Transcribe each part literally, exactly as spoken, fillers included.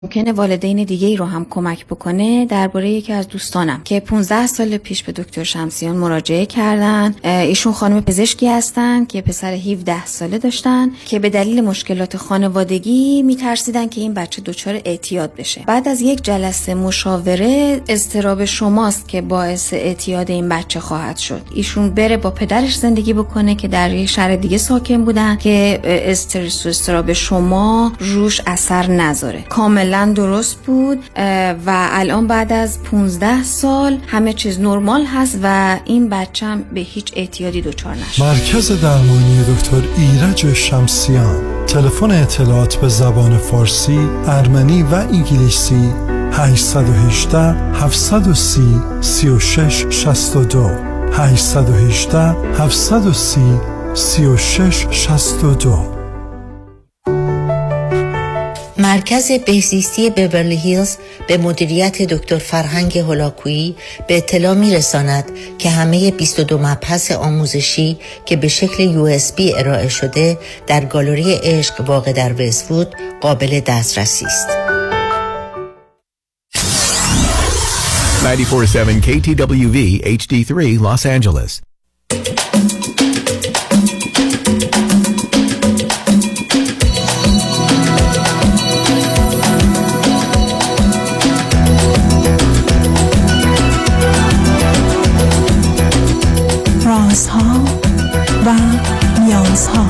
ممکنه والدین دیگه ای رو هم کمک بکنه. درباره یکی از دوستانم که پانزده سال پیش به دکتر شمسیان مراجعه کردن، ایشون خانم پزشکی هستن که پسر هفده ساله داشتن که به دلیل مشکلات خانوادگی میترسیدن که این بچه دچار اعتیاد بشه. بعد از یک جلسه مشاوره اضطراب شماست که باعث اعتیاد این بچه خواهد شد. ایشون بره با پدرش زندگی بکنه که در یک شهر دیگه ساکن بودن که استرس و اضطراب شما روش اثر نذاره. کاملا درست بود و الان بعد از پانزده سال همه چیز نرمال هست و این بچم به هیچ اعتیادی دچار نشد. مرکز درمانی دکتر ایرج شمسیان. تلفن اطلاعات به زبان فارسی، ارمنی و انگلیسی هشت یک هشت هفت سه صفر سه و شش شصت و دو هشت یک هشت هفت سه صفر سه و شش شصت و دو. مرکز بهزیستی بیورلی هیلز به مدیریت دکتر فرهنگ هولاکویی به اطلاع می‌رساند که همه بیست و دو مبحث آموزشی که به شکل یو اس بی ارائه شده در گالری عشق واقع در وست‌وود قابل دسترسی است. نود و چهار ممیز هفت کی تی دبلیو وی اچ دی سه Los Angeles. رازها و نیازها.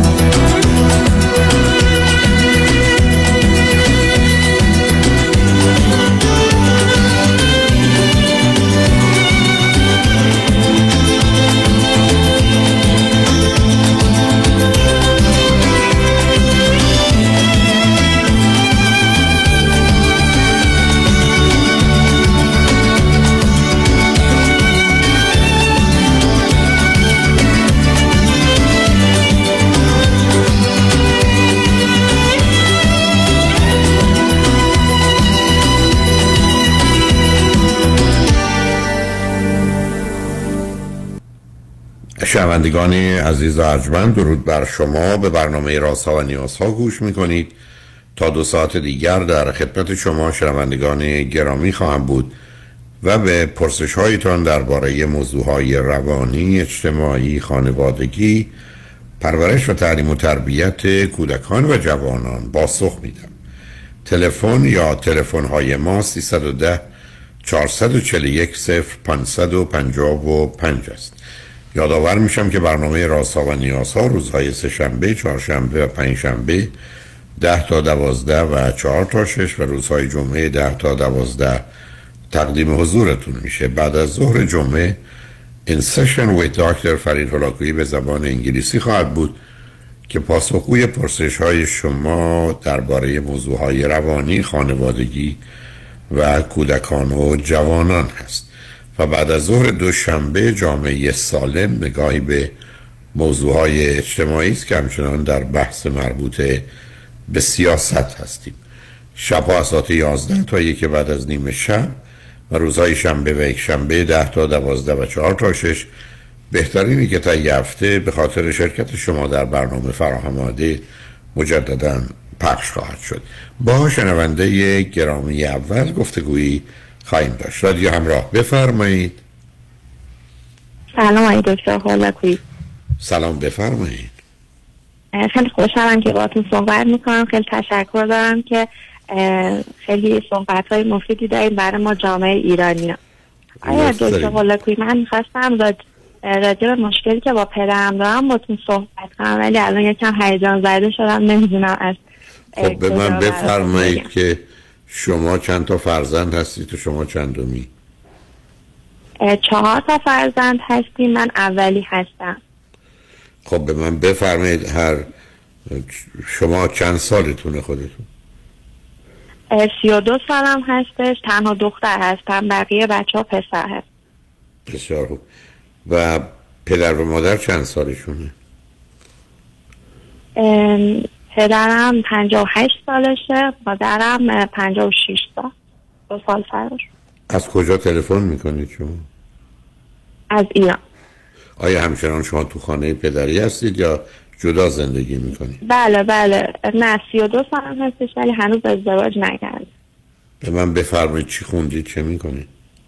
شنوندگان عزیز و ارجمند، درود بر شما. به برنامه رازها و نیازها گوش میکنید. تا دو ساعت دیگر در خدمت شما شنوندگان گرامی خواهم بود و به پرسش هایتان درباره موضوع های روانی، اجتماعی، خانوادگی، پرورش و تعلیم و تربیت کودکان و جوانان پاسخ میدم. تلفن یا تلفن های ما سیصد و ده چهارصد و چهل و یک صفر پانصد و پنجاه و پنج است. یادآور میشم که برنامه رازها و نیازها روزهای سه شنبه، چهارشنبه و پنج شنبه ده تا دوازده و چهار تا شش و روزهای جمعه ده تا دوازده تقدیم حضورتون میشه. بعد از ظهر جمعه In Session with دکتر فرید هولاکویی به زبان انگلیسی خواهد بود که پاسخگوی پرسش های شما درباره موضوع های روانی، خانوادگی و کودکان و جوانان هست. و بعد از ظهر دوشنبه جامعه سالم نگاهی به موضوعهای اجتماعی است که همچنان در بحث مربوط به سیاست هستیم. شب‌ها از ساعت یازده تا یک بعد از نیم شب و روزهای شنبه و یک شنبه ده تا دوازده و چهار تا شش بهترینی که تا یه هفته به خاطر شرکت شما در برنامه فراهم آمده مجددا پخش خواهد شد. با شنونده گرامی اول گفتگویی خواهیم داشت. رادیو همراه، بفرمایید. سلام آقای دکتر هولاکویی. سلام، بفرمایید. خیلی خوشحالم که باهاتون صحبت میکنم. خیلی تشکر دارم که خیلی صحبت‌های مفیدی داریم برای ما جامعه ایرانی. آقای دکتر هولاکویی، من می‌خواستم راجع به مشکلی که با پدرم دارم باهاتون صحبت کنم، ولی الان یکم هیجان زده شدم، نمیدونم از خب به من بفرمایید که شما چند تا فرزند هستید و شما چندمی؟ چهار تا فرزند هستیم، من اولی هستم. خب به من بفرمایید هر شما چند سالتونه خودتون؟ سی و دو سالم هستش، تنها دختر هستم، بقیه بچه ها پسر هست. بسیار خوب. و پدر و مادر چند سالشونه؟ ام... پدرم پنجاه و هشت سالشه، مادرم پنجاه و شش سال، دو سال فرق. از کجا تلفن میکنید شما؟ از ایران. آیا همچنان شما تو خانه پدری هستید یا جدا زندگی میکنید؟ بله بله، نه سی و دو سالم هستش ولی هنوز ازدواج نکردم. به من بفرمایید چی خوندید، چه میکنید؟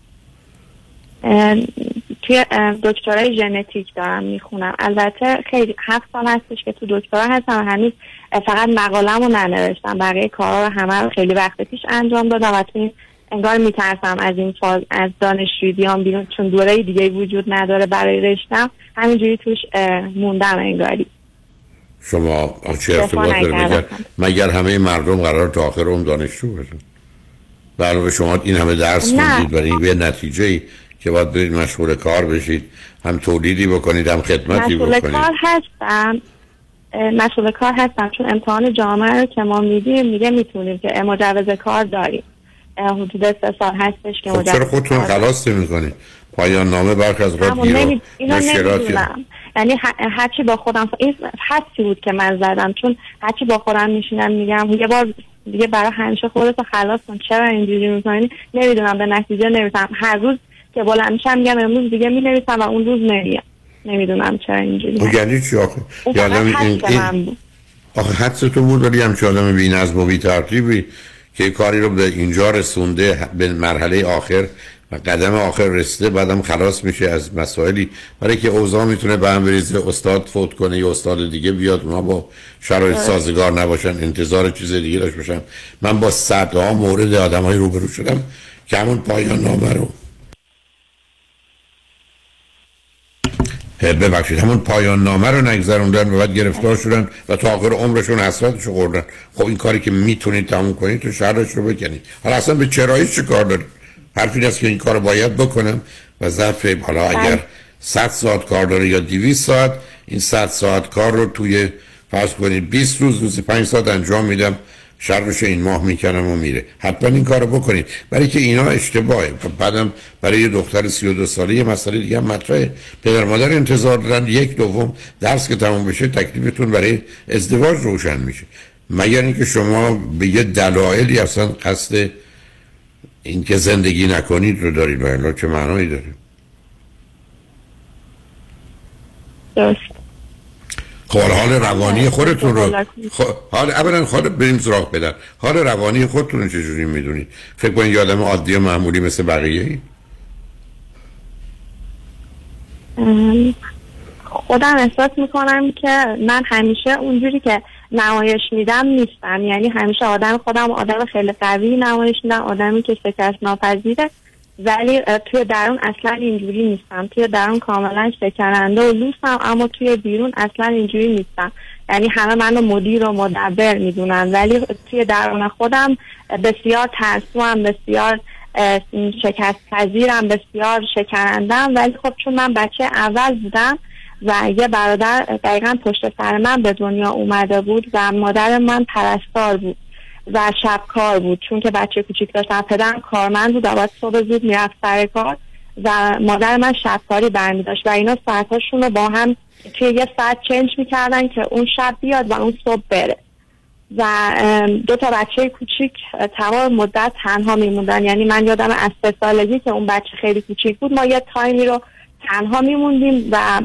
توی دکترای ژنتیک دارم میخونم. البته خیلی هفت سال هستش که تو دکترا هستم و هنوز فقط مقاله‌مو ننوشتم، بقیه کارا رو همه رو خیلی وقت پیش انجام دادم و تو این انگار میترسم از این فاز از دانشجویی بیام بیرون، چون دوره دیگه وجود نداره برای رشتم، همینجوری توش موندم انگاری. شما چه ارتباط داره مگر مگر همه مردم قرار تا آخر عمر دانشجو بشن؟ برای شما این همه درس خوندید برای به نتیجه‌ای که باید برید مشغول کار بشید، هم تولیدی بکنید هم خدمتی بکنید. مشغول کار هستم مشغول کار هستم چون امتحان جامعه رو که ما میدیم میگه میتونیم که مجوز کار داریم. حدود سه سال هستش که مجوز. چرا خودتون خلاص نمی‌کنید؟ پایان نامه برخ از رادیو نمی... مشکلاتی یعنی هرچی با خودم این حسی بود که من زدم، چون هرچی با خودم میشینم میگم یه بار دیگه برای همیشه خودتو خلاص کن، چرا اینجوری میکنی؟ نمیدونم، به نتیجه نمیرسم. هر روز که بلند میشم میگم امروز دیگه مینویسم و اون روز نمیام. نمیدونم چرا اینجوری. یعنی چی آخه؟ یادم این این آخه حدستون بود ولی همچه آدم بی‌نظم و بی‌ترتیبی که کاری رو به اینجا رسونده، به مرحله آخر و قدم آخر رسیده، بعدم خلاص میشه از مسائلی برای که اوضاع میتونه به هم بریزه، استاد فوت کنه یا استاد دیگه بیاد، اونا با شرایط سازگار نباشن، انتظار چیز دیگه داشته باشن. من با صدها مورد آدمای روبرو شدم که همون پایان نامه رو ببخشید همون پایان نامه رو نگذروندن و بعد گرفتار شدن و تا آخر عمرشون حسرتشو خوردن. خب این کاری که میتونید تموم کنید تو شرش رو بکنید. حالا اصلا به چراییش چه کار دارید؟ حرف این است که این کار رو باید بکنم و ظرف حالا اگر صد ساعت کار داره یا دویست ساعت، این صد ساعت کار رو توی فرض کنید بیست روز روزی پنج ساعت انجام میدم، شرش این ماه میکنم و میره. حتما این کار رو بکنید برای که اینا اشتباهه. بعدم برای یه دختر سی و دو ساله یه مسئله دیگه هم مطرحه. پدر مادر انتظار دارن یک دوم درس که تموم بشه تکلیفتون برای ازدواج روشن میشه، مگر اینکه شما به یه دلایلی اصلا قصد این که زندگی نکنید رو دارید. و الا چه معنایی داره؟ درست. خب حال روانی خودتون رو خ... حال اولا خود بریم سراغ بدن حال روانی خودتون رو چجوری میدونید؟ فکر کنید یه آدم عادی و معمولی مثل بقیه ای؟ خودم احساس میکنم که من همیشه اونجوری که نمایش میدم نیستم، یعنی همیشه آدم خودم آدم خیلی قوی نمایش میدم، آدمی که شکست ناپذیره، ولی توی درون اصلا اینجوری نیستم. توی درون کاملا شکننده و لوسم، اما توی بیرون اصلا اینجوری نیستم. یعنی همه منو مدیر و مدبر میدونن ولی توی درون خودم بسیار ترسوام، بسیار شکست پذیرم، بسیار شکنندم. ولی خب چون من بچه اول بودم و یه برادر دقیقا پشت سر من به دنیا اومده بود و مادر من پرستار بود و شبکار بود، چون که بچه کوچیک داشتم. پدرم کارمند بود و باید صبح زود میرفت سر کار و مادر من شبکاری برمی داشت و اینا ساعتاشون رو با هم توی یه ساعت چنج میکردن که اون شب بیاد و اون صبح بره و دو تا بچه کوچیک تمام مدت تنها میموندن. یعنی من یادم از سه سالگی که اون بچه خیلی کوچیک بود ما یه تایمی رو تنها میموندیم و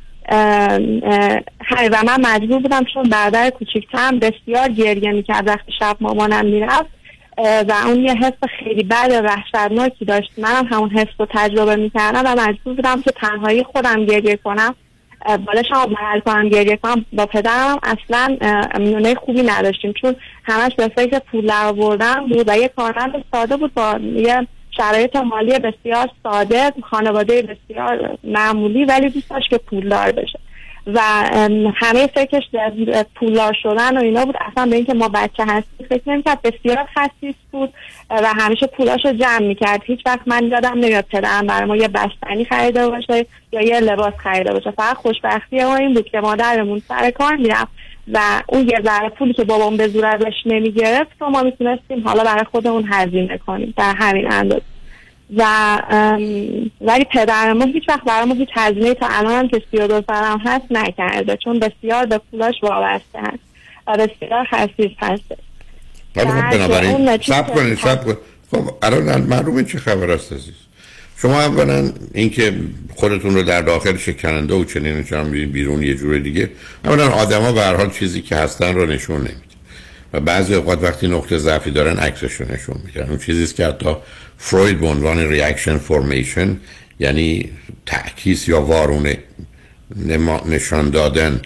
هی و من مجبور بودم چون برادر کوچیکترم بسیار گریه میکرد وقتی شب مامانم میرفت و اون یه حس خیلی بد و وحشتناکی داشت. منم همون حس رو تجربه میکردم و مجبور بودم که تنهایی خودم گریه کنم، بالشم محل کنم گریه کنم. با پدرم اصلا میونه خوبی نداشتیم چون همش به فکر پول درآوردن بود و یه کارمند ساده بود با یه شرایط مالی بسیار ساده، خانواده بسیار معمولی، ولی دوست داشت که پولدار بشه و همه فکرش پولدار شدن و اینا بود. اصلا به اینکه ما بچه هستیم فکر نمی‌کرد. بسیار خسیس بود و همیشه پولاشو جمع میکرد. هیچ وقت من یادم نمیاد پدرم برای ما یه بستنی خریده باشه یا یه لباس خریده باشه. فقط خوشبختی ما این بود که مادرمون سر کار میرفت و اون یه ذره پولی که بابام به زور ازش نمیگرفت و ما میتونستیم حالا برای خودمون هزینه کنیم در همین اندازه. و ولی پدرم هیچ وقت برای ما هیچ هزینه تا الان هم که سی و دو سالم هست نکرده چون بسیار به پولاش وابسته هست و بسیار خسیس هست. ولی خب بنابراین سب کنید سب کنید. خب الان معلومه چه خبر است عزیز. شما اولا اینکه خودتون رو در داخل شکننده و چنین چنان بیرون یه جور دیگه، اولا آدما به هر حال چیزی که هستن رو نشون نمیدن و بعضی اوقات وقتی نقطه ضعفی دارن عکسش رو نشون میدن. اون چیزی است که حتی فروید به عنوان ریاکشن فورمیشن، یعنی تعکیس یا وارونه نشان دادن،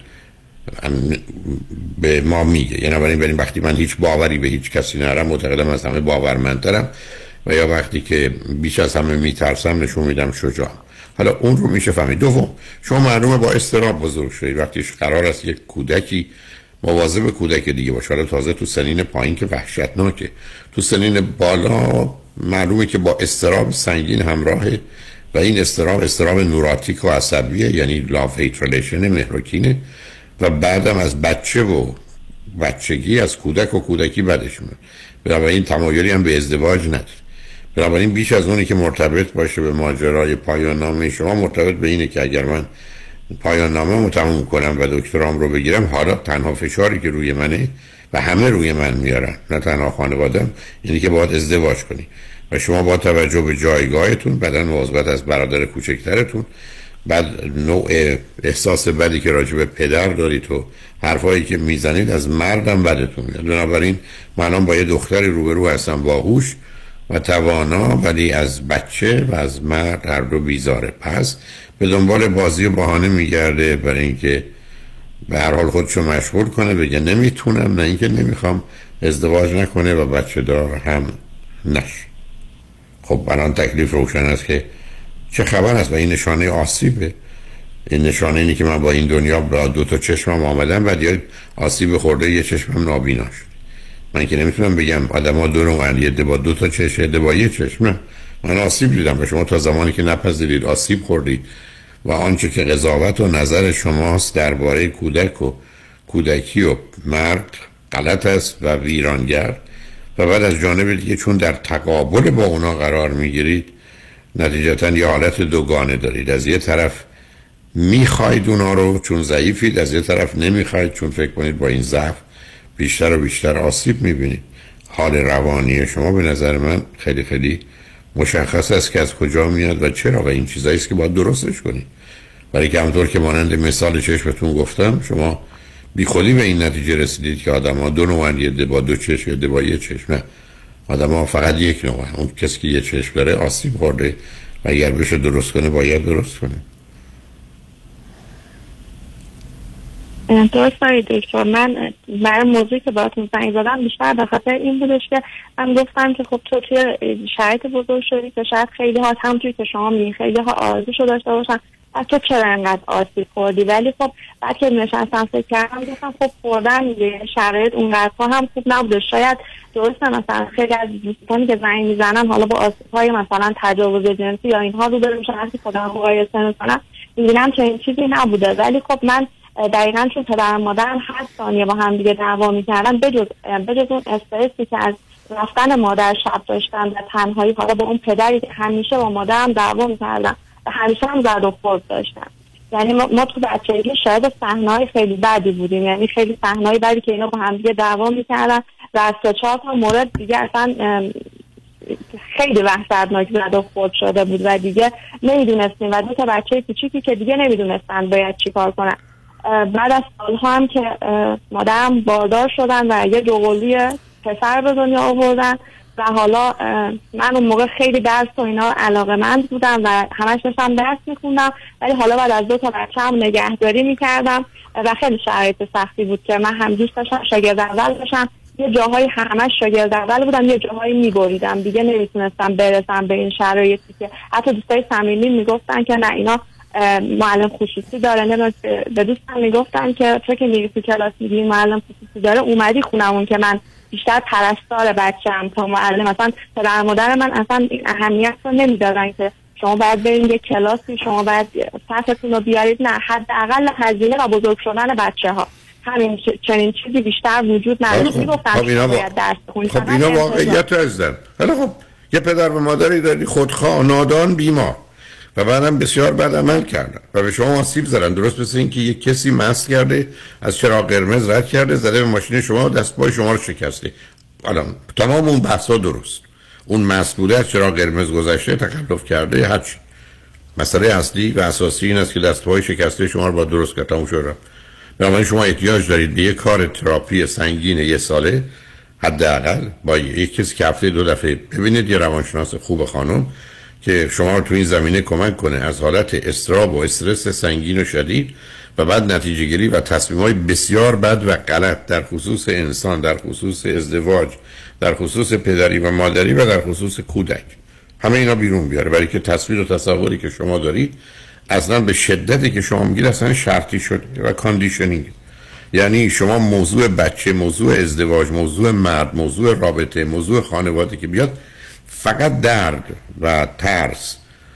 به ما میگه. یعنی برای این وقتی من هیچ باوری به هیچ کسی ندارم، معتقدم از همه باورمندترم، و یا وقتی که بیش از همه میترسم نشون میدم شجاعم. حالا اون رو میشه فهمید. دوم، شما معلومه با اضطراب بزرگ شدید. وقتی قرار است یک کودکی مواظب کودک دیگه باشه، حالا تازه تو سنین پایین که وحشتناکه، تو سنین بالا معلومه که با اضطراب سنگین همراهه و این اضطراب اضطراب نوراتیک و عصبیه، یعنی لاف هیت ریلیشن، مهرکینه، و بعدم از بچه و بچگی از کودک و کودکی بدش میاد. بنابراین تمایلی هم به ازدواج نداره. بنابراین بیش از اونی که مرتبط باشه به ماجرای پایان نامه شما، مرتبط به اینه که اگر من پایان نامه رو تموم کنم و دکترام رو بگیرم، حالا تنها فشاری که روی منه و همه روی من میارن، نه تنها خانوادم، یعنی که باید ازدواج کنی و شما با توجه به جایگاهتون، بعدن مواظبت از برادر کوچکترتون، بعد نوع احساس بدی که راجع به پدر دارید و حرفایی که میزنید از مردم بدتون میاد. بنابراین من با یه دختری روبرو هستم باهوش و توانا، ولی از بچه و از مرد هر دو بیزاره. پس به دنبال بازی و بهانه میگرده برای اینکه به هر حال خودشو مشغول کنه، بگه نمیتونم، نه اینکه نمیخوام ازدواج نکنه و بچه دار هم نشه. خب الان تکلیف روشن است که چه خبر است و این نشانه آسیبه. این نشانه اینه که من با این دنیا با دو تا چشمم آمدم و دیگه آسیب خورده یه چشمم نابینا شد. من که نمیتونم بگم آدم‌ها دو نوعن، یه با دو تا چشم، یه با یه چشم. من آسیب دیدم و شما تا زمانی که نپذیرید آسیب خوردید و آنچه که قضاوت و نظر شماست درباره کودک و کودکی و مرد غلط است و ویرانگر، و بعد از جانب دیگه چون در تقابل با اونا قرار میگیرید، نتیجتا یه حالت دوگانه دارید. از یه طرف میخواید اونا رو چون ضعیفید، از یه طرف نمیخواید چون فکر کنید با این ضعف بیشتر و بیشتر آسیب میبینید. حال روانی شما به نظر من خیلی خیلی مشخص است که از کجا میاد و چرا، و این چیزایی است که باید درستش کنید. برای که همونطور که مانند مثال چشمتون گفتم، شما بی خودی به این نتیجه رسیدید که آدم ها دو نوعن، یه با دو چشم، یه با یه چشم. نه، آدم ها فقط یک نوعن. اون کسی که یه چشم داره آسیب خورده و اگر بشه درست کنه باید درست کنه. درست دارید دکتر. من برای موضوعی که باهاتون زنگ زدم بیشتر به خاطر این بودش که من گفتم که خب تو توی شرایط بزرگ شدی که شاید خیلی ها همونجوری که شما میگین خیلی ها آرزوشو داشته باشن، از تو چرا انقدر آسیب خوردی؟ ولی خب بعد که نشستم فکر کردم گفتم خب خوردن دیگه، شرایط اونقدر هم خوب نبوده. شاید درسته مثلا خیلی از دوستانی که زنگ میزنن حالا با آسیب‌های مثلا تجاوز جنسی یا اینها روبرو میشن، وقتی خودم مقایسه میکنم میبینم چنین چیزی نبوده. ولی خب من دقیقاً چون پدر و مادرم هشت ثانیه با هم دیگه دعوا میکردن، بجز بجز اون استرسی که از رفتن مادر شب داشتن و تنهایی، حالا با اون پدری که همیشه با مادرم دعوا میکردن و همیشه هم زد و خورد داشتن. یعنی ما, ما تو بچگی شاید صحنه‌های خیلی بدی بودیم، یعنی خیلی صحنه‌های بدی که اینا با هم دیگه دعوا میکردن و از سه چهار تا مورد دیگه اصلا خیلی وحشتناک زد و خورد شده بود و دیگه نمیدونستیم و دو تا بچه کوچیکی که دیگه نمیدونستن باید چیکار کنن. بعد از سالها هم که مادرم باردار شدن و یه دوقلوی پسر به دنیا آوردن و حالا من اون موقع خیلی درس و اینا علاقه‌مند بودم و همش داشتم درس میخوندم، ولی حالا بعد از دو تا بچه هم نگهداری میکردم و خیلی شرایط سختی بود که من هم دوست داشتم شاگرد اول باشم. یه جاهایی همش شاگرد اول بودم، یه جاهایی میبریدم، دیگه نمیتونستم برسم به این شرایطی که حتی دوستای صمیمی میگفتن که نه اینا معلم خصوصی داره. نه به دوستم میگفتن که تو که میری تو کلاس میگی معلم خصوصی داره، اومدی خونمون که من بیشتر پرستار بچه‌ام تا معلم. مثلا پدر مادر من اصلا این اهمیت رو نمیدادن که شما باید برید یه کلاسی، شما باید صفتون رو بیارید. نه، حداقل هزینه و بزرگ شدن بچه‌ها، همین چنین چیزی بیشتر وجود نداره. میگفتن خب اینا باید درس بخونید. خب اینا واقعیت هستن. حالا خب یه پدر و مادری داری خودخواه، نادان، بیمار و بعدم بسیار بد عمل کردن و به شما آسیب زدن. درست مثل این که یک کسی مست کرده، از چراغ قرمز رد کرده، زده به ماشین شما و دست پای شما رو شکسته. الان تمام اون بحثا درست، اون مسئولیت چرا قرمز گذشته تکلف کرده هر چی. مسئله اصلی و اساسی این است که دست‌های شکسته شما رو با درست کرد تموم شد. بنابراین شما احتیاج دارید به یک کار تراپی سنگین یک ساله حداقل با یک کسی که هفته دو دفعه ببینید، یه روانشناس خوب خانم که شما رو تو این زمینه کمک کنه از حالت اضطراب و استرس سنگین و شدید و بعد نتیجه گیری و تصمیم‌های بسیار بد و غلط در خصوص انسان، در خصوص ازدواج، در خصوص پدری و مادری و در خصوص کودک، همه اینا بیرون بیاره. برای که تصویر و تصوری که شما دارید اصلا به شدتی که شما میگید اصلا شرطی شد و کاندیشنینگ. یعنی شما موضوع بچه، موضوع ازدواج، موضوع مرد، موضوع رابطه، موضوع خانواده که بیاد فقط درد و ترس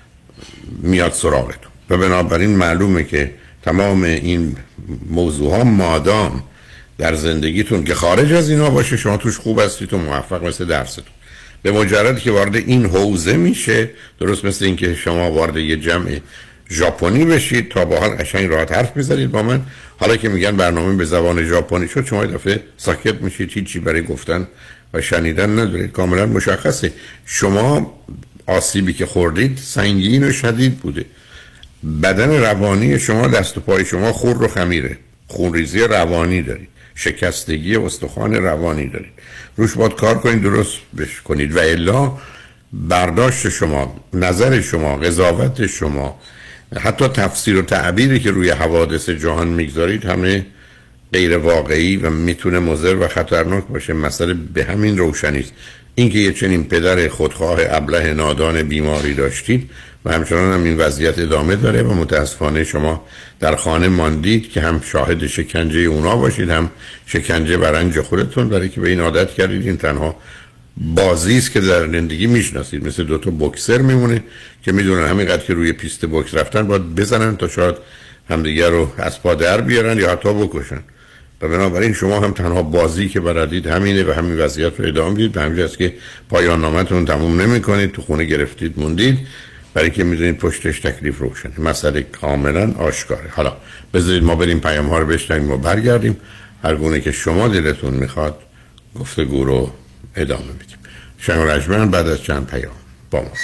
میاد سراغتون و بنابراین معلومه که تمام این موضوع ها مادام در زندگیتون که خارج از اینا باشه شما توش خوب هستید و موفق مثل درستون. به مجرد که وارد این حوزه میشه، درست مثل این که شما وارد یه جمع ژاپنی بشید تا با حال قشنگ راحت حرف بزنید با من، حالا که میگن برنامه به زبان ژاپنی شد شما یه دفعه ساکت میشید، هیچی برای گفتن و شنیدن ندارید. کاملا مشخصه شما آسیبی که خوردید سنگین و شدید بوده. بدن روانی شما، دست و پای شما خور و خمیره، خونریزی روانی دارید، شکستگی استخوان روانی دارید، روش باید کار کنید درست بش کنید و الا برداشت شما، نظر شما، قضاوت شما، حتی تفسیر و تعبیری که روی حوادث جهان میگذارید همه غیر واقعی و میتونه مضر و خطرناک باشه. مسئله به همین روشنی است. اینکه یه چنین پدر خودخواه ابله نادان بیماری داشتید و همچنان هم این وضعیت ادامه داره و متاسفانه شما در خانه ماندید که هم شاهد شکنجه اونا باشید هم شکنجه بر رنج خودتون، برای که به این عادت کردید این تنها بازی است که در زندگی میشناسید. مثل دو تا بوکسر میمونه که میدونن همینقدر که روی پیست بوکس رفتن باید بزنن تا شاید همدیگر رو از پا در بیارن یا حتی بکشن و بنابراین شما هم تنها بازی که بلدید همینه و همین وضعیت رو ادامه میدید. به همین جاست که پایان نامتون تموم نمی‌کنید، تو خونه گرفتید موندید، برای که میدونید پشتش تکلیف روشنه. مسئله کاملا آشکاره. حالا بذارید ما بریم پیام ها رو بشنویم و برگردیم، هر گونه که شما دلتون میخواد گفتگو رو ادامه میدیم. شنگ رجمن بعد از چند پیام با ما.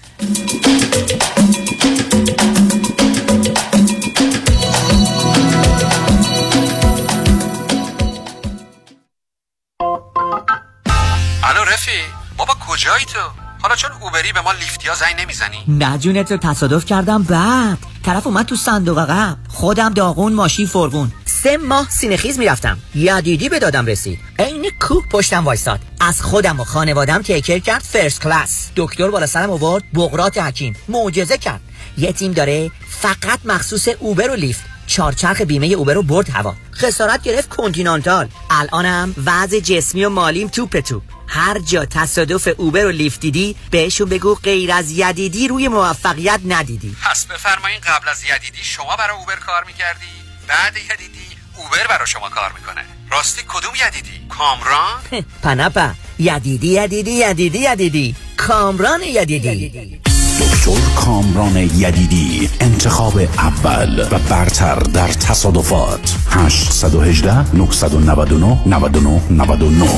الو رفی، بابا کجایی تو؟ حالا چون اوبری به ما لیفتیا زنگ نمیزنی؟ نه جونت رو تصادف کردم بعد طرف اومد تو صندوق عقب، خودم داغون ماشین فرغون، سه ماه سینه‌خیز میرفتم، یدیدی به دادم رسید، عین کوه پشتم وایساد، از خودم و خانوادم تیکر کرد فرست کلاس، دکتر بالا سرم آورد، بقرات حکیم معجزه کرد. یه تیم داره فقط مخصوص اوبر و لیفت، چارچرخ بیمه اوبر رو برد هوا، خسارت گرفت کنتینانتال. الانم وضع جسمی و مالیم توپ توپ. هر جا تصادف اوبر و لیفت دیدی بهشون بگو غیر از یدیدی روی موفقیت ندیدی. پس بفرمایین قبل از یدیدی شما برای اوبر کار میکردی، بعد یدیدی اوبر برای شما کار میکنه. راستی کدوم یدیدی؟ کامران؟ پناپا یدیدی یدیدی یدیدی یدیدی کامران یدیدی. دکتر کامران یدیدی، انتخاب اول و برتر در تصادفات. هشت یک هشت نه نه نه نه نه نه نه.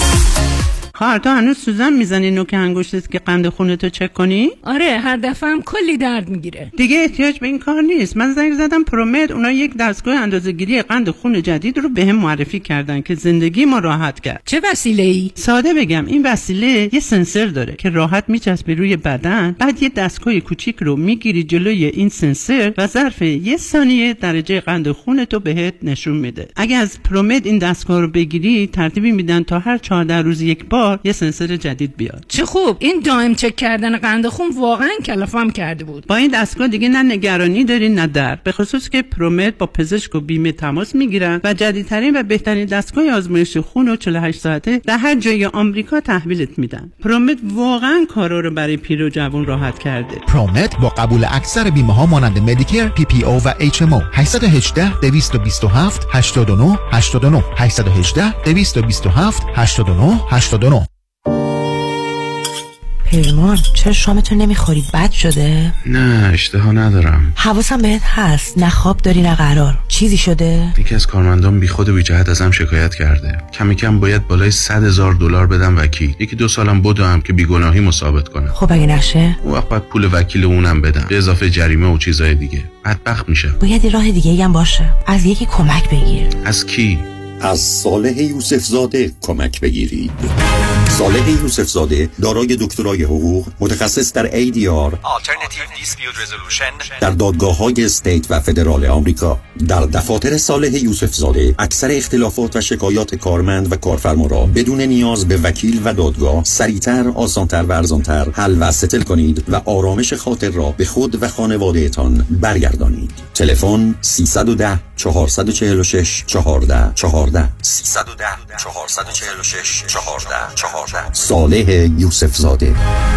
خواهر تو هنوز سوزن میزنی نوک انگشتت که قند خونتو چک کنی؟ آره هر دفعه هم کلی درد میگیره. دیگه احتیاج به این کار نیست. من زنگ زدم پرومد، اونا یک دستگاه اندازه‌گیری قند خون جدید رو بهم معرفی کردن که زندگی ما راحت کرد. چه وسیله‌ای؟ ساده بگم این وسیله یه سنسور داره که راحت میچسبه روی بدن، بعد یه دستگاه کوچیک رو میگیری جلوی این سنسور و ظرف یه ثانیه درجه قند خونتو بهت نشون میده. اگه از پرومد این دستگاه رو بگیری ترتیبی میدن تا هر چهارده روز یک بار یه سنسور جدید بیاد. چه خوب، این دائم چک کردن قند خون واقعا کلافم کرده بود. با این دستگاه دیگه نه نگرانی داری نه درد، به خصوص که پرومد با پزشک و بیمه تماس میگیرن و جدیدترین و بهترین دستگاه آزمایش خون رو چهل و هشت ساعته در هر جای آمریکا تحویلت میدن. پرومد واقعا کارا رو برای پیر و جوان راحت کرده. پرومد با قبول اکثر بیمه ها مانند مدیکر، پی پی او و اچ ام او. هشت یک هشت دویست و هفت هشتاد و نه هشتاد و نه هشت یک هشت دویست و هفت هشتاد و نه هشتاد و نه. پیمان چرا شامتو نمیخوری؟ بد شده؟ نه اشتها ندارم. حواسم بهت هست، نه خواب داری نه قرار. چیزی شده؟ یکی از کارمندان بیخود و بی جهت ازم شکایت کرده. کمی کم باید بالای صد هزار دلار بدم وکیل. یکی دو سالم بدم که بیگناهی ثابت کنم. خب اگه نشه اون وقت باید پول وکیل اونم بدم به اضافه جریمه و چیزای دیگه. بدبخت میشه. باید راه دیگه هم باشه. از یکی کمک بگیر. از کی؟ از صالح یوسف زاده کمک بگیرید. صالح یوسف زاده دارای دکترای حقوق، متخصص در ای دی آر Alternative Dispute Resolution در دادگاه‌های استیت و فدرال آمریکا. در دفاتر صالح یوسف زاده اکثر اختلافات و شکایات کارمند و کارفرما را بدون نیاز به وکیل و دادگاه سریعتر، آسانتر و ارزانتر حل و ستل کنید و آرامش خاطر را به خود و خانوادهتان برگردانید. تلفن سیصد و ده چهارصد و چهل و شش چهارده چهارده سیصد و ده چهارصد و چهل و شش چهارده چهارده. صالح یوسف زاده.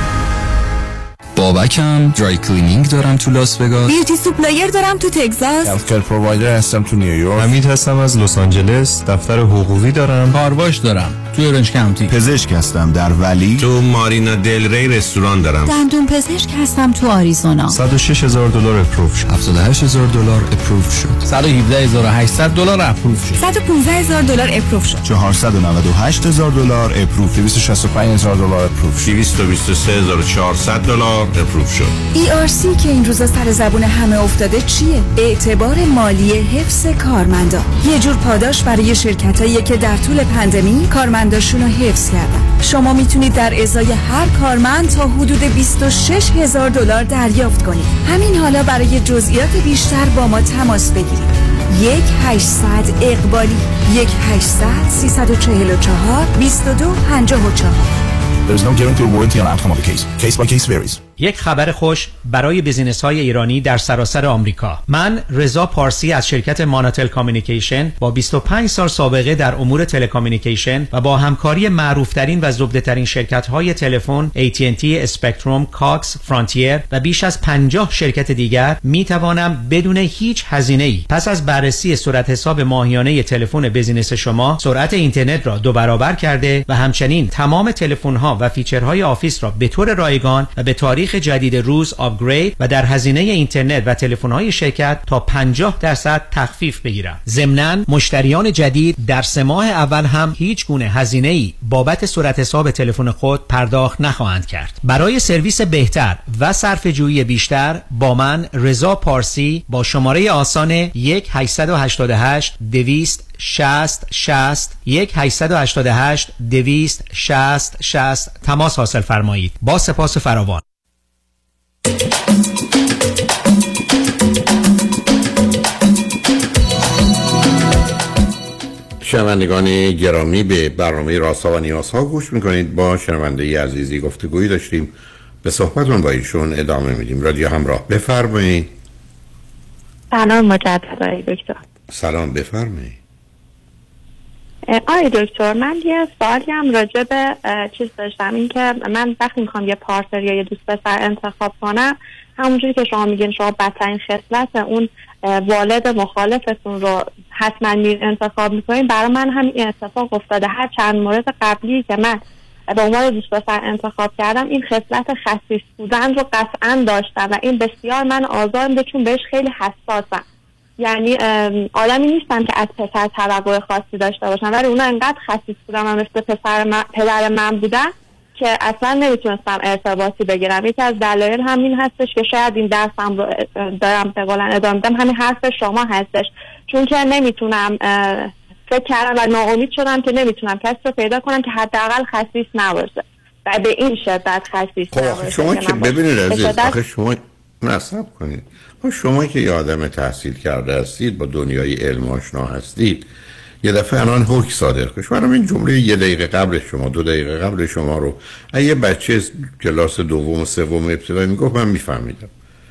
بابکم درای کلینینگ دارم تو لاس وگاس. بیوتی سوپلایر دارم تو تگزاس. هلت‌کر پرووایدر هستم تو نیویورک. حمید هستم از لس آنجلس. دفتر حقوقی دارم. کارواش دارم تو اورنج کانتی. پزشک هستم در ولی. تو مارینا دل ری رستوران دارم. دندون پزشک هستم تو آریزونا. صد و شش هزار دلار اپروف شد. هفتاد و هشت هزار دلار اپروف شد. صد و هفده هزار و هشتصد دلار اپروف شد. صد و پانزده هزار دلار اپروف شد. چهارصد و نود و هشت هزار دلار اپروف. دویست و شصت و پنج هزار دلار اپروف. دویست و بیست و سه هزار و چهارصد دلار اپروف شد. ای آر سی که این روزا سر زبون همه افتاده چیه؟ اعتبار مالی حفظ کارمندا. یه جور پاداش برای شرکتایی که در طول پندمی کارمنداشون رو حفظ کردن. شما میتونید در ازای هر کارمند تا حدود بیست و شش هزار دلار دریافت کنید. همین حالا برای جزئیات بیشتر با ما تماس بگیرید. یک هشتصد اقبالی یک هشتصد سیصد و چهل و چهار بیست و دو پنجاه و چهار. There is no guarantee or warranty on outcome of the case. Case by case varies. یک خبر خوش برای بیزینس‌های ایرانی در سراسر آمریکا. من رضا پارسی از شرکت ماناتل کامیونیکیشن با بیست و پنج سال سابقه در امور تلکامیونیکیشن و با همکاری معروف‌ترین و زبده‌ترین شرکت‌های تلفن ای تی ان تی، اسپکتروم، کاکس، فرانتیر و بیش از پنجاه شرکت دیگر می‌توانم بدون هیچ هزینه‌ای پس از بررسی صورت حساب ماهیانه تلفن بیزینس شما سرعت اینترنت را دو برابر کرده و همچنین تمام تلفن‌ها و فیچرهای آفیس را به طور رایگان و به تاریخ جدید روز آپگرید و در هزینه اینترنت و تلفن‌های شرکت تا پنجاه درصد تخفیف بگیرم. ضمناً مشتریان جدید در سه ماه اول هم هیچ گونه هزینه‌ای بابت صورت حساب تلفن خود پرداخت نخواهند کرد. برای سرویس بهتر و صرفه‌جویی بیشتر با من رضا پارسی با شماره آسان یک هشتصد و هشتاد و هشت دویست شصت شصت یک هشتصد و هشتاد و هشت دویست شصت شصت تماس حاصل فرمایید. با سپاس فراوان. شنوندگان گرامی به برنامه رازها و نیازها گوش میکنید. با شنونده عزیزی گفتگویی داشتیم، به صحبتون با ایشون ادامه میدیم. رادیو همراه، بفرمایید. سلام مجدد دکتر. سلام، بفرمایید. آی دکتر، من یه سوالی هم راجع به چیز داشتم، این که من وقتی میخوام یه پارتنر یا یه دوست پسر انتخاب کنم، همونجوری که شما میگین شما بدترین خصلت اون والد مخالفتون رو حتما می انتخاب میکنین، برای من هم این اتفاق افتاده. هر چند مورد قبلی که من به عنوان دوست پسر انتخاب کردم این خصلت خسیس بودن رو قطعا داشتم و این بسیار من آزار میده، چون بهش خیلی حساسم. یعنی آدمی نیستم که از پسر توقع خاصی داشته باشم، ولی اونا انقدر خسیس بودن و مثل پسر من، پدر من بودن که اصلا نمیتونستم ارتباطی بگیرم. یکی از دلایل همین هستش که شاید این درسم رو دارم به قولن ادامه بدم همین حرف شما هستش، چون که نمیتونم فکر کردم و ناامید شدم که نمیتونم کسی رو پیدا کنم که حداقل خسیس نباشه و به این شدت خسیس نباشه. شما که ببینید عزیز، آخه شما نصب کنید، شما که یه آدم تحصیل کرده هستید، با دنیای علم آشنا هستید، یه دفعه الان حکم صادر کنید. شما این جمله یه دقیقه قبل شما، دو دقیقه قبل شما رو یه بچه کلاس دوم و سوم ابتدایی میگفت، من میفهمیدم.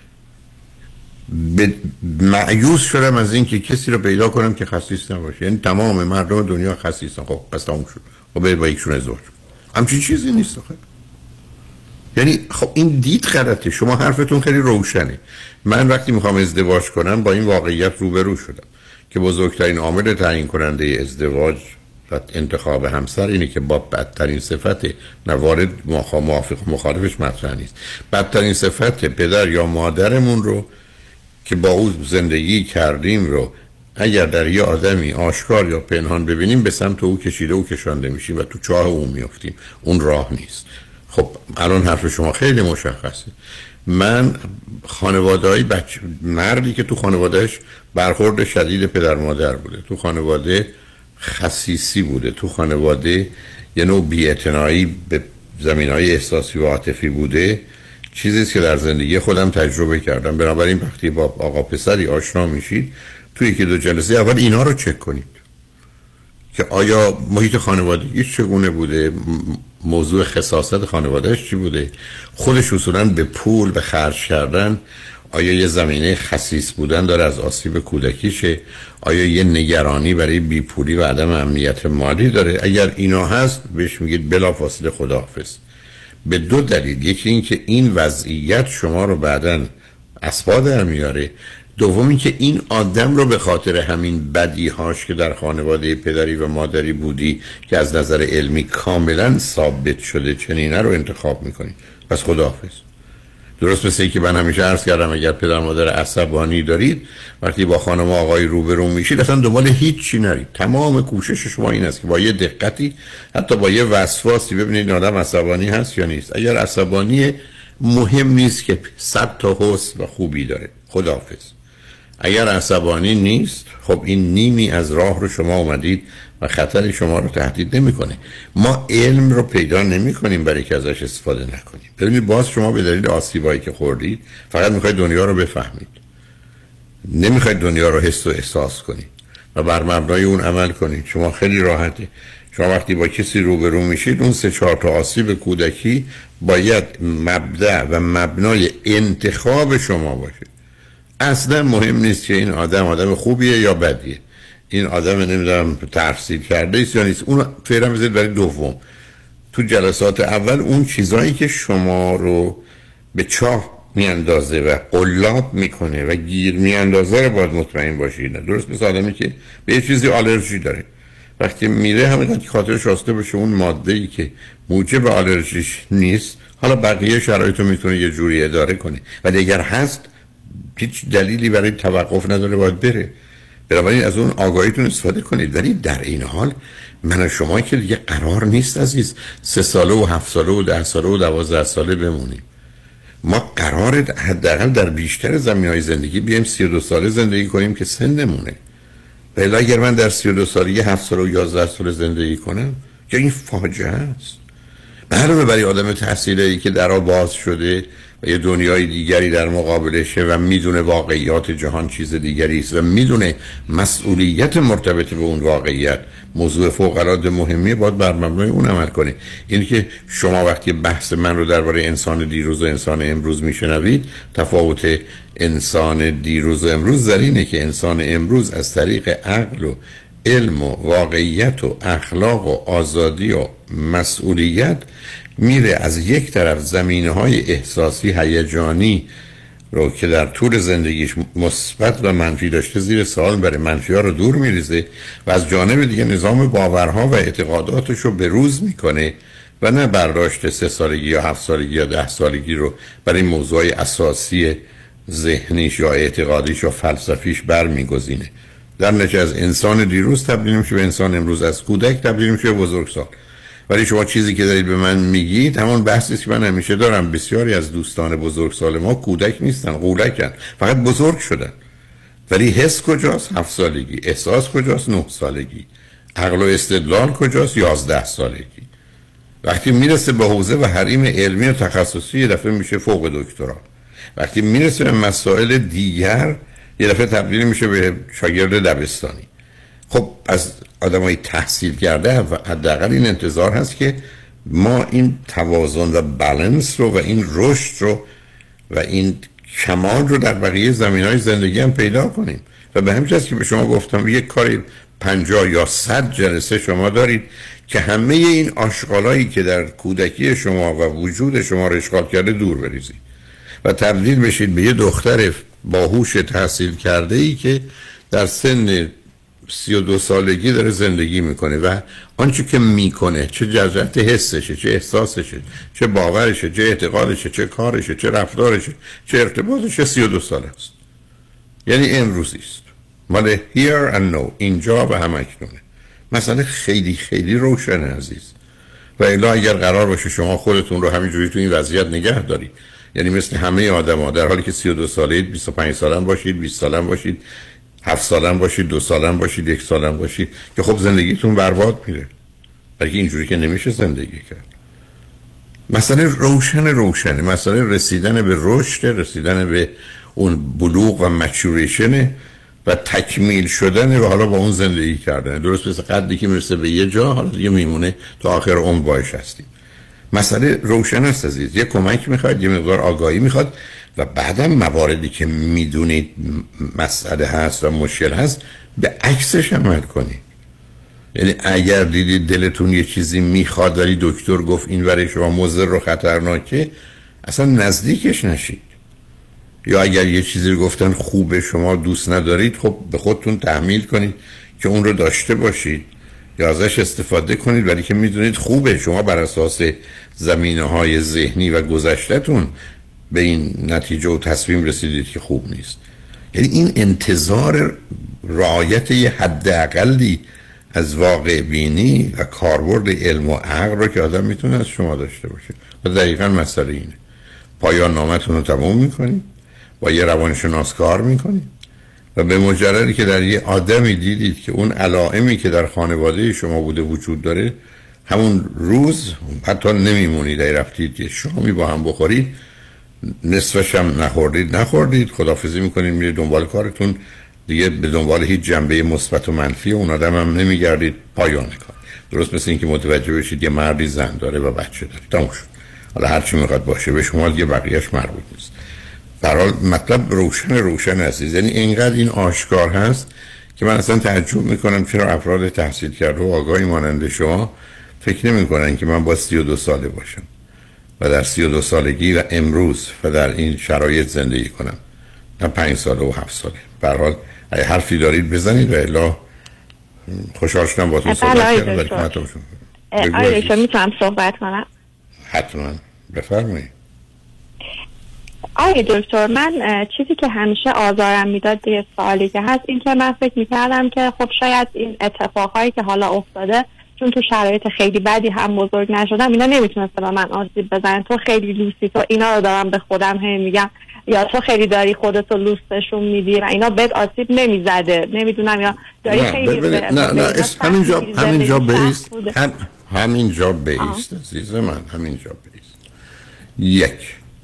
مایوس شدم از این که کسی رو پیدا کنم که خسیس نباشه. یعنی تمام مردم دنیا خسیسن. خب پس تموم شد. خب برید با یکشون ازدواج. همچین چیزی نیست آخه. یعنی خب این دید غلطه. شما حرفتون خیلی روشنه. من وقتی میخوام ازدواج کنم با این واقعیت روبرو شدم که بزرگترین عامل تعیین کننده ازدواج و انتخاب همسر اینه که با بدترین صفت نوارد موافق مخالفش مطرح نیست، بدترین صفت پدر یا مادرمون رو که با او زندگی کردیم رو اگر در یه آدمی آشکار یا پنهان ببینیم به سمت او کشیده و کشانده میشیم و تو چاه او میافتیم. اون راه نیست. خب الان حرف شما خیلی مشخصه. من خانواده‌ای بچه مردی که تو خانوادهش برخورد شدید پدر مادر بوده، تو خانواده خسیسی بوده، تو خانواده یه نوع بی‌اعتنایی به زمینهای احساسی و عاطفی بوده، چیزی که در زندگی خودم تجربه کردم. بنابراین وقتی با آقا پسری آشنا میشید توی یکی دو جلسه اول اینا رو چک کنید که آیا محیط خانوادگیش چگونه بوده، موضوع خصاصت خانوادهش چی بوده، خودش اصولاً به پول به خرج کردن آیا یه زمینه خسیس بودن داره از آسیب کودکیشه، آیا یه نگرانی برای بیپولی و عدم امنیت مالی داره. اگر اینا هست بهش میگید بلافاصله خداحافظ. به دو دلیل، یکی این که این وضعیت شما رو بعداً اسبا در میاره، دوم این که این آدم رو به خاطر همین بدیهاش که در خانواده پدری و مادری بودی که از نظر علمی کاملا ثابت شده چنینه رو انتخاب میکنی. پس خداحافظ. درست مثل که من همیشه عرض کردم اگر پدر مادر عصبانی دارید وقتی با خانم و آقای روبرو میشید اصلا دنبال هیچ چی نرید. تمام کوشش شما این است که با یه دقتی حتی با یه وسواسی ببینید این آدم عصبانی هست یا نیست. اگر عصبانی مهم نیست که صد تا حسن و خوبی داره. خداحافظ. اگر عصبانی نیست خب این نیمی از راه رو شما اومدید و خطر شما رو تهدید نمیکنه. ما علم رو پیدا نمی کنیم برای که ازش استفاده نکنیم. ببینید باز شما به دلیل آسیبایی که خوردید فقط میخواید دنیا رو بفهمید، نمیخواید دنیا رو حس و احساس کنید و بر مبنای اون عمل کنید. شما خیلی راحته. شما وقتی با کسی روبرو میشید اون سه چهار تا آسیب کودکی باید مبدأ و مبنای انتخاب شما باشه. اصلا مهم نیست که این آدم آدم خوبیه یا بدیه، این آدم نمیدونم تحصیل کرده است یا نیست، اون فعلا بذارید برای دوم. تو جلسات اول اون چیزایی که شما رو به چاه میاندازه و قلاب میکنه و گیر میاندازه رو باید مطمئن باشید. درست مثل آدمی که به یه چیزی آلرژی داره وقتی میره همینقدر که خاطرش راسته باشه اون ماده‌ای که موجب آلرژیش نیست حالا بقیه شرایط رو میتونه یه جوری اداره کنه و دیگر هست هیچ دلیلی برای توقف نداره باید بره. بنابراین از اون آگاهیتون استفاده کنید. ولی در این حال من و شما که دیگه قرار نیست عزیز سه ساله و هفت ساله و ده ساله و دوازده ساله بمونیم. ما قراره حداقل در بیشتر زمینه‌های زندگی بیایم سی و دو ساله زندگی کنیم که سنمونه. ولی اگر من در سی و دو سالگی هفت ساله و یازده ساله زندگی کنم که این فاجعه است. علاوه برای آدم تحصیلی که درها باز شده و یه دنیای دیگری در مقابلشه و میدونه واقعیات جهان چیز دیگری است و میدونه مسئولیت مرتبط به اون واقعیت موضوع فوق العاده مهمیه، باید بر مبنای اون عمل کنه. این که شما وقتی بحث من رو درباره انسان دیروز و انسان امروز میشنوید، تفاوت انسان دیروز و امروز در اینه که انسان امروز از طریق عقل و علم و واقعیت و اخلاق و آزادی و مسئولیت میره از یک طرف زمینه‌های احساسی هیجانی رو که در طول زندگیش مثبت و منفی داشته زیر سوال بره، منفی‌ها رو دور میریزه و از جانب دیگه نظام باورها و اعتقاداتش رو بروز میکنه و نه برداشت سه سالگی یا هفت سالگی یا ده سالگی رو برای موضوعی اساسی ذهنیش یا اعتقادیش یا فلسفیش برمیگزینه. در نتیجه از انسان دیروز تبدیل میشه به انسان امروز، از کودک تبدیل میشه به بزرگسال. ولی شما چیزی که دارید به من میگید همون بحثی که من همیشه دارم. بسیاری از دوستان بزرگسال ما کودک نیستن، قولکن، فقط بزرگ شدن. ولی حس کجاست؟ هفت سالگی. احساس کجاست؟ نه سالگی. عقل و استدلال کجاست؟ یازده سالگی. وقتی میرسه به حوزه و حریم علمی و تخصصی یه دفعه میشه فوق دکترا. وقتی میرسه به مسائل دیگر یه دفعه تبدیل میشه به شاگرد دبستانی. خب از آدمای تحصیل کرده حداقل این انتظار هست که ما این توازن و بالانس رو و این رشد رو و این کمال رو در بقیه زمینهای زندگی هم پیدا کنیم. و به همین جاست که به شما گفتم یک کاری پنجاه یا صد جلسه شما دارید که همه این آشغالایی که در کودکی شما و وجود شما رو اشغال کرده دور بریزید و تبدیل بشید به یه دختر باهوش تحصیل کرده ای که در سن سی و دو سالگی داره زندگی میکنه و آنچه که میکنه، چه جزئیات حسشه، چه احساسشه، چه باورشه، چه اعتقادشه، چه کارشه، چه رفتارشه، چه ارتباطشه، سی و دو ساله است. یعنی امروزی است، مال here and now، اینجا و همکنونه. مسئله خیلی خیلی روشن عزیز. و الا اگر قرار باشه شما خودتون رو همینجوری تو این وضعیت نگه دارید، یعنی مثل همه آدم‌ها در حالی که سی و دو ساله‌اید، بیست و پنج سالم باشید، بیست سالم باشید، هفت سالم باشید، دو سالم باشید، یک سالم باشید، که خب زندگیتون برباد میره. بلکه اینجوری که نمیشه زندگی کرد. مسئله روشن روشنه، مسئله رسیدن به رشد، رسیدن به اون بلوغ و مچوریشن و تکمیل شدن و حالا با اون زندگی کردن. درست مثل قدی که میرسه به یه جا، حالا دیگه میمونه تا آخر عمر باش هستیم. مسئله روشن است عزیز. یه کمک میخواد، یه مقدار آگاهی میخواد و بعدم مواردی که میدونید مسئله هست و مشکل هست به عکسش عمل کنید. یعنی اگر دیدید دلتون یه چیزی میخواد ولی دکتر گفت این برای شما مضر و خطرناکه، اصلا نزدیکش نشید. یا اگر یه چیزی رو گفتن خوبه شما دوست ندارید، خب به خودتون تحمیل کنید که اون رو داشته باشید یا ازش استفاده کنید، ولی که میدونید خوبه. شما بر اساس زمینه‌های ذهنی و گذشته‌تون به این نتیجه و تصمیم رسیدید که خوب نیست. یعنی این انتظار رعایت یه حداقلی از واقع بینی و کاربرد علم و عقل رو که آدم میتونه از شما داشته باشه. و دقیقاً مسئله اینه. پایان نامتون رو تموم میکنید، با یه روانشناس کار میکنید و به مجردی که در یه آدمی دیدید که اون علائمی که در خانواده شما بوده وجود داره، همون روز حتی نمیمونید ای رفتید یه شامی با هم بخورید، نصفش هم نخوردید نخوردید خداحافظی میکنید میرید دنبال کارتون، دیگه به دنبال هیچ جنبه مثبت و منفی اون آدم هم نمیگردید. پایان کار. درست مثل اینکه متوجه بشید یه مردی زن داره و بچه داره، تموم شد. حالا هر چی میخواد باشه به شما دیگه بقیه‌اش مربوط نیست. در حال مطلب روشن روشن عزیز. یعنی اینقدر این آشکار هست که من اصلا تعجب میکنم چرا افراد تحصیل کرده و آگاهی مانند شما فکر نمیکنن که من با سی و دو ساله باشم و در سی و دو سالگی و امروز و در این شرایط زندگی کنم، نه پنج ساله و هفت ساله. به هر حال اگه حرفی دارید بزنید و الا خوشحال شدم باهاتون صحبت کردم. ولی کمتون آره شما میتونم صحبت کنم؟ حتما بفرمایید. آره دکتر، من چیزی که همیشه آزارم میداد یه سوالی که هست این که من فکر میکردم که خب شاید این اتفاقهایی که حالا افتاده چون تو شرایط خیلی بدی هم بزرگ نشدم، اینا نمیتونست به من آسیب بزنن. تو خیلی لوسی، تو اینا رو دارم به خودم هی میگم، یا تو خیلی داری خودتو لوستشون میدی و اینا بهت آسیب نمیزده. نمیدونم یا داری نه خیلی نه نه, نه همینجا همینجا بیست هم همینجا بیست عزیز من، همینجا بیست. یک،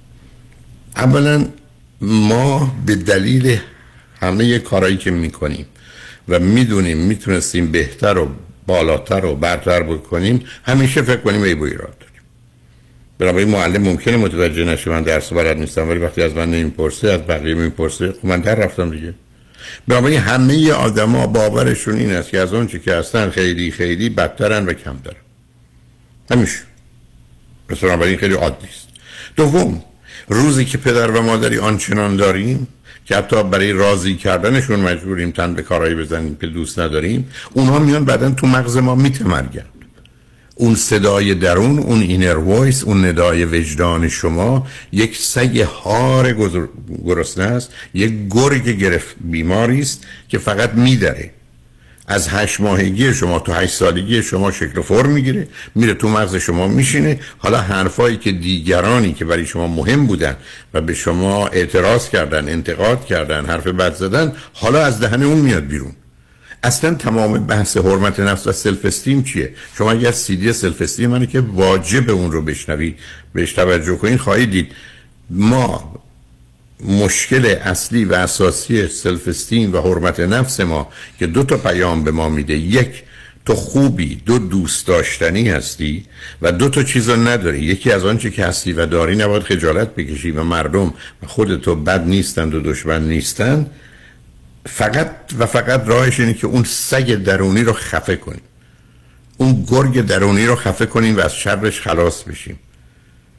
اولا ما به دلیل همه کارهایی که میکنیم و میدونیم میتونستیم بهتر و بالاتر و برتر بکنیم، همیشه فکر کنیم ای با ایراد داریم. بنابراین معلم ممکنه متوجه نشه من درس بلد نیستم، ولی وقتی از من نمیپرسه از بقیه میپرسه، خب من در رفتم دیگه. بنابراین همه آدما باورشون این است که از اون چی که هستن خیلی خیلی بدترن و کم دارن. همیشه. مثلا بنابراین خیلی عادی است. دوم، روزی که پدر و مادری آنچنان داریم که حتی برای راضی کردنشون مجبوریم تن به کارهایی بزنیم که دوست نداریم، اونها میان بعدن تو مغز ما میتمرگن. اون صدای درون، اون اینر وایس، اون ندای وجدان شما یک سگ هار گرسنه است، یک گرگ گرفت بیماری است که فقط میدره. از هشت ماهگی شما تا هشت سالگی شما شکل و فرم میگیره، میره تو مغز شما میشینه. حالا حرفایی که دیگرانی که برای شما مهم بودن و به شما اعتراض کردن، انتقاد کردن، حرف بد زدن، حالا از دهن اون میاد بیرون. اصلا تمام بحث حرمت نفس و سلف استیم چیه؟ شما اگر سی دی سلف استیم منه که واجب اون رو بشنوید، بهش توجه کنید، خواهید دید ما مشکل اصلی و اساسی سلف استیم و حرمت نفس ما که دو تا پیام به ما میده: یک، تو خوبی، دو دوست داشتنی هستی، و دو تا چیزا نداری. یکی از آنچه که هستی و داری نباید خجالت بکشی و مردم و خودتو بد نیستند و دشمن نیستند. فقط و فقط راهش اینه که اون سگ درونی رو خفه کنیم، اون گرگ درونی رو خفه کنیم و از شرش خلاص بشیم.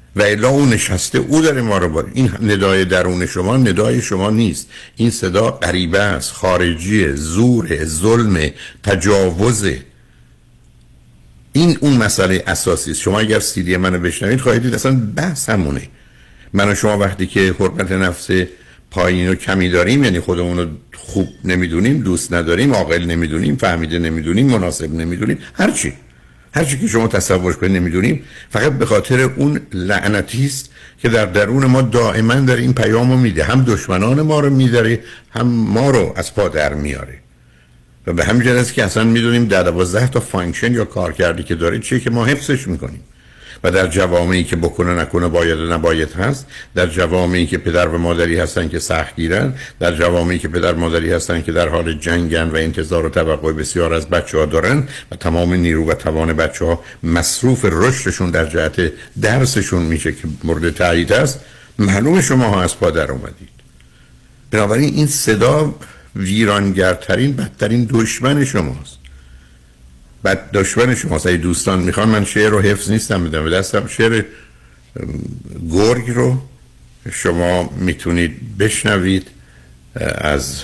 و الا اون نشسته، او داره ما رو باره. این ندای درون شما ندای شما نیست، این صدا غریبه است، خارجیه، زور، ظلم، تجاوزه. این اون مسئله اساسی است. شما اگر سیدی منو بشنوید خواهید دید اصلا بحث همونه. من و شما وقتی که حرمت نفس پایین و کمی داریم، یعنی خودمون رو خوب نمیدونیم، دوست نداریم، عاقل نمیدونیم، فهمیده نمیدونیم، مناسب نمیدونیم، هرچی هرچی که شما تصور کنید نمیدونیم، فقط به خاطر اون لعنتی است که در درون ما دائما در این پیامو میده، هم دشمنان ما رو میداره، هم ما رو از پا در میاره. و به همین جهت است که اصلا میدونیم در دوازده تا فانکشن یا کارکردی که داره چیه که ما حفظش میکنیم. و در جوامعی که بکنه نکنه باید و نباید هست، در جوامعی که پدر و مادری هستن که سخت گیرن، در جوامعی که پدر و مادری هستن که در حال جنگن و انتظار و توقع بسیار از بچه‌ها دارن و تمام نیرو و توان بچه‌ها مصروف رشدشون در جهت درسشون میشه که مورد تایید است، معلومه شما ها از پا در اومدید. بنابراین این صدا ویرانگرترین بدترین دشمن شماست. بعد دشمن شماست. ای دوستان میخوان من شعر رو حفظ نیستم بدم به دستم، شعر گرگ رو شما میتونید بشنوید از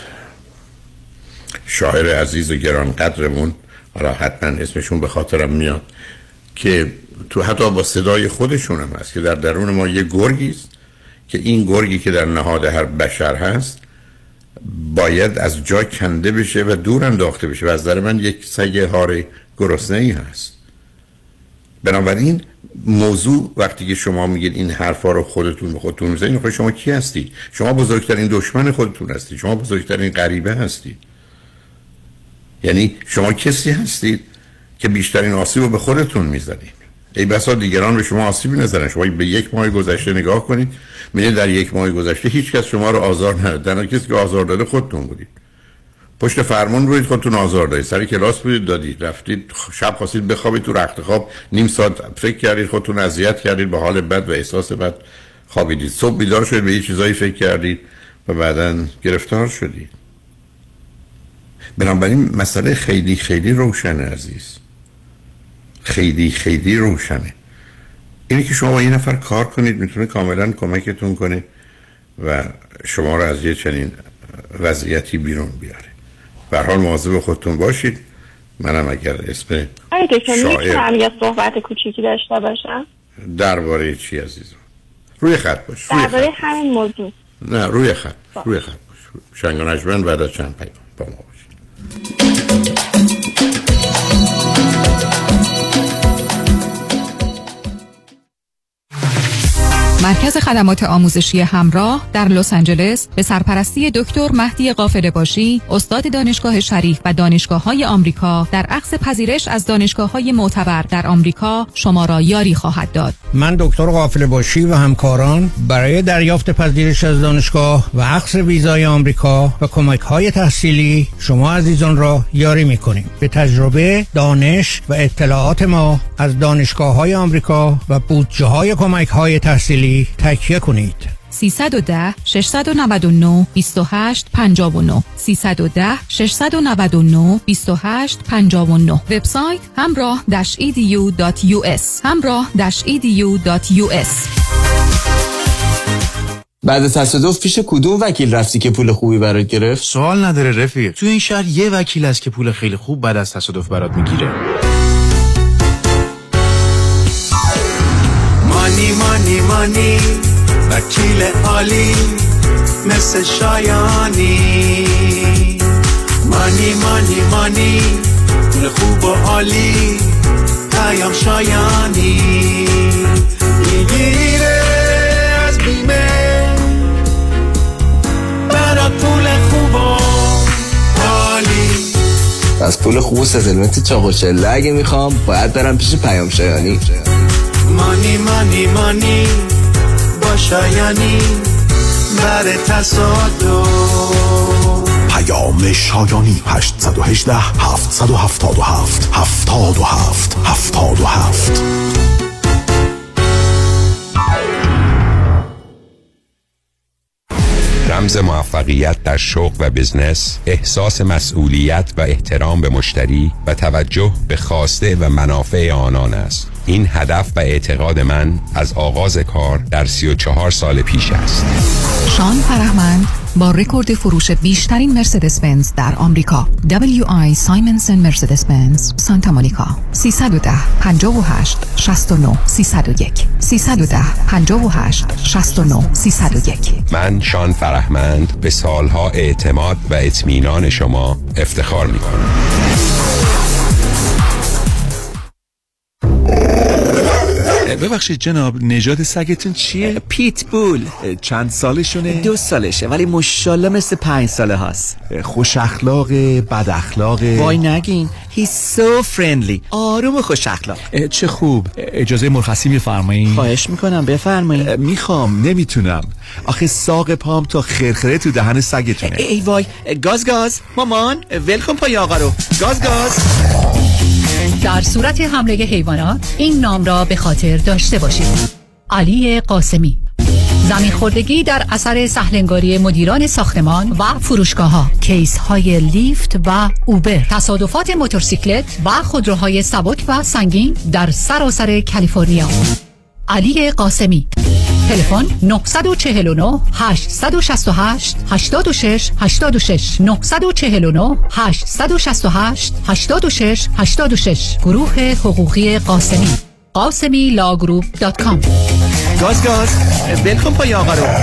شاعر عزیز و گرانقدرمون، حالا حتما اسمشون به خاطرم میاد، که تو حتی با صدای خودشون هم هست که در درون ما یه گرگی است که این گرگی که در نهاد هر بشر هست باید از جا کنده بشه و دور انداخته بشه و از در من یک سگ هار گرسنه‌ای هست. بنابراین موضوع وقتی که شما میگید این حرفا رو خودتون به خودتون میزنید، خود شما کی هستید؟ شما بزرگترین دشمن خودتون هستید، شما بزرگترین غریبه هستید. یعنی شما کسی هستید که بیشترین آسیب رو به خودتون میزنید. ای بسا دیگران به شما آسیبی نزدن. شما به یک ماه گذشته نگاه کنید، می‌بینید در یک ماه گذشته هیچ کس شما رو آزار نداد. تنها کسی که آزار داده خودتون بودید. پشت فرمون روید خودتون آزار دادید، سر کلاس بودید دادید، رفتید شب خواستید بخوابید تو رخت خواب، نیم ساعت فکر کردید، خودتون اذیت کردید، به حال بد و احساس بد خوابیدید. صبح بیدار شدید به یه چیزایی فکر کردید و بعداً گرفتار شدید. بنابراین مسئله خیلی خیلی روشنه عزیز. خیلی خیلی روشنه. اینی که شما با یه نفر کار کنید میتونه کاملا کمکتون کنه و شما رو از یه چنین وضعیتی بیرون بیاره. به هر حال مواظب خودتون باشید. منم اگر اسم شاعر یه صحبت کوچیکی داشته باشم درباره چی عزیزم؟ روی خط باش. درباره همین موضوع. نه روی خط. با. روی خط باش. شنگ و نجمن بعد از چند پیام با ما باشید. مرکز خدمات آموزشی همراه در لس آنجلس به سرپرستی دکتر مهدی قافله‌باشی، استاد دانشگاه شریف و دانشگاه‌های آمریکا در اخذ پذیرش از دانشگاه‌های معتبر در آمریکا شما را یاری خواهد داد. من دکتر قافله‌باشی و همکاران برای دریافت پذیرش از دانشگاه و اخذ ویزای آمریکا و کمک‌های تحصیلی شما عزیزان را یاری می‌کنیم. به تجربه، دانش و اطلاعات ما از دانشگاه‌های آمریکا و بودجه‌های کمک‌های تحصیلی تکیه کنید. سیصد و ده ششصد و نود و نه بیست و هشت پنجاه و نه سیصد و ده ششصد و نود و نه بیست و هشت پنجاه و نه. وبسایت همراه ای دی یو دات یو اس همراه ای دی یو دات یو اس. بعد تصادف پیش کدوم وکیل رفتی که پول خوبی برات گرفت؟ سوال نداره رفیق. تو این شهر یه وکیل هست که پول خیلی خوب بعد از تصادف برات میگیره. مانی مانی مانی وکیل عالی مثل شایانی. مانی مانی مانی پول خوب و عالی پیام شایانی. میگیره از بیمه برات پول خوب و عالی. از پول خوب و ستلمنت چاق و چله اگه میخوام باید برم پیش پیام شایانی. مانی مانی مانی با شایانی بر تصادف. پیام شایانی هشت یک هشت هفت هفت هفت هفت هفت هفت هفت. رمز موفقیت در شغل و بزنس احساس مسئولیت و احترام به مشتری و توجه به خواسته و منافع آنان است. این هدف و اعتقاد من از آغاز کار در سی و چهار سال پیش است. شان فرهمند با رکورد فروش بیشترین مرسدس بنز در آمریکا، دبلیو آی سایمنسن مرسدس بنز سانتا مونیکا، سیصد و ده پنجاه و هشت شصت و نه سیصد و یک سیصد و ده پنجاه و هشت شصت و نه سیصد و یک. من شان فرهمند به سالها اعتماد و اطمینان شما افتخار می‌کنم. ببخشید جناب، نژاد سگتون چیه؟ پیت بول. چند سالشونه؟ دو سالشه ولی ماشاءالله مثل پنج ساله هاست. خوش اخلاق، بد اخلاق؟ وای نگین. He's so friendly. آروم و خوش اخلاق. چه خوب. اجازه مرخصی میفرمایید؟ خواهش میکنم بفرمایید. میخوام، نمیتونم. آخه ساق پام تا خرخره تو دهن سگتونه. ای وای. گاز گاز. مامان ولکن پای آقا رو. گاز گاز. در صورت حمله حیوانات این نام را به خاطر داشته باشید: علی قاسمی. زمین خوردگی در اثر سهلنگاری مدیران ساختمان و فروشگاه‌ها، کیس های لیفت و اوبر، تصادفات موتورسیکلت و خودروهای سبک و سنگین در سراسر کالیفرنیا. علی قاسمی. تلفن نه چهار نه هشت شش هشت هشت شش هشت شش نه چهار نه هشت شش هشت هشت شش هشت شش. گروه حقوقی قاسمی. قاسمی لاگروپ دات کام. گاز گاز. ولکن پای آقا رو.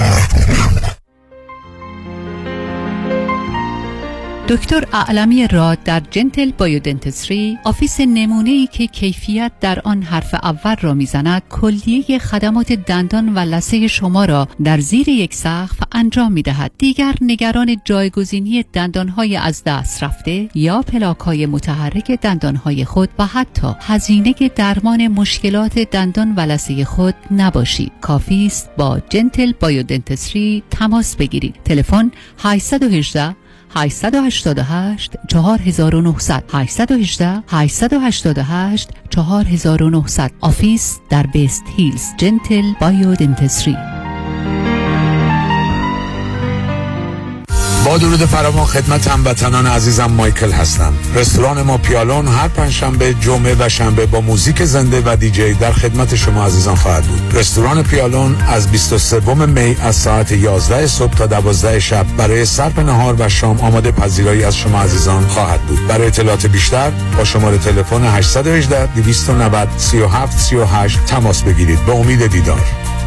دکتر اعلمی راد در جنتل بایودنتسری، آفیس نمونه‌ای که کیفیت در آن حرف اول را میزند، کلیه خدمات دندان و لثه شما را در زیر یک سقف انجام میدهد. دیگر نگران جایگزینی دندانهای از دست رفته یا پلاک‌های متحرک دندانهای خود و حتی هزینه درمان مشکلات دندان و لثه خود نباشید. کافی است با جنتل بایودنتسری تماس بگیرید. تلفن هشت یک هشت هشت هشت هشت چهار نه صفر صفر هشت یک هشت هشت هشت هشت چهار نه صفر صفر. آفیس در بیست هیلز. جنتل بایودنتسری. با درود فراوان خدمت هموطنان عزیزم، مایکل هستم. رستوران ما پیالون هر پنجشنبه، جمعه و شنبه با موزیک زنده و دیجی در خدمت شما عزیزان خواهد بود. رستوران پیالون از بیست و سوم می از ساعت یازده صبح تا دوازده شب برای صرف نهار و شام آماده پذیرایی از شما عزیزان خواهد بود. برای اطلاعات بیشتر با شماره تلفن هشت یک هشت دو نه صفر سه هفت سه هشت تماس بگیرید. به امید دیدار.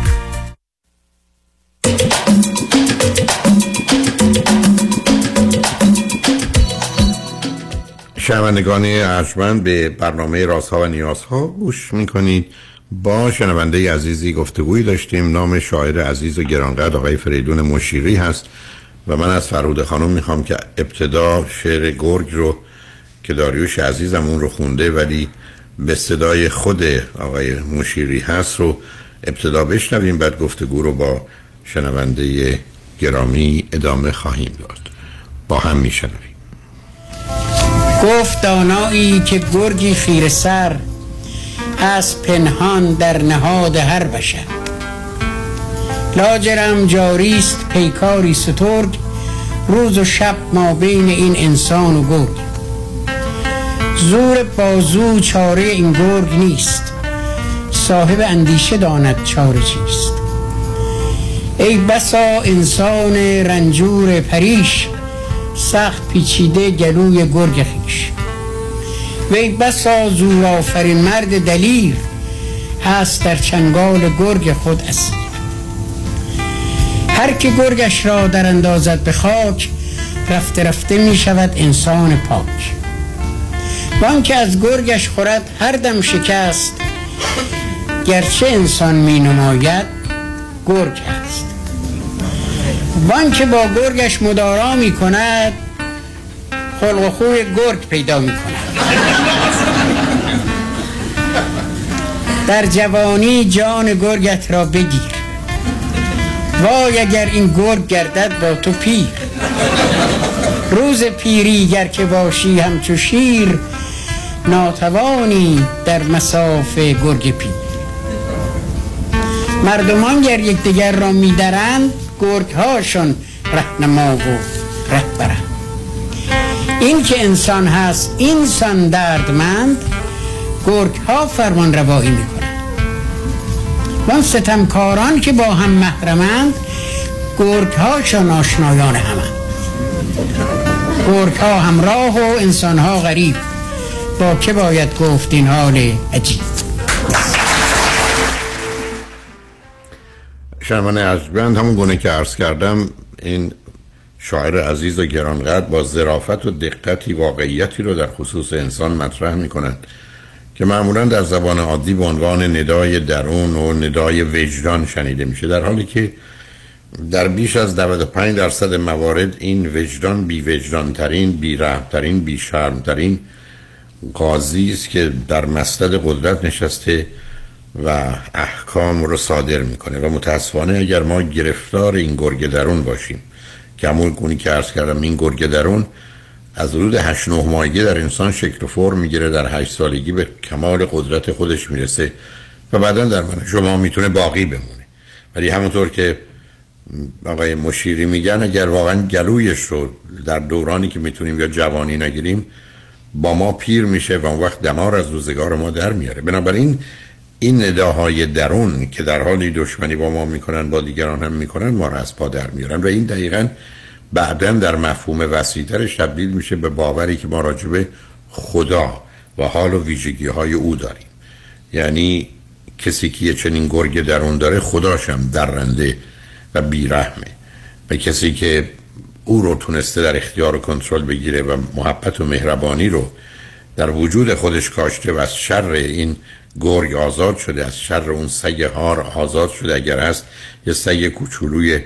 شنوندگان ارجمند، به برنامه رازها و نیازها گوش میکنید. با شنونده عزیزی گفتگویی داشتیم. نام شاعر عزیز و گرانقدر آقای فریدون مشیری هست و من از فرهوده خانم میخوام که ابتدا شعر گرگ رو که داریوش عزیزم اون رو خونده ولی به صدای خود آقای مشیری هست رو ابتدا بشنویم، بعد گفتگو رو با شنونده گرامی ادامه خواهیم داد. با هم میشنویم. گفت دانایی که گرگی خیره سر از پنهان در نهاد هر بشر. لاجرم جاریست پیکاری سترگ، روز و شب ما بین این انسان و گرگ. زور بازو چاره این گرگ نیست، صاحب اندیشه داند چاره چیست. ای بسا انسان رنجور پریش، سخت پیچیده گلوی گرگ خیش. وی بسا زور آفرین مرد دلیر، هست در چنگال گرگ خود اسیر. هر که گرگش را در اندازد به خاک، رفته رفته می شود انسان پاک. وان که از گرگش خورد هر دم شکست، گرچه انسان می نماید گرگ هست. وان که با گرگش مدارا می کند، خلق و خوی گرگ پیدا می کند. در جوانی جان گرگت را بگیر، وای اگر این گرگ گردد با تو پیر. روز پیری گر که باشی همچو شیر، ناتوانی در مصاف گرگ پیر. مردمان گر یکدیگر را می‌درند، گرگ هاشون رهنما و رهبرند. این که انسان هست اینسان دردمند، گرگ ها فرمان روایی میکنن. وان ستمکاران که با هم محرمند، گرگ هاشون آشنایان همند. گرگ ها همراه و انسان ها غریب، با که باید گفت این حال عجیب. شنوان ارجمند، همون گونه که عرض کردم، این شاعر عزیز و گرانقدر با ظرافت و دقتی واقعیتی رو در خصوص انسان مطرح میکنند که معمولا در زبان عادی به عنوان ندای درون و ندای وجدان شنیده میشه، در حالی که در بیش از نود و پنج درصد موارد این وجدان بی وجدان ترین، بی رحم ترین، بی شرم ترین قاضی است که در مسند قدرت نشسته و احکام رو صادر میکنه. و متاسفانه اگر ما گرفتار این گرگ درون باشیم که همون گونی که عرض کردم، این گرگ درون از حدود هشت نه ماهگی در انسان شکل و فرم میگیره، در هشت سالگی به کمال قدرت خودش میرسه و بعدا در من شما میتونه باقی بمونه. ولی همونطور که آقای مشیری میگن، اگر واقعا گلویش رو در دورانی که میتونیم یا جوانی نگیریم، با ما پیر میشه و اون وقت دمار از روزگار ما در میاره. بنابراین این نداهای درون که در حالی دشمنی با ما میکنن، با دیگران هم میکنن، ما را از پا در میارن و این دقیقاً بعداً در مفهوم وسیع‌ترش تبدیل میشه به باوری که ما راجع به خدا و حال و ویژگی های او داریم. یعنی کسی که چنین گرگ درون داره، خداش هم درنده و بیرحمه، و کسی که او رو تونسته در اختیار و کنترل بگیره و محبت و مهربانی رو در وجود خودش کاشته و از شر این گرگ آزاد شده، از شر اون سگ هار آزاد شده، اگر هست یه سگ کوچولوی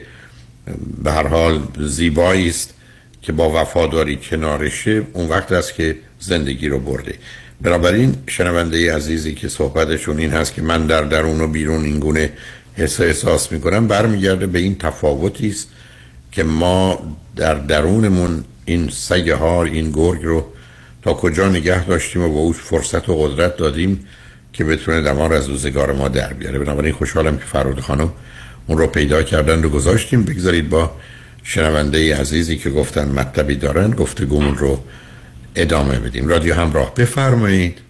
به هر حال زیبایی است که با وفاداری کنارشه، اون وقت است که زندگی رو برده. بنابراین شنونده عزیزی که صحبتشون این هست که من در درون و بیرون این گونه حس احساس میکنم، برمیگرده به این تفاوتی است که ما در درونمون این سگ هار، این گرگ رو تا کجا نگه داشتیم و با او فرصت و قدرت دادیم که بتونه دمار از روزگار ما در بیاره. بنابراین خوشحالم که فرود خانم اون رو پیدا کردن رو گذاشتیم. بگذارید با شنونده عزیزی که گفتن مطلبی دارن گفتگومون رو ادامه بدیم. رادیو همراه، بفرمایید.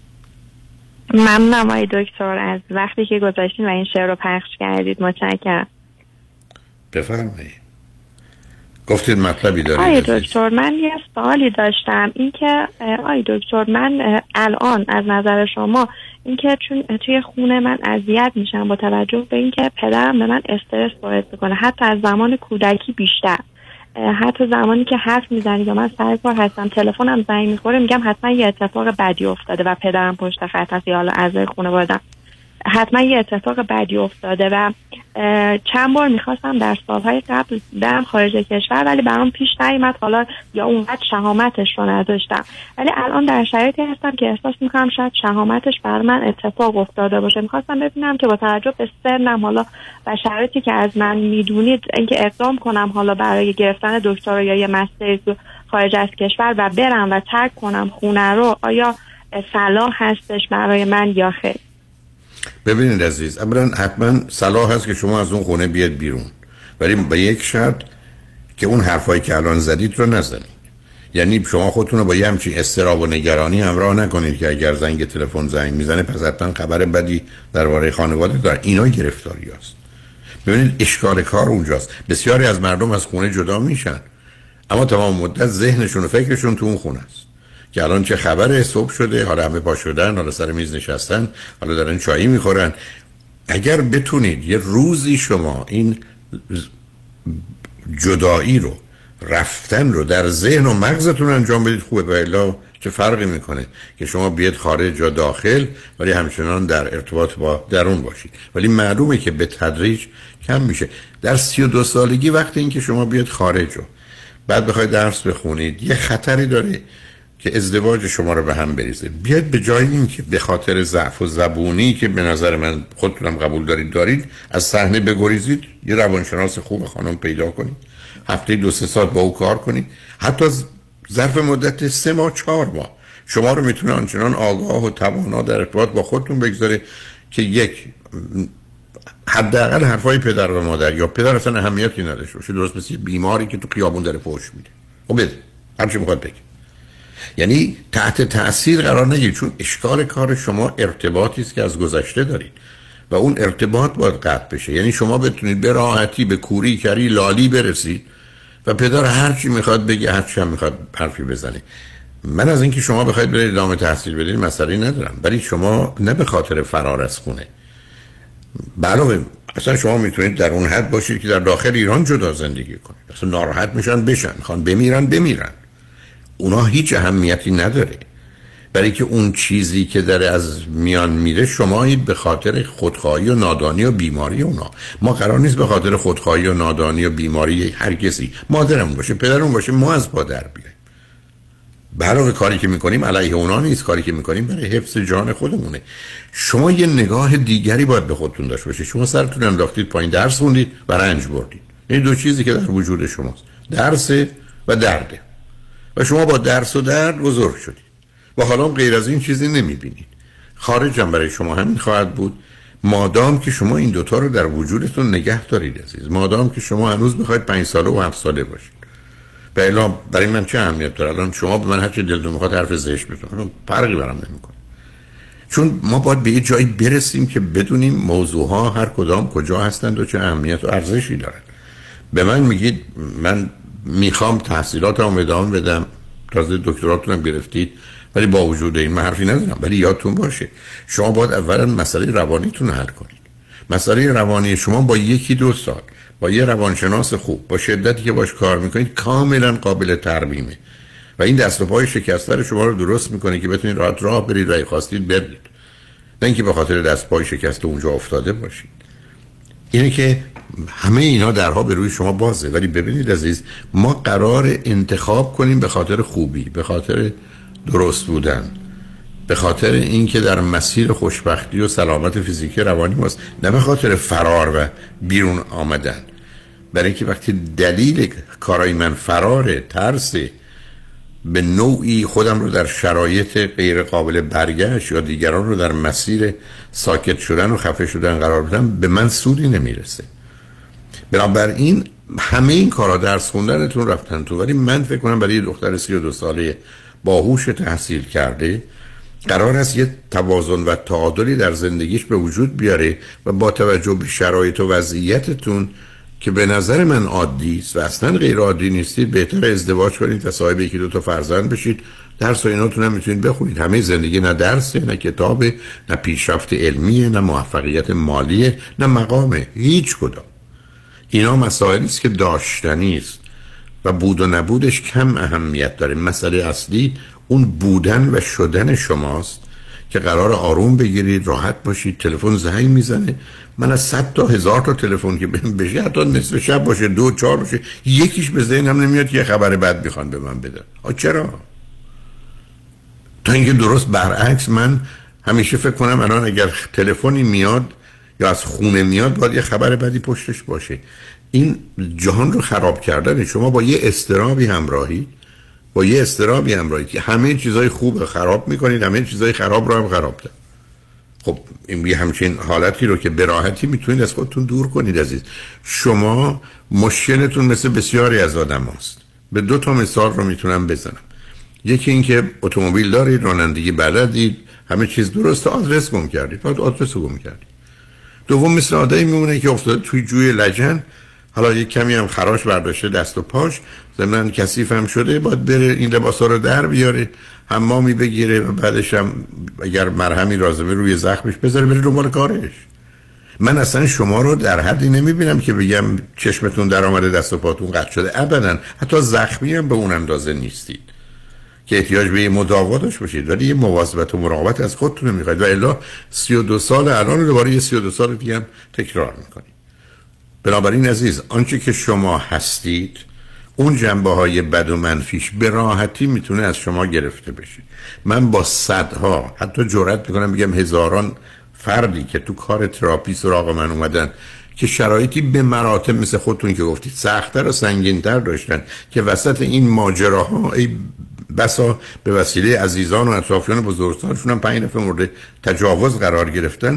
ممنونم آقای دکتر از وقتی که گذاشتین و این شعر رو پخش کردید. متشکرم. بفرمایید. گفتید مطلبی دارید. آقای دکتر، من یه سوالی داشتم، این که آقای دکتر من الان از نظر شما این که چون توی خونه من اذیت میشم با توجه به این که پدرم به من استرس وارد میکنه، حتی از زمان کودکی بیشتر، حتی زمانی که حرف میزنید و من سر کار هستم تلفنم زنگ میخوره میگم حتما یه اتفاق بدی افتاده و پدرم پشت خط هست یا حالا اعضای خانواده‌ام حتما یه اتفاق بدی افتاده و چند بار میخواستم در سالهای قبل برم خارج کشور ولی برام پیش نیامد، حالا یا اونقدر شهامتش رو نداشتم، ولی الان در شرایطی هستم که احساس میکنم شاید شهامتش بر من اتفاق افتاده باشه. میخواستم ببینم که با توجه به سنم حالا و شرایطی که از من میدونید اینکه اقدام کنم حالا برای گرفتن دکترا یا یه مستری تو خارج از کشور و برم و ترک کنم خونه رو، آیا صلاح هستش برای من یا خیر؟ ببینید عزیز، اولا حتما صلاح هست که شما از اون خونه بیاد بیرون، ولی به یک شرط که اون حرفایی که الان زدید رو نزنید. یعنی شما خودتون رو با یه همچین اضطراب و نگرانی همراه نکنید که اگر زنگ تلفن زنگ میزنه پس حتما خبر بدی درباره خانواده داره. اینا گرفتاری هست. ببینید اشکال کار اونجاست. بسیاری از مردم از خونه جدا میشن اما تمام مدت ذهنشون و فکرشون تو اون خونه است که الان چه خبره، صبح شده، حالا همه پا شدن، حالا سر میز نشستن، حالا دارن چایی میخورن. اگر بتونید یه روزی شما این جدایی رو، رفتن رو در ذهن و مغزتون انجام بدید خوبه، بلا چه فرقی میکنه که شما بیاد خارج یا داخل ولی همچنان در ارتباط با درون باشید. ولی معلومه که به تدریج کم میشه. در سی و دو سالگی وقتی این که شما بیاد خارج رو بعد بخواید درس بخونید، یه خطری داره که ازدواج شما رو به هم بریزه. بیاد به جای این که به خاطر ضعف و زبونی که به نظر من خودتونم قبول دارید دارید از صحنه بگریزید، یه روانشناس خوب خانم پیدا کنید، هفته دو سه ساعت با او کار کنید، حتی ظرف مدت سه ماه چهار ماه شما رو میتونه آنچنان آگاه و توانا در ارتباط با خودتون بگذاره که یک حداقل حرفای پدر و مادر یا پدر اصلا اهمیتی نداشته باشه، درست مثل بیماری که تو خیابون داره فحش میده. خب بده هر چی میخواد بگه. یعنی تحت تأثیر قرار نگیرید، چون اشکال کار شما ارتباطی است که از گذشته دارید و اون ارتباط باید قطع بشه. یعنی شما بتونید به راحتی به کوری کری لالی برسید و پدر هر چی میخواد بگه، هر چی هم میخواد حرفی بزنه. من از اینکه شما بخواید برید ادامه تحصیل بدید مسئله ندارم، ولی شما نه به خاطر فرار از خونه. علاوه اصلا شما میتونید در اون حد باشید که در داخل ایران جدا زندگی کنید. اصلا ناراحت میشن بشن، میخوان بمیرن بمیرن، اونا هیچ اهمیتی نداره. برای که اون چیزی که داره از میان میره شمایید به خاطر خودخواهی و نادانی و بیماری اونا. ما قرار نیست به خاطر خودخواهی و نادانی و بیماری هر کسی، مادرمون باشه پدرمون باشه، ما از پا در بیاییم. برای کاری که میکنیم علیه اونا نیست، کاری که میکنیم برای حفظ جان خودمونه. شما یه نگاه دیگری باید به خودتون داشته باشید. شما سرتون انداختید پایین، درس خوندید و رنج بردید. این دو چیزی که در وجود شماست، درس و درده، و شما با درس و درد بزرگ شدید و حالا غیر از این چیزی نمیبینید. خارج هم برای شما همین خواهد بود، مادام که شما این دوتا رو در وجودتون نگه دارید عزیز. مادام که شما هنوز میخواید پنج ساله و هفت ساله باشید. به اعلام برای من چه اهمیت داره الان شما به من هر چی دلتون میخواد حرف زشت بزنید، فرقی برام نمیکنه. چون ما باید به یه جایی برسیم که بدونیم موضوعها هر کدام کجا هستند و چه اهمیت و ارزشی دارن. به من میگید من میخوام تحصیلاتم ادامه بدم، تازه دکتراتونم گرفتید، ولی با وجود این من حرفی ندارم. ولی یادتون باشه شما باید اولا مسئله روانیتون حل کنید. مسئله روانی شما با یکی دو سال با یه روانشناس خوب با شدتی که باش کار میکنید کاملا قابل ترمیمه و این دست و پای شکسته شما رو درست میکنه که بتونید راحت راه برید و اگه خواستید برید، نه اینکه به خاطر دست پای شکسته اونجا افتاده باشید. اینه که همه اینا درها به روی شما بازه. ولی ببینید عزیز، ما قرار انتخاب کنیم به خاطر خوبی، به خاطر درست بودن، به خاطر اینکه در مسیر خوشبختی و سلامت فیزیکی روانی ماست، نه به خاطر فرار و بیرون آمدن. برای اینکه وقتی دلیل کارای من فراره، ترس به نوعی خودم رو در شرایط غیر قابل برگشت یا دیگران رو در مسیر ساکت شدن و خفه شدن قرار بدم، به من سودی نمیرسه. بنابراین همه این کارا درس خوندنتون رفتن تو، ولی من فکر کنم برای دختر سی و دو ساله باهوش تحصیل کرده قرار است یه توازن و تعادلی در زندگیش به وجود بیاره و با توجه به شرایط و وضعیتتون که به نظر من عادی است و اصلا غیر عادی نیستید، بهتر ازدواج کنید و صاحب یکی دو تا فرزند بشید. درس و ایناتون هم میتونید بخونید. همه زندگی نه درسه، نه کتابه، نه پیشرفت علمیه، نه موفقیت مالیه، نه مقامه، هیچ کدام. اینا مسائلی است که داشتنی است و بود و نبودش کم اهمیت داره. مسئله اصلی اون بودن و شدن شماست که قرار آروم بگیرید، راحت باشید. تلفن زنگ میزنه، من از صد تا هزار تا تلفن که بهم بشه، حتی نصف شب باشه، دو چهار باشه، یکیش به ذهنم نمیاد یه خبر بد میخوان به من بدن. آ چرا؟ تا اینکه درست برعکس من همیشه فکر کنم الان اگر تلفنی میاد یا از خونه میاد باید یه خبر بدی پشتش باشه. این جهان رو خراب کردن. شما با یه اضطرابی همراهی با یه اضطرابی همراهی که همه چیزای خوب خراب میکنید، همه چیزای خراب رو هم خراب ده. خب این یه همچین حالتی رو که به راحتی میتونید از خودتون دور کنید عزیز. شما مشکلتون مثل بسیاری از آدم هاست. به دو تا مثال رو میتونم بزنم. یکی این که اتومبیل دارید، رانندگی بلدید، همه چیز درسته، آدرس گم کردید، باید آدرس رو گم کردید. دوم مثل آدمی میمونه که افتاده توی جوی لجن، حالا یک کمی هم خراش برداشته دست و پاش، ضمن کثیف هم شده، باید بره این لباسا رو در بیاره، حمامی بگیره و بعدش هم اگر مرهمی لازمه روی زخمش بذاره بره دنبال کارش. من اصلا شما رو در حدی نمیبینم که بگم چشمتون در آمده دست و پاتون قطع شده، ابدا. حتی زخمی هم به اون اندازه نیستید که احتیاج به یه مداوا داشته باشید، ولی یه مواظبت و مراقبت از خودتون میخواید و الا سی و دو سال الان رو دوباره یه سی و دو سال دیگه هم تکرار میکنید. بنابراین عزیز، آنچه که شما هستید، اون جنبه های بد و منفیش به راحتی میتونه از شما گرفته بشه. من با صدها، حتی جرئت میکنم بگم هزاران فردی که تو کار تراپی سراغ من اومدن که شرایطی به مراتب مثل خودتون که گفتید سخت‌تر و سنگین‌تر داشتن، که وسط این ماجراها ای بسا به وسیله عزیزان و اطرافیان بزرگسالشون هم پنج دفعه مورد تجاوز قرار گرفتن،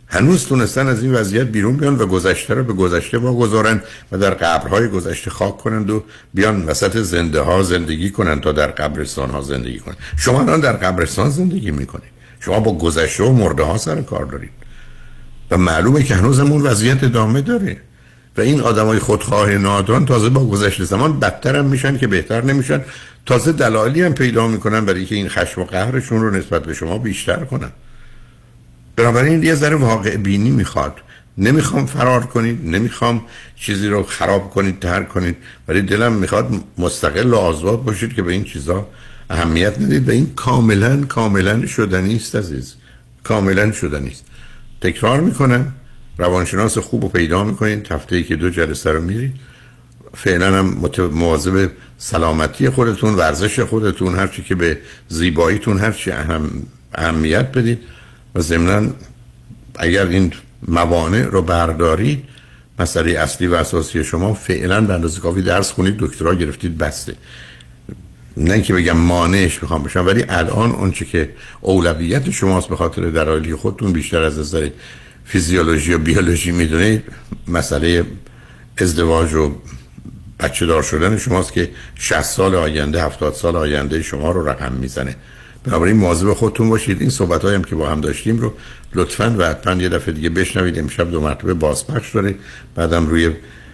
هنوز تونستن از این وضعیت بیرون بیان و گذشته رو به گذشته واگذارن و در قبرهای گذشته خاک کنند و بیان وسط زنده ها زندگی کنند تا در قبرستان ها زندگی کنند. شما الان در قبرستان زندگی میکنید، شما با گذشته و مرده ها سر کار دارید و معلومه که هنوز همون وضعیت ادامه داره و این آدمای خودخواه نادان تازه با گذشت زمان بدتر هم میشن که بهتر نمیشن، تازه دلایلی هم پیدا میکنن برای که این خشم و قهرشون رو نسبت به شما بیشتر کنن. بنابراین یه ذره واقع بینی میخواد. نمیخوام فرار کنید، نمیخوام چیزی رو خراب کنید، ترک کنید، ولی دلم میخواد مستقل و آزاد باشید که به این چیزا اهمیت ندید و این کاملا کاملا شدنی است عزیز، کاملا شدنی است. تکرار میکنم، روانشناس خوب رو پیدا میکنید، هفته‌ای که دو جلسه رو میرید، فعلا هم مواظب سلامتی خودتون، ورزش خودتون، هر چی که به زیباییتون هر چی اهم اهمیت بدید و ضمناً اگر این موانع رو بردارید، مسئله اصلی و اساسی شما فعلا به اندازه کافی درس خونید، دکترا گرفتید، بسته. نه اینکه بگم مانعش میخوام بشم، ولی الان اون چه که اولویت شماست به خاطر دلایلی خودتون بیشتر از نظر فیزیولوژی و بیولوژی میدونید، مسئله ازدواج و بچه دار شدن شماست که شصت سال آینده، هفتاد سال آینده شما رو رقم میزنه. بنابراین مواظب خودتون باشید. این صحبت‌هایی هم که با هم داشتیم رو لطفاً و حتما یه دفعه دیگه بشنوید. امشب دو مرتبه بازپخش داره، بعدم روی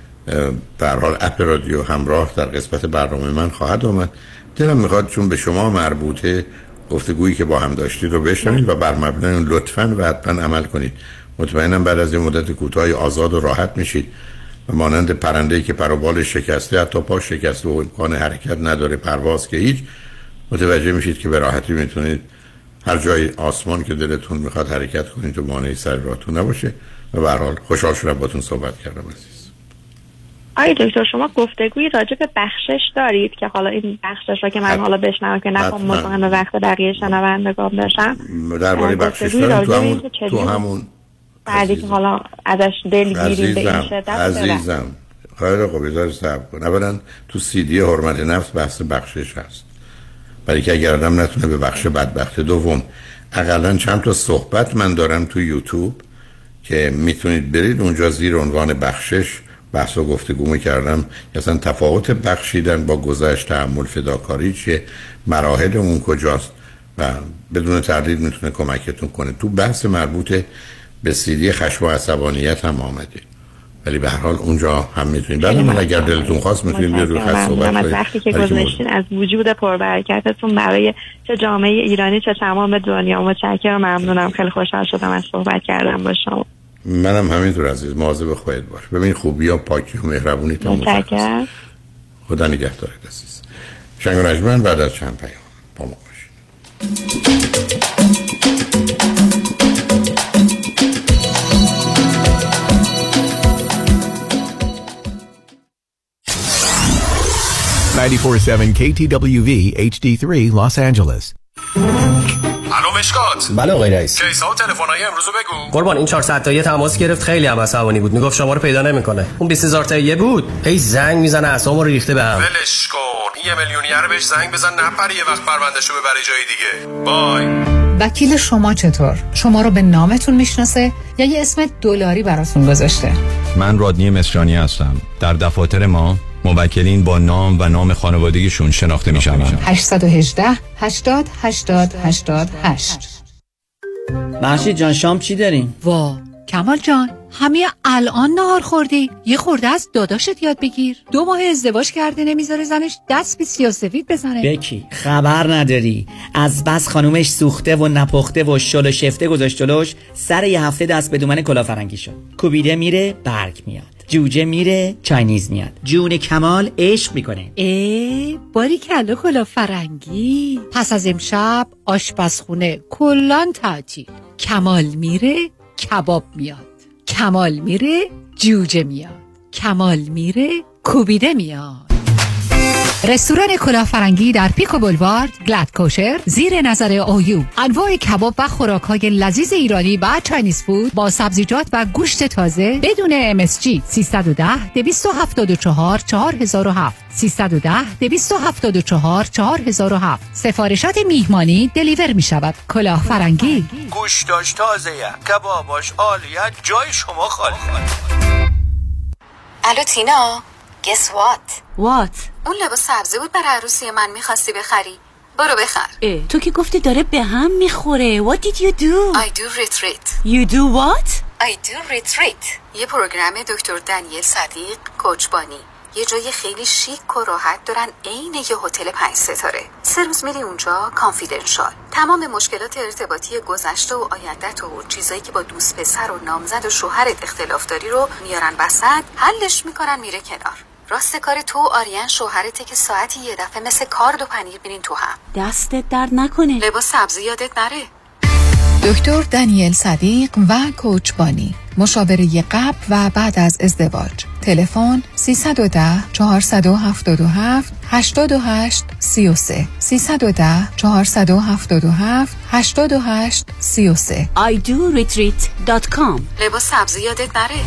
به هر حال اپ رادیو همراه در قسمت برنامه من خواهد آمد. دلم میخواد چون به شما مربوطه گفتگویی که با هم داشتید رو بشنوید و بر مبنای اون لطفاً و حتما عمل کنید. مطمئنم بعد از این مدت کوتاهی آزاد و راحت میشید و مانند پرنده‌ای که پر و بالش شکسته، حتی پا شکسته و امکان حرکت نداره، پرواز که هیچ، متوجه میشید که به راحتی میتونید هر جای آسمان که دلتون میخواد حرکت کنید و مانعی سر راهتون نباشه. و به هر حال خوشحال شدم باهاتون صحبت کردم عزیز. آقای دکتر شما گفتگوی راجع به بخشش دارید که حالا این بخشش رو که من حالا بشنوم که نخوام مزاحم به وقت بقیه شنوندگان بشم، درباره بخشش دارید تو همون تو همون بعدی که حالا ازش دلگیری به این شدت عزیزم خیلی خوب بذار صبر کن. اولا تو سی دی حرمت نفس بحث بخشش هست، برای که اگر آدم نتونه به بخش بدبخت. دوم حداقل چند تا صحبت من دارم تو یوتیوب که میتونید برید اونجا زیر عنوان بخشش بحث و گفتگو میکردم، اصلا تفاوت بخشیدن با گذشت، تحمل، فداکاری چیه، مراحل اون کجاست و بدون تردید میتونه کمکتون کنه. تو بحث مربوط به سیدی خشم و عصبانیت هم آمده، ولی به هر حال اونجا هم میتونید. بعد من اگر دلتون خواست میتونید بیاد روی خط صحبت کنید. وقتی که گذاشتین از وجود پربرکتتون برای چه جامعه ایرانی چه تمام دنیا متشکرم، ممنونم. خیلی خوشحال شدم از صحبت کردم با شما. منم همینطور عزیز. مواظب خودت باش. ببین خوبی و پاکی و مهربونی تو متشکرم. خدا نگهدارت عزیز. شنگ و نجمن بعد از چند پیام با ما باشید. ninety-four point seven K T W V H D three Los Angeles. الو مشکات. بله آقای رئیس. کیسا و تلفن‌های امروزو بگو. قربان این چهارصد تایی تماس گرفت، خیلی هم عصبانی بود، میگفت شما رو پیدا نمیکنه. اون بیست هزار تایی بود، هی زنگ میزنه اعصابمو ریخته بهم. ولش کن. این یه میلیونیر بهش زنگ بزن نپره یه وقت پروندهشو ببره جای دیگه. بای. وکیل شما چطور؟ شما رو به نامتون میشناسه یا یه اسم دلاری براتون گذاشته؟ من رادنی مصریانی هستم. در دفاتر ما موکلین با نام و نام خانوادگیشون شناخته میشن. هشت یک هشت هشتاد هشتاد هشتاد هشت. محشید جان شام چی داریم؟ وا کمال جان همین الان نهار خوردی؟ یه خورده از داداشت یاد بگیر. دو ماه ازدواج کرده نمیذاره زنش دست به سیاه‌سفید بزنه. بکی خبر نداری از بس خانومش سوخته و نپخته و شل و شفته گذاشت جلوش، سر یه هفته دست به دومن کلافرنگی شد. کوبیده میره برگ میاد، جوجه میره چاینیز میاد. جون کمال عشق میکنه. ای باری کلا کلافرنگی. پس از امشب آشپزخونه کلان تعطیل. کمال میره کباب میاد، کمال میره جوجه میاد، کمال میره کوبیده میاد. رستوران کلافرنگی در پیکو بولوارد، گلد کوشر، زیر نظر اویو. انواع کباب و خوراک‌های لذیذ ایرانی و چاینیز فود با سبزیجات و گوشت تازه بدون ام اس جی. سیصد و ده دویست و هفتاد و چهار چهار هزار و هفت سیصد و ده دویست و هفتاد و چهار چهار هزار و هفت. سفارشات میهمانی دلیور می شود. کلافرنگی. گوشتاش تازه، کباباش عالیه، جای شما خالی. الو تینا، guess what؟ what؟ اون لباس سبزی بود برای عروسی من، میخواستی بخری؟ برو بخر. اه. تو که گفتی داره به هم میخوره. What did you do؟ I do retreat. You do what؟ I do retreat. یه پروگرام دکتر دانیل صدیق کوچبانی. یه جای خیلی شیک و راحت دارن، عین یه هتل پنج ستاره. سه روز میری اونجا، کانفیدنشال. تمام مشکلات ارتباطی گذشته و آیندت و چیزایی که با دوست پسر و نامزد و شوهرت اختلاف داری رو میارن وسط، حلش میکنن، میره کنار. راست کار تو آریان شوهرته که ساعتی یه دفعه مثل کارد و پنیر بینین تو هم. دستت درد نکنه. لباس سبزی یادت نره. دکتر دانیل صدیق و کوچبانی، مشاوره قبل و بعد از ازدواج. تلفن سیصد و ده چهارصد و هفتاد و هفت هشتاد و هشت سی و سه سیصد و ده چهارصد و هفتاد و هفت هشتاد و هشت سی و سه. آی دو ریتریت دات کام. لباس سبزی یادت نره.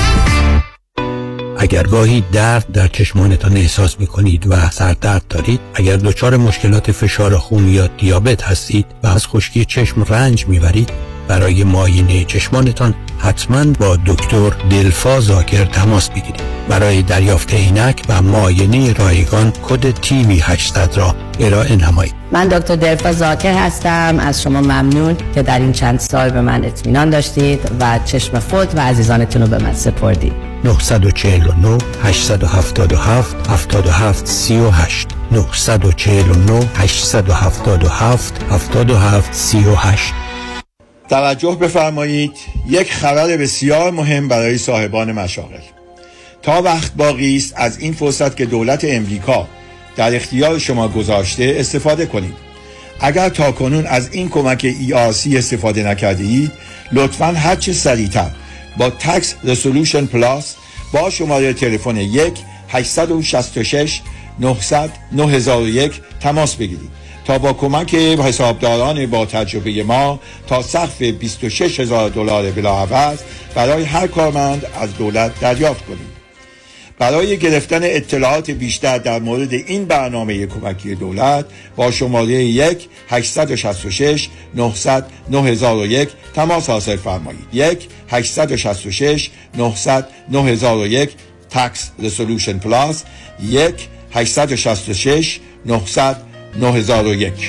اگر گاهی درد در چشمانتان احساس می کنید و سردرد دارید، اگر دچار مشکلات فشار خون یا دیابت هستید و از خشکی چشم رنج می برید، برای معاینه چشمانتان حتما با دکتر دلفا زاکر تماس بگیرید. برای دریافت عینک و معاینه رایگان کد تی وی هشتصد را ارائه نمایید. من دکتر دلفا زاکر هستم. از شما ممنون که در این چند سال به من اطمینان داشتید و چشم خود و عزیزانتون رو به من سپردید. نه چهار نه هشت هفت هفت هفت هفت سه هشت نه چهار نه هشت هفت هفت هفت هفت سه هشت. توجه بفرمایید، یک خبر بسیار مهم برای صاحبان مشاغل. تا وقت باقی است از این فرصت که دولت امریکا در اختیار شما گذاشته استفاده کنید. اگر تاکنون از این کمک ای آر سی استفاده نکرده اید، لطفاً هر چه سریعتر با تکس رسولوشن پلاس با شماره تلفن یک هشت شش شش نه صفر صفر نه صفر صفر یک تماس بگیرید تا با کمک حسابداران با تجربه ما تا سقف بیست و شش هزار دلار بلاعوض برای هر کارمند از دولت دریافت کنید. برای گرفتن اطلاعات بیشتر در مورد این برنامه کمکی دولت با شماره یک هشت شش شش نه صفر صفر نه صفر صفر یک تماس حاصل فرمایید. یک هشت شش شش نه صفر صفر نه صفر صفر یک تکس رسولوشن پلاس یک هشت شش شش نه صفر صفر نه صفر صفر یک.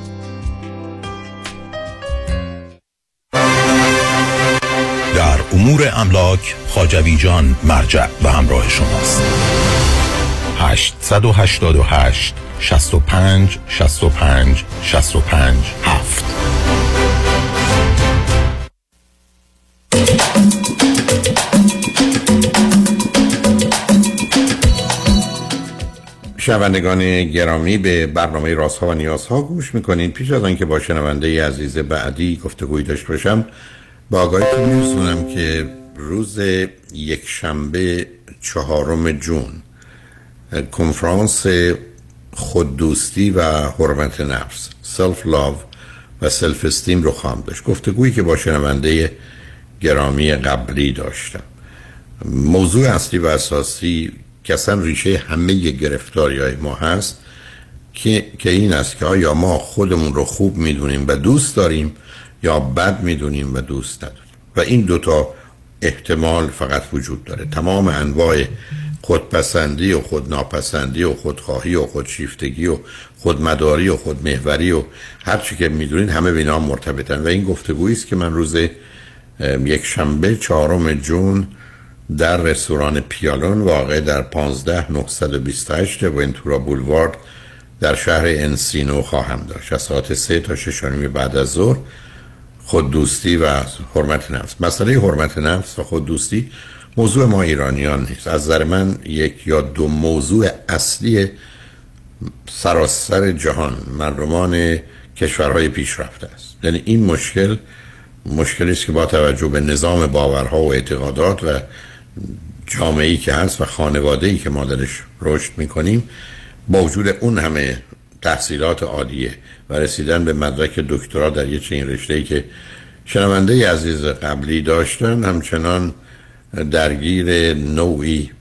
در امور املاک خواجوی جان مرجع و همراه شماست. هشت هشت هشت شصت و پنج شصت و پنج شصت و پنج هفت. شنوندگان گرامی، به برنامه رازها و نیازها گوش میکنید. پیش از آنکه با شنونده عزیز بعدی گفتگوی داشته باشم، با آگاهیتون میرسونم که روز یک شنبه چهارم جون کنفرانس خوددوستی و حرمت نفس، سلف لاو و سلف استیم رو خواهم داشت. گفتگویی که با شنونده گرامی قبلی داشتم، موضوع اصلی و اساسی که اصلا ریشه همه گرفتاری‌های ما هست که که این است که آیا ما خودمون رو خوب میدونیم و دوست داریم یا بد میدونیم و دوست نداریم. و این دوتا احتمال فقط وجود داره. تمام انواع خودپسندی و خودناپسندی و خودخواهی و خودشیفتگی و خودمداری و خودمحوری و هر چی که میدونین همه به اینا مرتبطن. و این گفتگویی است که من روز یک شنبه چهارم جون در رستوران پیالون واقع در پانزده نهصد و بیست و هشت ونتورا بولوارد در شهر انسینو خواهم داشت از ساعت سه تا شش و نیم بعد از ظهر. خوددوستی و حرمت نفس. مسئله حرمت نفس و خوددوستی موضوع ما ایرانیان نیست. از نظر من یک یا دو موضوع اصلی سراسر جهان مردمان کشورهای پیشرفته است. یعنی این مشکل مشکلی است که با توجه به نظام باورها و اعتقادات و جامعه‌ای که هست و خانواده‌ای که ما درش رشد می‌کنیم با وجود اون همه تحصیلات عالیه و رسیدن به مدرک دکترا در یه چنین رشته‌ای که شنونده عزیز قبلی داشتن، همچنان درگیر نوعی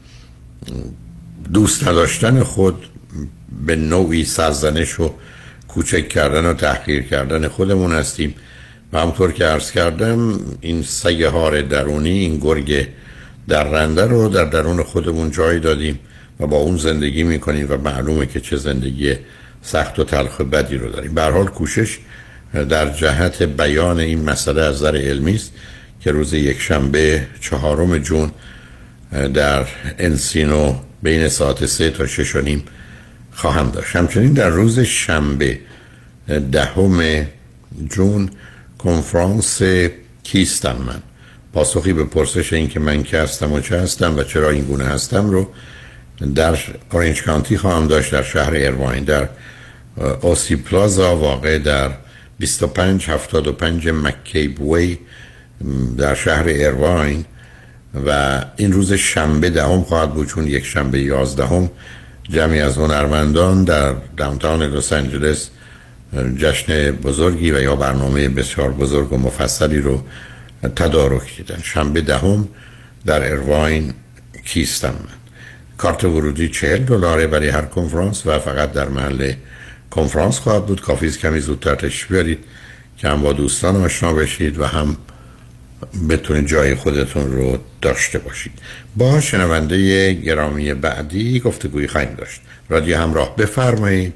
دوست نداشتن خود، به نوعی سرزنش و کوچک کردن و تحقیر کردن خودمون هستیم و همطور که عرض کردم این سگ هار درونی، این گرگ در رنده رو در درون خودمون جای دادیم و با اون زندگی میکنیم و معلومه که چه زندگی سخت و تلخ و بدی رو داریم. به هر حال کوشش در جهت بیان این مسئله از نظر علمی است که روز یک شنبه چهارم جون در انسینو بین ساعت سه تا شش و نیم خواهم داشت. همچنین در روز شنبه دهم جون کنفرانس کیستم من، پاسخی به پرسش این که من که هستم و چه هستم و چرا این گونه هستم رو در اورنج کانتی خواهم داشت، در شهر ایرواین، در اوسی پلازا واقع در بیست و پنج هفتاد و پنج مکیب وی در شهر ایرواین. و این روز شنبه دهم خواهد بود، چون یک شنبه یازدهم جمعی از هنرمندان در داونتاون لس آنجلس جشن بزرگی و یا برنامه بسیار بزرگ و مفصلی رو تدارک دیدن. شنبه دهم در ایرواین کیستم من. کارت ورودی چهل دلاره برای هر کنفرانس و فقط در محل کنفرانس خواهد بود. کافی است کمی زودتر تشریف بیارید که هم با دوستان آشنا بشید و هم بتونید جای خودتون رو داشته باشید. با شنونده گرامی بعدی گفتگوی خواهیم داشت. رادیو همراه، بفرمایید.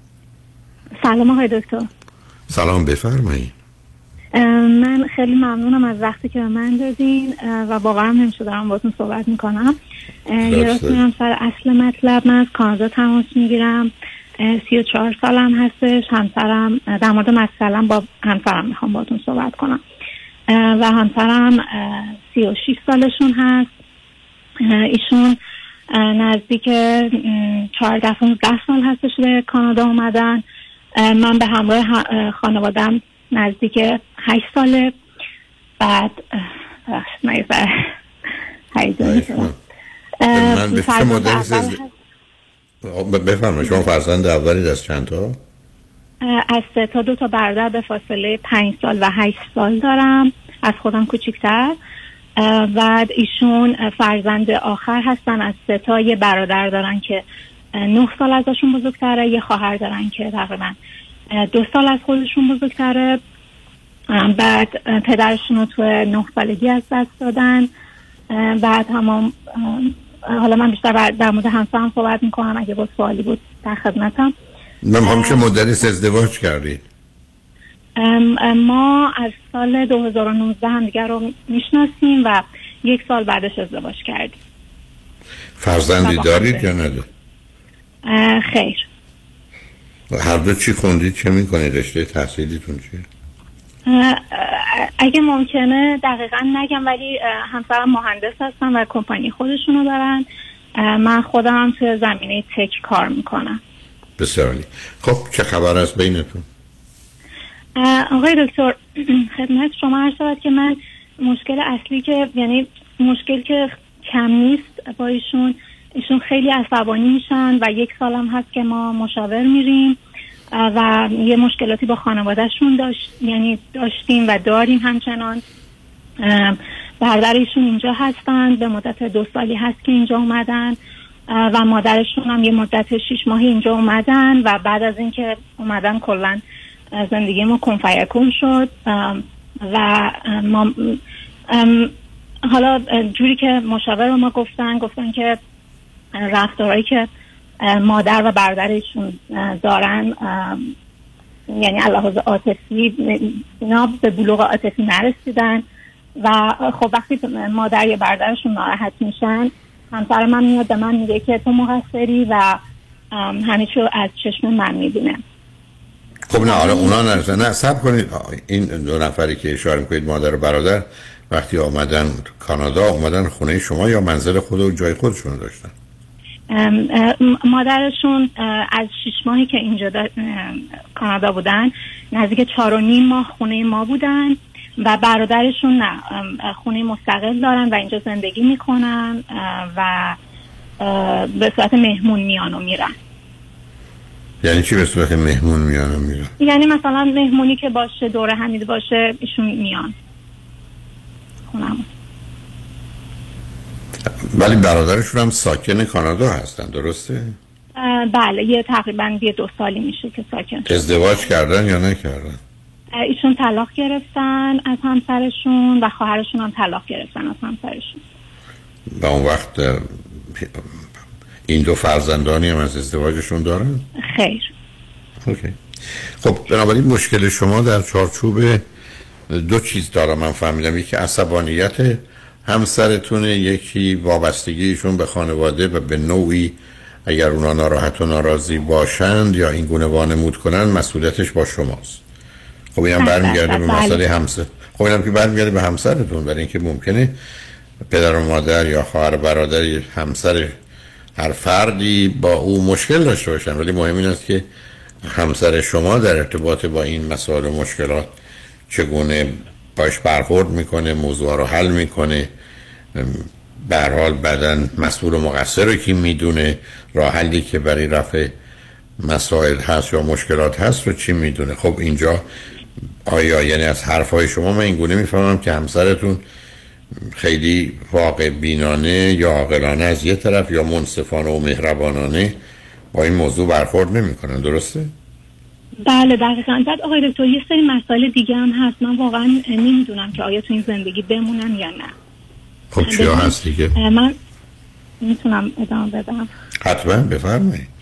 سلام آقای دکتر. سلام، بفرمایید. من خیلی ممنونم از وقتی که به من دادین و واقعا نمیشه دارم باهاتون صحبت میکنم. یه راست میرم سر اصل مطلب. من از کانادا تماس میگیرم، سی و چهار سالم هستش. همسرم در مورد مثلا با همسرم میخوام باهاتون صحبت کنم و همسرم سی و شش سالشون هست. ایشون نزدیک چهارده پانزده سال هستش به کانادا اومدن. من به همراه خانوادم نزدیک هشت ساله. بعد نایزه هیدونی شدم. من به چه مدل سیز بفرمایید. شما فرزند اولید از چند تا؟ از سه تا. دو تا برادر به فاصله پنج سال و هشت سال دارم، از خودم کوچیک‌تر. بعد ایشون فرزند آخر هستن از سه تا. یه برادر دارن که نه سال ازشون بزرگتره، یه خواهر دارن که تقریبا دو سال از خودشون بزرگتره. بعد پدرشون رو تو نه سالگی از دست دادن. بعد همون حالا من بیشتر در مورد همسرم صحبت میکنم، اگه با سوالی بود در خدمتم. من همچه مدتی ازدواج کردید؟ ما از سال دو هزار و نوزده هم دیگر رو میشناسیم و یک سال بعدش ازدواج کردیم. فرزندی دارید یا ندارید؟ خیر. هر دو چی خوندید؟ چه میکنید؟ رشته تحصیلیتون چیه؟ اگه ممکنه دقیقا نگم، ولی همسرم مهندس هستن و کمپانی خودشونو دارن. من خودم توی زمینه تک کار میکنم. بسیار عالی. خب چه خبر است بینتون؟ آقای دکتر، خدمت شما عرض شود که من مشکل اصلی که یعنی مشکل که کم نیست با ایشون، ایشون خیلی عصبانی میشن و یک سالم هست که ما مشاور میریم و یه مشکلاتی با خانوادهشون داشت یعنی داشتیم و داریم همچنان. برادر ایشون اینجا هستن، به مدت دو سالی هست که اینجا اومدن و مادرشون هم یه مدت شش ماهی اینجا اومدن و بعد از اینکه اومدن کلا زندگی ما کن فیکون شد و ما حالا جوری که مشاور ما گفتن گفتن که رفتارهایی که مادر و برادرشون دارن یعنی علاوه عاطفی اینا به بلوغ عاطفی نرسیدن و خب وقتی مادر یا برادرشون ناراحت میشن، همسر من میاد به من میگه که تو مقصری و همه چیو از چشم من میبینه. خب نه آره اونا نرسن. نه صبر کنید. این دو نفری که اشاره میکنید مادر و برادر وقتی آمدن کانادا اومدن خونه شما یا منزل خود و جای خودشون داشتن؟ مادرشون از شش ماهی که اینجا کانادا بودن نزدیک چهار و نیم ماه خونه ما بودن و برادرشون نه خونه مستقل دارن و اینجا زندگی میکنن و به صورت مهمون میان و میرن. یعنی چی به صورت مهمون میان و میرن؟ یعنی مثلا مهمونی که باشه دوره حمید باشه ایشون میان خونم. ولی برادرشون هم ساکن کانادا هستن درسته؟ بله یه تقریبا یه دو سالی میشه که ساکن. ازدواج کردن یا نکردن؟ ایشون طلاق گرفتن از همسرشون و خواهرشون هم طلاق گرفتن از همسرشون. و اون وقت این دو فرزندانی هم از ازدواجشون دارن؟ خیر. اوکی. خب بنابراین مشکل شما در چارچوب دو چیز داره من فهمیدم، یکی عصبانیت همسرتونه، یکی وابستگیشون به خانواده و به نوعی اگر اونا ناراحت و ناراضی باشند یا این گونه وانمود کنن مسئولیتش با شماست. خب اینم برمیگرده به مسئله همسر. خب اینم که برمیگرده به همسرتون، برای اینکه ممکنه پدر و مادر یا خواهر برادر همسر هر فردی با او مشکل داشته باشن، ولی مهم این است که همسر شما در ارتباط با این مسائل و مشکلات چگونه باش برخورد میکنه، موضوع رو حل میکنه، به هر حال بعدن مسئول و مقصر رو که میدونه، راه حلی که برای رفع مسائل هست یا مشکلات هست رو چی میدونه. خب اینجا آیا یعنی از حرفای شما من اینگونه میفهمم که همسرتون خیلی واقع بینانه یا عاقلانه از یه طرف یا منصفانه و مهربانانه با این موضوع برخورد نمیکنن، درسته؟ بله دقیقاً. بعد آقای دکتر یه سری مسائل دیگه هم هست من واقعا نمیدونم که آیا تو این زندگی بمونم یا نه. خب چیا هست دیگه؟ من میتونم ادامه بدم؟ حتما بفرمایید.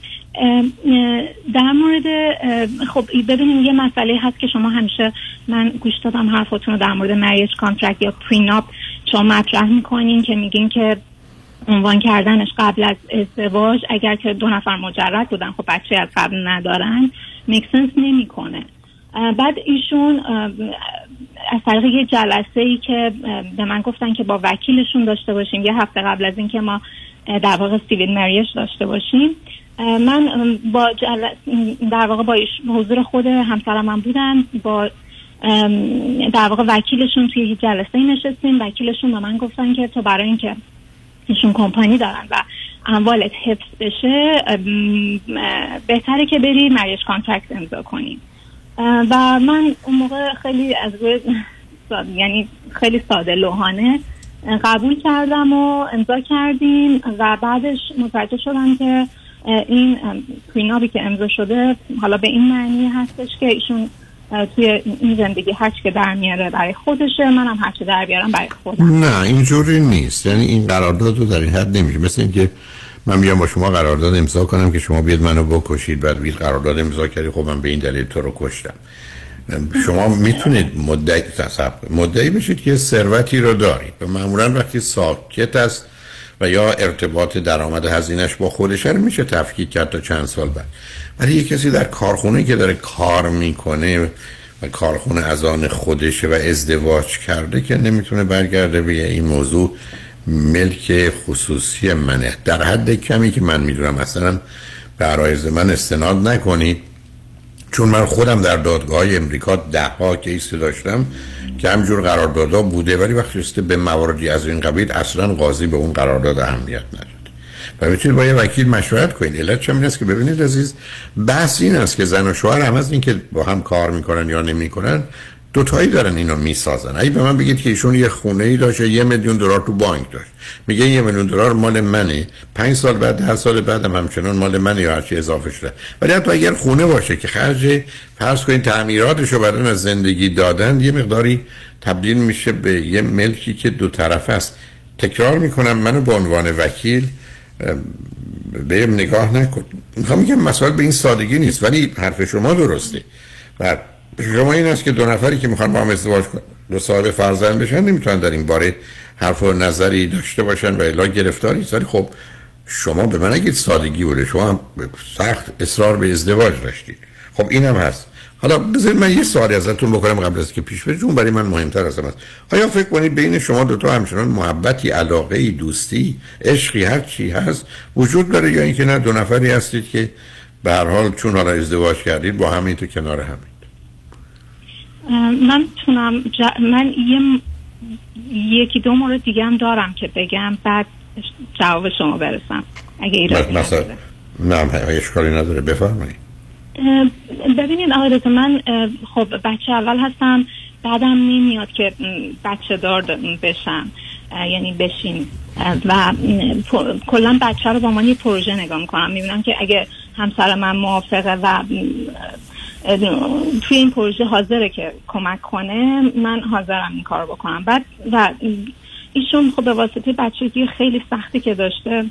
در مورد خب ببینیم یه مسئله هست که شما همیشه من گوش دادم حرفاتون رو در مورد مریج کانترکت یا پریناپ شما مطرح میکنین که میگین که عنوان کردنش قبل از ازدواج اگر که دو نفر مجرد بودن خب بچه از قبل ندارن میکسنس نمیکنه. بعد ایشون از طریق یه جلسه ای که به من گفتن که با وکیلشون داشته باشیم یه هفته قبل از این که ما در واقع سیویل مریج داشته باشیم، من با جل... در واقع با حضور خود همسرم هم بودم، با در واقع وکیلشون توی جلسه نشستیم. وکیلشون به من گفتن که تو برای اینکه ایشون کمپانی دارن و اموالت حفظ بشه بهتره که بری مریج کانترکت امضا کنی. و من اون موقع خیلی از روی یعنی خیلی ساده لوحانه قبول کردم و امضا کردیم و بعدش متوجه شدم که این پرینابی که امضا شده حالا به این معنی هستش که ایشون توی این زندگی هرچی که در میاره برای خودشه، منم هرچی در بیارم برای خودم. نه اینجوری نیست، یعنی این قرارداد رو در این حد نمیشه. مثل اینکه من بیام با شما قرارداد امضا کنم که شما بیاد منو بکشید، بعد بیاد قرارداد امضا کردی خب من به این دلیل تو رو کشتم. شما میتونید مدعی تصب مدعی بشید که ثروتی رو دارید و معمولا وقتی ساکت است و یا ارتباط درآمد هزینه‌اش با خودش رو میشه تفکیک کرد تا چند سال بعد. ولی یه کسی در کارخونه که داره کار میکنه و کارخونه از آن خودشه و ازدواج کرده که نمیتونه برگرده به این موضوع ملک خصوصی منه. در حد کمی که من میدونم مثلا به عرایض من استناد نکنید، چون من خودم در دادگاه امریکا ده ها کیس داشتم که همجور قراردادها بوده، ولی وقتی رسیده به مواردی از این قبیل اصلا قاضی به اون قرارداد اهمیت نداد. و میتونید با یه وکیل مشورت کنید. علت چه این است که ببینید عزیز، بحث این است که زن و شوهر هم از این که با هم کار میکنن یا نمیکنن دو تایی دارن اینو میسازن. اگه به من بگید که ایشون یه خونه‌ای داشت یه میلیون دلار تو بانک داشت، میگه یه میلیون دلار مال منه، پنج سال بعد هر سال بعدم همچنان مال منه یا هر چی اضافه شده. ولی حتی اگر خونه باشه که خرج فرض کنید تعمیراتشو برای از زندگی دادن، یه مقداری تبدیل میشه به یه ملکی که دو طرفه است. تکرار میکنم منو به عنوان وکیل بهم نگاه نکن. میخوام میگم مسائل به این سادگی نیست، ولی حرف شما درسته. و شما این است که دو نفری که میخوان با هم ازدواج کنن، دو صاحب فرزند بشن، نمیتونن در این باره حرف و نظری داشته باشن و الا گرفتاری است. ولی خب شما به من نگید سادگی بوده، شما هم سخت اصرار به ازدواج داشتید. خب اینم هست. حالا بذارید من یه سوالی ازتون بکنم قبل از که پیش بره، چون برای من مهمتر از همه است. آیا فکر کنید بین شما دو تا همچنان محبتی، علاقه‌ای، دوستی، عشقی، هر چی هست وجود داره، یا اینکه نه دو نفری هستید که به هر حال چون حالا ازدواج کردید با همین تو کنار همین؟ من تونم ج... من یه یکی دو مورد دیگه هم دارم که بگم بعد جواب شما برسم اگه ایرادی مثلا نه اشکالی نداره، بفرمایید. ببینید آقای دکتر، من خب بچه اول هستم، بعدم نمیاد که بچه دار بشم، یعنی بشین و کلا بچه رو با من یه پروژه نگاه میکنم. میبینم که اگه همسر من موافقه و توی این پروژه حاضره که کمک کنه، من حاضرم این کار بکنم. بعد و ایشون خب به واسطه بچگی خیلی سختی که داشته،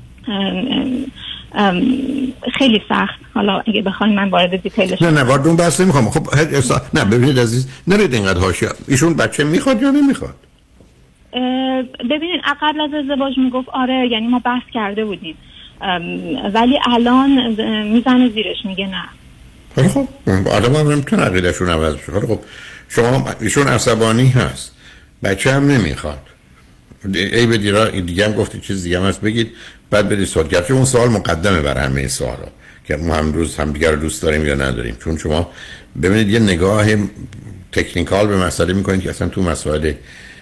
خیلی سخت، حالا اگه بخواید من وارد دیتیلش نه نه وارد اون بحث نمیخوام. خب نه ببینید عزیز، نرید اینقدر حاشیه. ایشون بچه میخواد یا نمیخواد؟ ببینید قبل از ازدواج میگفت آره، یعنی ما بحث کرده بودیم، ولی الان میزنه زیرش، میگه نه. خب آدم هم نمیتونه عقیده‌شون عوض بشه. خب شما ایشون عصبانی هست، بچه هم نمیخواد، ای به دیرا دیگه هم گفتی چیز دیگه هم هست بگید، بعد برید سوال. گرچه اون سوال مقدمه برای همه سوالا که ما هم روز هم دیگر رو دوست داریم یا نداریم، چون شما ببینید یه نگاه تکنیکال به مسئله میکنید که اصلا تو مسائل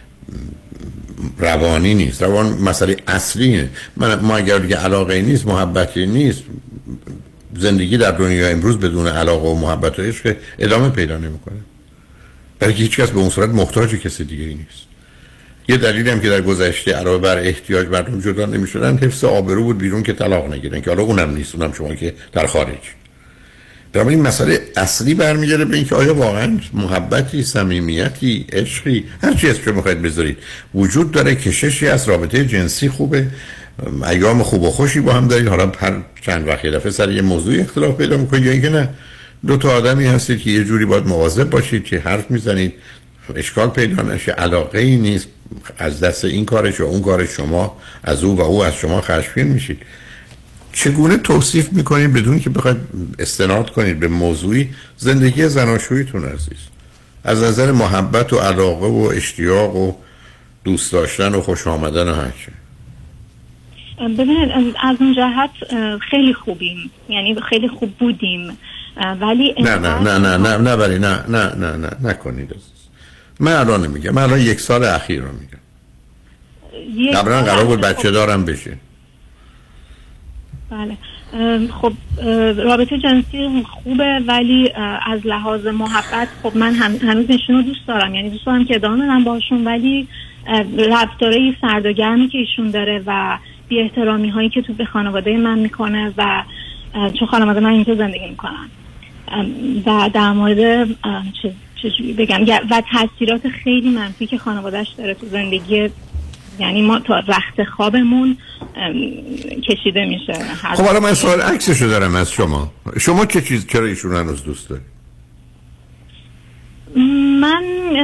روانی نیست. روان مسئله اصلیه. من ما اگر دیگه علاقه نیست، محبتی نیست، زندگی در دنیا امروز بدون علاقه و محبت و عشق ادامه پیدا نمیکنه، برای که هیچ کس به اون صورت محتاج کسی دیگه ای نیست. یه دلیلی هم که در گذشته علاوه بر احتیاج مردم جدا نمیشدن، حفظ آبرو بود بیرون که طلاق نگیرن، که حالا اونم نیست، اونم شما که در خارج. در این مسئله اصلی برمیگرده به اینکه آیا واقعا محبتی، صمیمیتی، عشقی، هر چیزی که میخواید بذارید وجود داره. کششی از رابطه جنسی خوبه، ایام خوب و خوشی با هم دارید، حالا هر چند وقت یه دفعه سر یه موضوع اختلاف پیدا میکنید، یا اینکه نه دو تا آدمی هستید که یه جوری باید مواظب باشید که حرف میزنید اشکال پیدا نشه، علاقه ای نیست، از دست این کارش و اون کارش شما از او و او از شما خشمگین میشید. چگونه توصیف میکنید بدون که بخواید استناد کنید به موضوعی زندگی زناشوییتون عزیز، از نظر محبت و علاقه و اشتیاق و دوست داشتن و خوش آمدن و هر چی؟ ببینید از اون جهت خیلی خوبیم، یعنی خیلی خوب بودیم، ولی نه نه نه نه نه نه ولی نه نه نه نه نکنید عزیز. من الان نمیگم، من الان یک سال اخیر رو میگم. قبلا قرار بود بچه دارم بشه. بله خب رابطه جنسی خوبه، ولی از لحاظ محبت خب من هم هنوز ایشون رو دوست دارم، یعنی دوست دارم که ادامه بدم باشون، ولی رفتارهای سرد و گرمی که ایشون داره و بی احترامی هایی که تو به خانواده من میکنه و چون خانواده من اینجا زندگی میکنن و در مورد چه چجوری بگم و تاثیرات خیلی منفی که خانوادهش داره تو زندگی، یعنی ما تا رخت خوابمون کشیده میشه. خب حالا من سوال عکسشو دارم از شما. شما چه چیز چرا ایشون هنوز دوست داری؟ من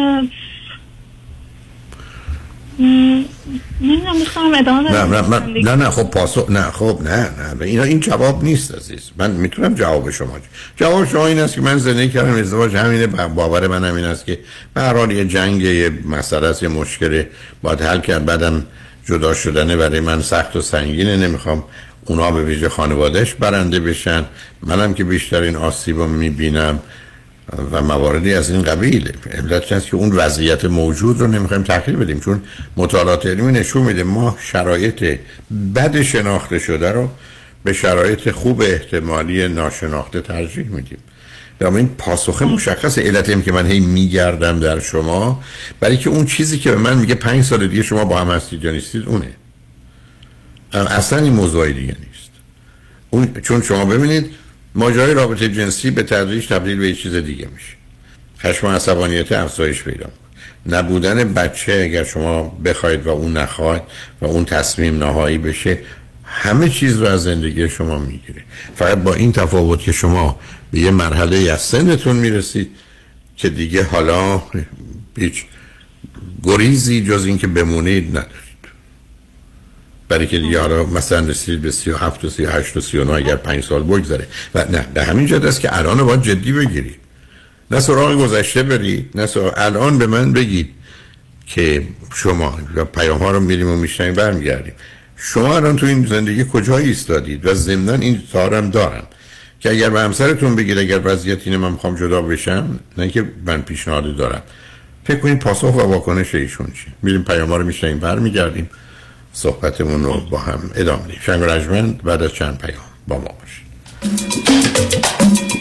نمیدونم، میخوام ادامه بدم. نه نه نه نه خب پاسو نه خب نه نه اینا این جواب نیست عزیز. من میتونم جواب شما جواب شما این است که من زندگی کردم، ازدواج همینه، باور من همین است که به هر حال یه جنگ، یه مسئله است، یه مشکل باید حل کرد. بعدم جدا شدنه برای من سخت و سنگینه، نمیخوام اونا به ویژه خانوادهش برنده بشن، منم که بیشتر این آسیبو میبینم و مواردی از این قبیل. علت هست که اون وضعیت موجود رو نمیخوایم تغییر بدیم، چون مطالعات علمی نشون میده ما شرایط بد شناخته شده رو به شرایط خوب احتمالی ناشناخته ترجیح میدیم. در این پاسخ مشخص علت هم که من هی میگردم در شما، برای که اون چیزی که به من میگه پنج سال دیگه شما با هم هستید یا نیستید اونه، اصلا این موضوع دیگه نیست اون. چون شما ببینید ماجرای رابطه جنسی به تدریج تبدیل به یه چیز دیگه میشه. خشم و عصبانیت افزایش پیدا میکنه. نبودن بچه اگر شما بخواید و اون نخواهد و اون تصمیم نهایی بشه، همه چیز رو از زندگی شما میگیره. فقط با این تفاوت که شما به یه مرحله از سنتون میرسید که دیگه حالا هیچ گریزی جز این که بمونید ندارید، برای که دیگه حالا مثلا رسید به سی و هفت و سی و هشت و سی و نه اگر پنج سال بگذره. و نه به همین جد است که الان باید جدی بگیرید، نه سراغ گذشته برید، نه سراغ الان. به من بگید که شما یا پیام ها رو میریم و میشنیم برمیگردیم، شما الان تو این زندگی کجایی ایستادید؟ و ضمناً این تارم دارم که اگر به همسرتون بگید اگر وضعیت اینه من میخوام جدا بشم، نه که من پیشنهاد دارم، فکر کنید پاسخ و واکنش ایشون چی. میریم پیام ها رو میشنیم برمیگردیم، صحبتمون رو با هم ادامه میدیم. شنگ و رجمند بعد از چند پیام با ما باشید.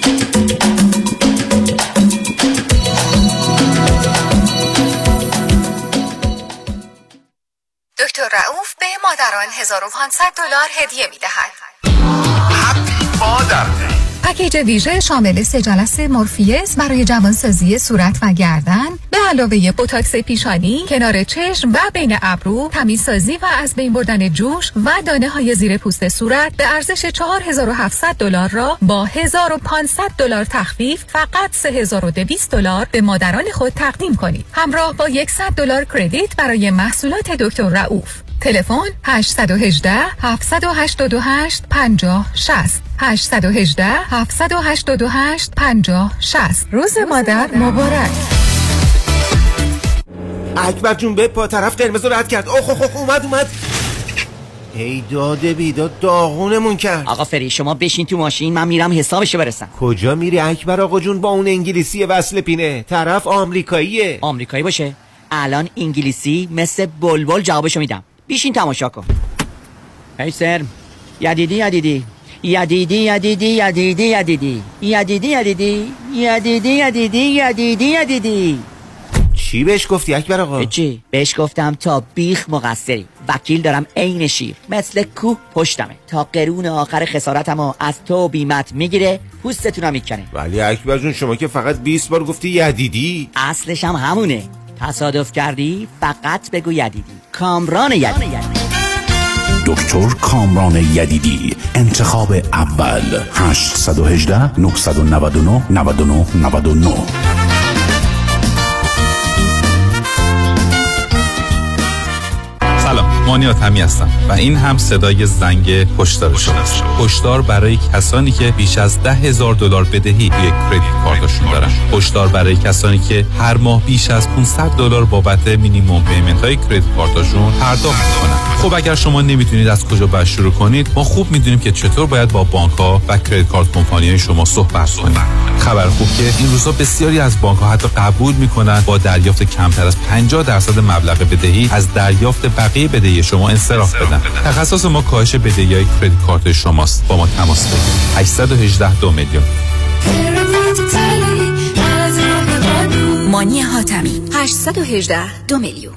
دکتر رؤوف به مادران هزار و پانصد دلار هدیه می‌دهد. مادر پکیج ویژه شامل سه جلسه مورفیز برای جوانسازی صورت و گردن به علاوه بوتاکس پیشانی، کنار چشم و بین ابرو، تمیزسازی و از بین بردن جوش و دانه های زیر پوست صورت به ارزش چهار هزار و هفتصد دلار را با هزار و پانصد دلار تخفیف فقط سه هزار و دویست دلار به مادران خود تقدیم کنید. همراه با صد دلار کردیت برای محصولات دکتر رؤوف. تلفن هشت یک هشت، هفت هشت هشت، پنج صفر شش صفر هشت یک هشت، هفت هشت هشت، پنج صفر شش صفر. روز مادر مبارک. اکبر جون به پا طرف قرمز رد کرد. اوه اوه اوه اومد اومد. ای داده بیداد داغونمون کرد. آقا فری شما بشین تو ماشین، من میرم حسابشو برسم. کجا میری اکبر آقا جون با اون انگلیسی وصل پینه؟ طرف آمریکاییه. آمریکایی باشه الان انگلیسی مثل بلبل جوابشو میدم. بیشین تماشا کن. ای سر یدیدی یدیدی یدیدی یدیدی یدیدی یدیدی یدیدی یدیدی یدیدی یدیدی یدیدی یدیدی. چی بهش گفتی اکبر آقا؟ چی؟ بهش گفتم تا بیخ مقصری، وکیل دارم عین شیر، مثل کوه پشتمه، تا قرون آخر خسارتمو از تو بیمت میگیره، پوستتونم میکنه. ولی اکبر جون شما که فقط بیست بار گفتی یدیدی. اصلش هم همونه. تصادف کردی فقط بگو یدیدی. کامران یدیدی. دکتر کامران یدیدی، انتخاب اول. هشت یک هشت، نه نه نه، نه نه نه نه. سلام، مانیات همی هستم و این هم صدای زنگ هشدار شماست. هشدار برای کسانی که بیش از ده هزار دلار بدهی روی کریدیت کارتشون دارن. هشدار برای کسانی که هر ماه بیش از پانصد دلار بابت مینیمم پیمنت های کریدیت کارتشون پرداخت میکنن. خب اگر شما نمیتونید از کجا باید شروع کنید، ما خوب میدونیم که چطور باید با بانک ها و کریدیت کارت کمپانی های شما صحبت کنید. خبر خوب که این روزا بسیاری از بانک ها حتی قبول میکنن با دریافت کمتر از پنجاه درصد مبلغ بدهی از دریافت بقیه بدهی شما انصراف بدن. تخصص ما کاهش بدهی‌های کریدیت کارت شماست. با ما تماس بگیرید. هشت یک هشت دو میلیون. مانی حاتمی هشت یک هشت دو میلیون.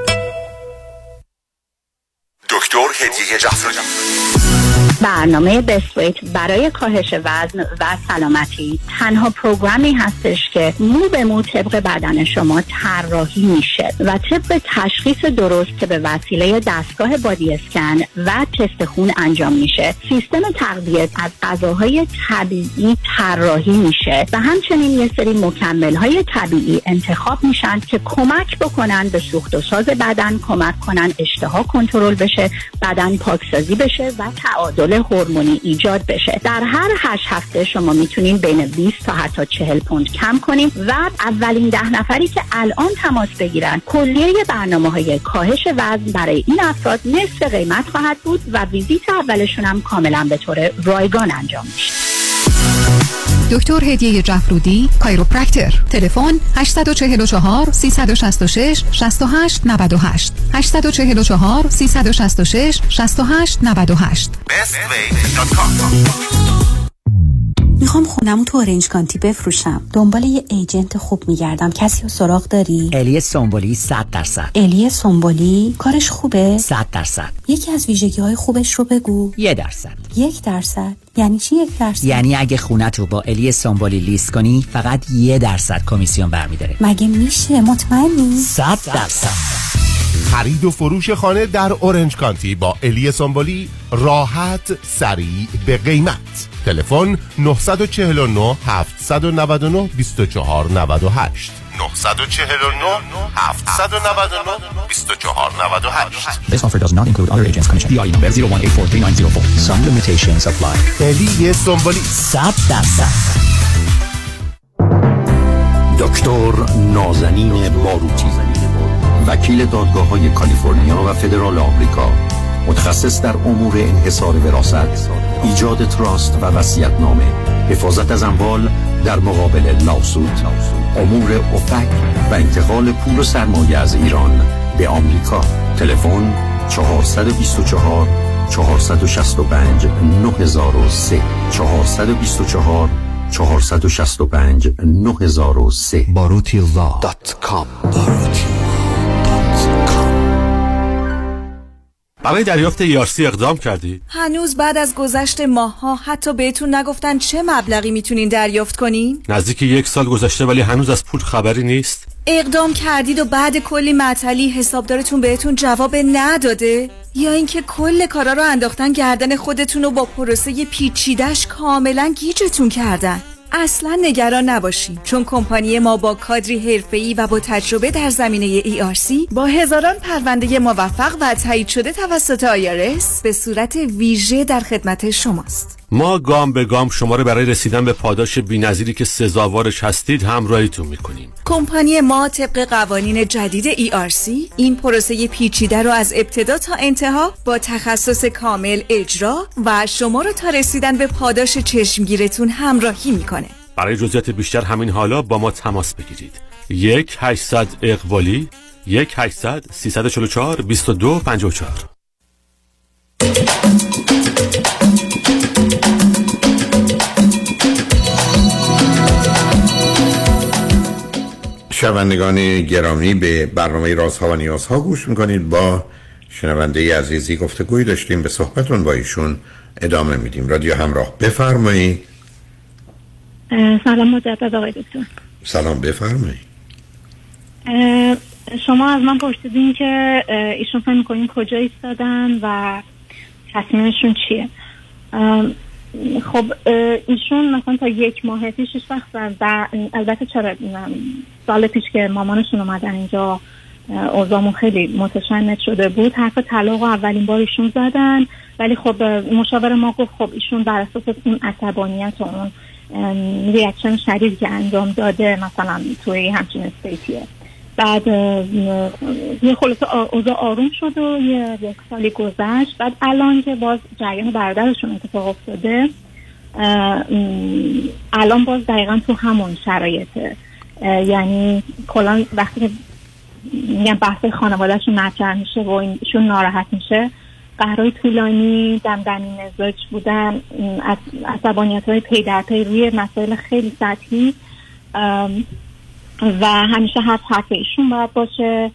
دکتر هدیه جعفری. برنامه بسویت برای کاهش وزن و سلامتی تنها پروگرامی هستش که مو به مو طبق بدن شما طراحی میشه و طبق تشخیص درست که به وسیله دستگاه بادی اسکن و تست خون انجام میشه، سیستم تغذیه از غذاهای طبیعی طراحی میشه و همچنین یه سری مکمل‌های طبیعی انتخاب میشن که کمک بکنن به سوخت و ساز بدن، کمک کنن اشتها کنترل بشه، بدن پاکسازی بشه و تعادل هورمونی ایجاد بشه. در هر هشت هفته شما میتونین بین بیست تا حتی چهل پوند کم کنین و اولین ده نفری که الان تماس بگیرن کلیه برنامه‌های کاهش وزن برای این افراد نصف قیمت خواهد بود و ویزیت اولشون هم کاملا به طور رایگان انجام میشه. دکتر هدیه جعفرودی، کایروپرکتر. تلفن هشت چهار چهار، سه شش شش، شش هشت نه هشت هشت چهار چهار، سه شش شش، شش هشت نه هشت. best way dot com. میخوام خونمو تو اورنج کانتی بفروشم. دنبال یه ایجنت خوب میگردم. کسی رو سراغ داری؟ الی سنبولی صد درصد. الی سنبولی کارش خوبه؟ صد درصد. یکی از ویژگی‌های خوبش رو بگو. یک درصد. یک درصد یعنی چی یک درصد؟ یعنی اگه خونت رو با الی سنبولی لیست کنی فقط یک درصد کمیسیون برمی‌داره. مگه میشه؟ مطمئنی؟ صد درصد. خرید و فروش خانه در اورنج کانتی با الی سنبولی راحت، سریع، به قیمت. تلفن نه چهار نه، هفت نه نه، دو چهار نه هشت نه چهار نه، هفت نه نه، دو چهار نه هشت. This offer does not include other agents commission. B I number zero one eight four three nine zero four. Some limitations apply. الی سنبولی صد درصد. دکتر نازنین باروتی، وکیل دادگاه‌های کالیفرنیا و فدرال آمریکا، متخصص در امور انحصار وراثت، ایجاد تراست و وصیت‌نامه، حفاظت از اموال در مقابل لاوسوت، امور افک و انتقال پول و سرمایه از ایران به آمریکا. تلفن چهار دو چهار، چهار شش پنج، نه صفر صفر سه چهار دو چهار، چهار شش پنج نه صفر صفر سه باروتیلا دات کام. برای دریافت ای آر سی اقدام کردی؟ هنوز بعد از گذشت ماه‌ها حتی بهتون نگفتن چه مبلغی میتونین دریافت کنین؟ نزدیک یک سال گذشته ولی هنوز از پول خبری نیست؟ اقدام کردید و بعد کلی معطلی حسابدارتون بهتون جواب نداده؟ یا اینکه کل کارا رو انداختن گردن خودتون و با پروسه پیچیده‌اش کاملا گیجتون کردن؟ اصلا نگران نباشین، چون کمپانی ما با کادری حرفه‌ای و با تجربه در زمینه ای آر سی با هزاران پرونده موفق و تایید شده توسط آی آر اس به صورت ویژه در خدمت شماست. ما گام به گام شما رو برای رسیدن به پاداش بی‌نظیری که سزاوارش هستید همراهیتون میکنیم. کمپانی ما طبق قوانین جدید ای آر سی این پروسه پیچیده رو از ابتدا تا انتها با تخصص کامل اجرا و شما رو تا رسیدن به پاداش چشمگیرتون همراهی میکنه. برای جزئیات بیشتر همین حالا با ما تماس بگیرید. یک هشتصد اقبالی یک هشتصد سیصد و چهل و چهار بیست و دو پنجاه و چهار. شنوندگان گرامی، به برنامه رازها و نیازها گوش میکنید. با شنونده عزیزی گفتگویی داشتیم، به صحبتون با ایشون ادامه میدیم. رادیو همراه، بفرمایید. سلام مجدد آقای دکتر. سلام، بفرمایید. شما از من پرسیدین که ایشون فکر میکنین کجا ایستادن و تصمیمشون چیه. خب ایشون مثلا تا یک ماه پیش هیچ وقت در البته چرا سال پیش که مامانشون اومدن اینجا اوضاعمون خیلی متشنج شده بود، حرف طلاق اولین بار ایشون زدن، ولی خب مشاور ما گفت خب ایشون بر اساس اون عصبانیت و اون ریاکشن شدیدی که انجام داده مثلا توی همچین استیتیه. بعد یه خلاصه اوضاع آروم شد و یه یک سالی گذشت. بعد الان که باز جریان برادرشون اتفاق افتاده، الان باز دقیقا تو همون شرایطه. یعنی کلا وقتی که میگن بحث خانوادهشون مطرح میشه و ایشون ناراحت میشه، قهرهای طولانی، دمدمی مزاج بودن، عصبانیت‌های پی در پی روی مسائل خیلی سطحی و همیشه حرف حرف ایشون باید باشه.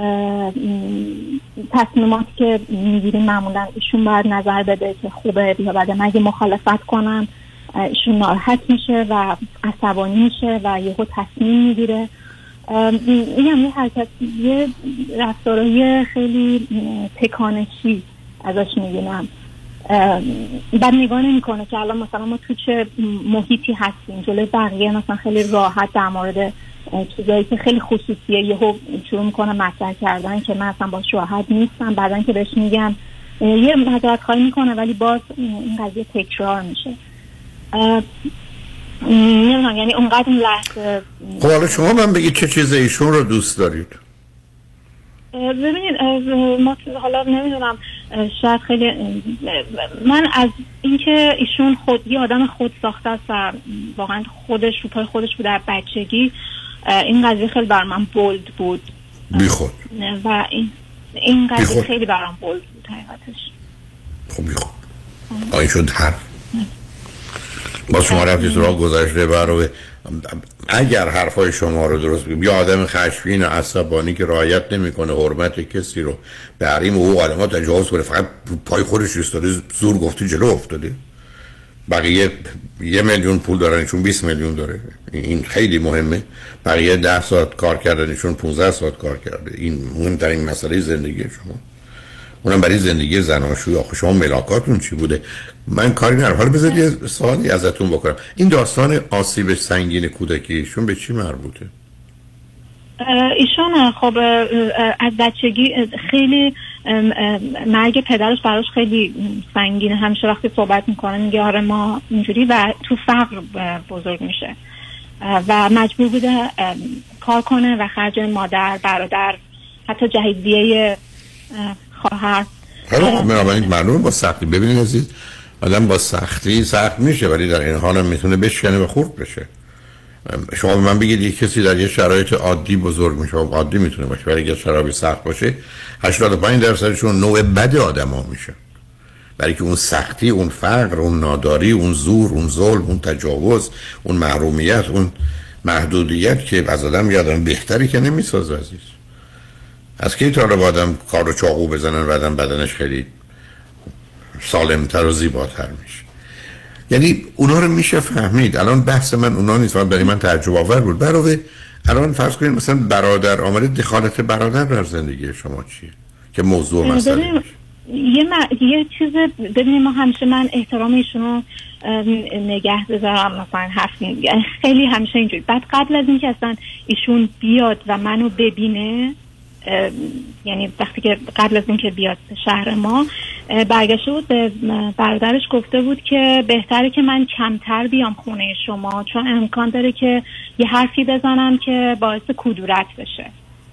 تصمیماتی که میگیریم معمولا ایشون باید نظر بده که خوبه یا بده. مگه مخالفت کنن ایشون ناراحت میشه و عصبانی میشه و یهو تصمیم میگیره. این یه حرکت، یه رفتارهای خیلی تکانشی ازش میبینم. بعد نگاه نمی کنه که الان مثلا ما تو چه محیطی هستیم، جلوی بقیه مثلا خیلی راحت در مورد چیزایی که خیلی خصوصیه یهو شروع میکنه مطرح کردن که من اصلا باش راحت نیستم. بعدن که بهش میگن یه معذرت خواهی میکنه ولی باز این قضیه تکرار میشه. نمیدونم، یعنی اونقدر این لحظه. خب حالا شما من بگید چه چیز ایشون رو دوست دارید؟ ببینید ما حالا نمیدونم، شاید خیلی من از اینکه ایشون خود یه آدم خود ساخته است و واقعا خودش رو پای خودش بود در بچگی، این قضیه خیلی بر من بولد بود. بی خود. و این این قضیه خیلی برام بولد بود حقیقتش. خب بی خود. آیا شد هر با شما رفتید راه گذشته برای اگر حرفای شما رو درست بگیم، یا آدم خشمگین و عصبانی که رعایت نمیکنه حرمت کسی رو به حریم او آدم‌ها تجاوز کنه، فقط پای خودش ایستاده زور گفتی جلو افتاده، بقیه یه میلیون پول دارن چون بیست میلیون داره، این خیلی مهمه. بقیه ده ساعت کار کردن چون پانزده ساعت کار کرده، این مهمترین مسئله زندگی شما، اونم برای زندگی زناشویی. آخه شما ملاکاتون چی بوده؟ من کاری ندارم. حالا بذارید یه سوالی ازتون بکنم. این داستان آسیب سنگین کودکیشون به چی مربوطه؟ ایشون خب از بچگی خیلی مرگ پدرش براش خیلی سنگینه. همیشه وقتی صحبت میکنه میگه آره ما اینجوری، و تو فقر بزرگ میشه و مجبور بوده کار کنه و خرج مادر، برادر، حتی جهیزیه خواهر. حالا من معلومه با سختی، ببینید عزیز، آدم با سختی سخت میشه ولی در این حال هم میتونه بشکنه و خورد بشه. شما به من بگید یک کسی در یه شرایط عادی بزرگ میشه، عادی میتونه باشه، ولی اگه شرایط سخت باشه هشتاد و پنج درصدشون نوع بد آدم ها میشه. برای که اون سختی، اون فقر، اون ناداری، اون زور، اون ظلم، اون تجاوز، اون محرومیت، اون محدودیت که از آدم یادم بهتری که نمیسازه عزیز. از کی تا رو آدم کار رو چاقو بزنن و آدم بدنش خیلی سالمتر و زیباتر میشه. یعنی اونا رو میشه فهمید. الان بحث من اونا نیست، فقط برای من تعجب آور بود. برای الان فرض کنید مثلا برادر آمده، دخالت برادر در زندگی شما چیه که موضوع مسئله میشه؟ یه م... یه چیز ببینید، ما همیشه من احترام ایشونو نگه بذارم، مثلا حرف خیلی همیشه اینجوری. بعد قبل از اینکه اصلا ایشون بیاد و منو ببینه، یعنی وقتی که قبل از اینکه بیاد شهر ما، برگشته بود به برادرش گفته بود که بهتره که من کمتر بیام خونه شما، چون امکان داره که یه حرفی بزنم که باعث کدورت بشه.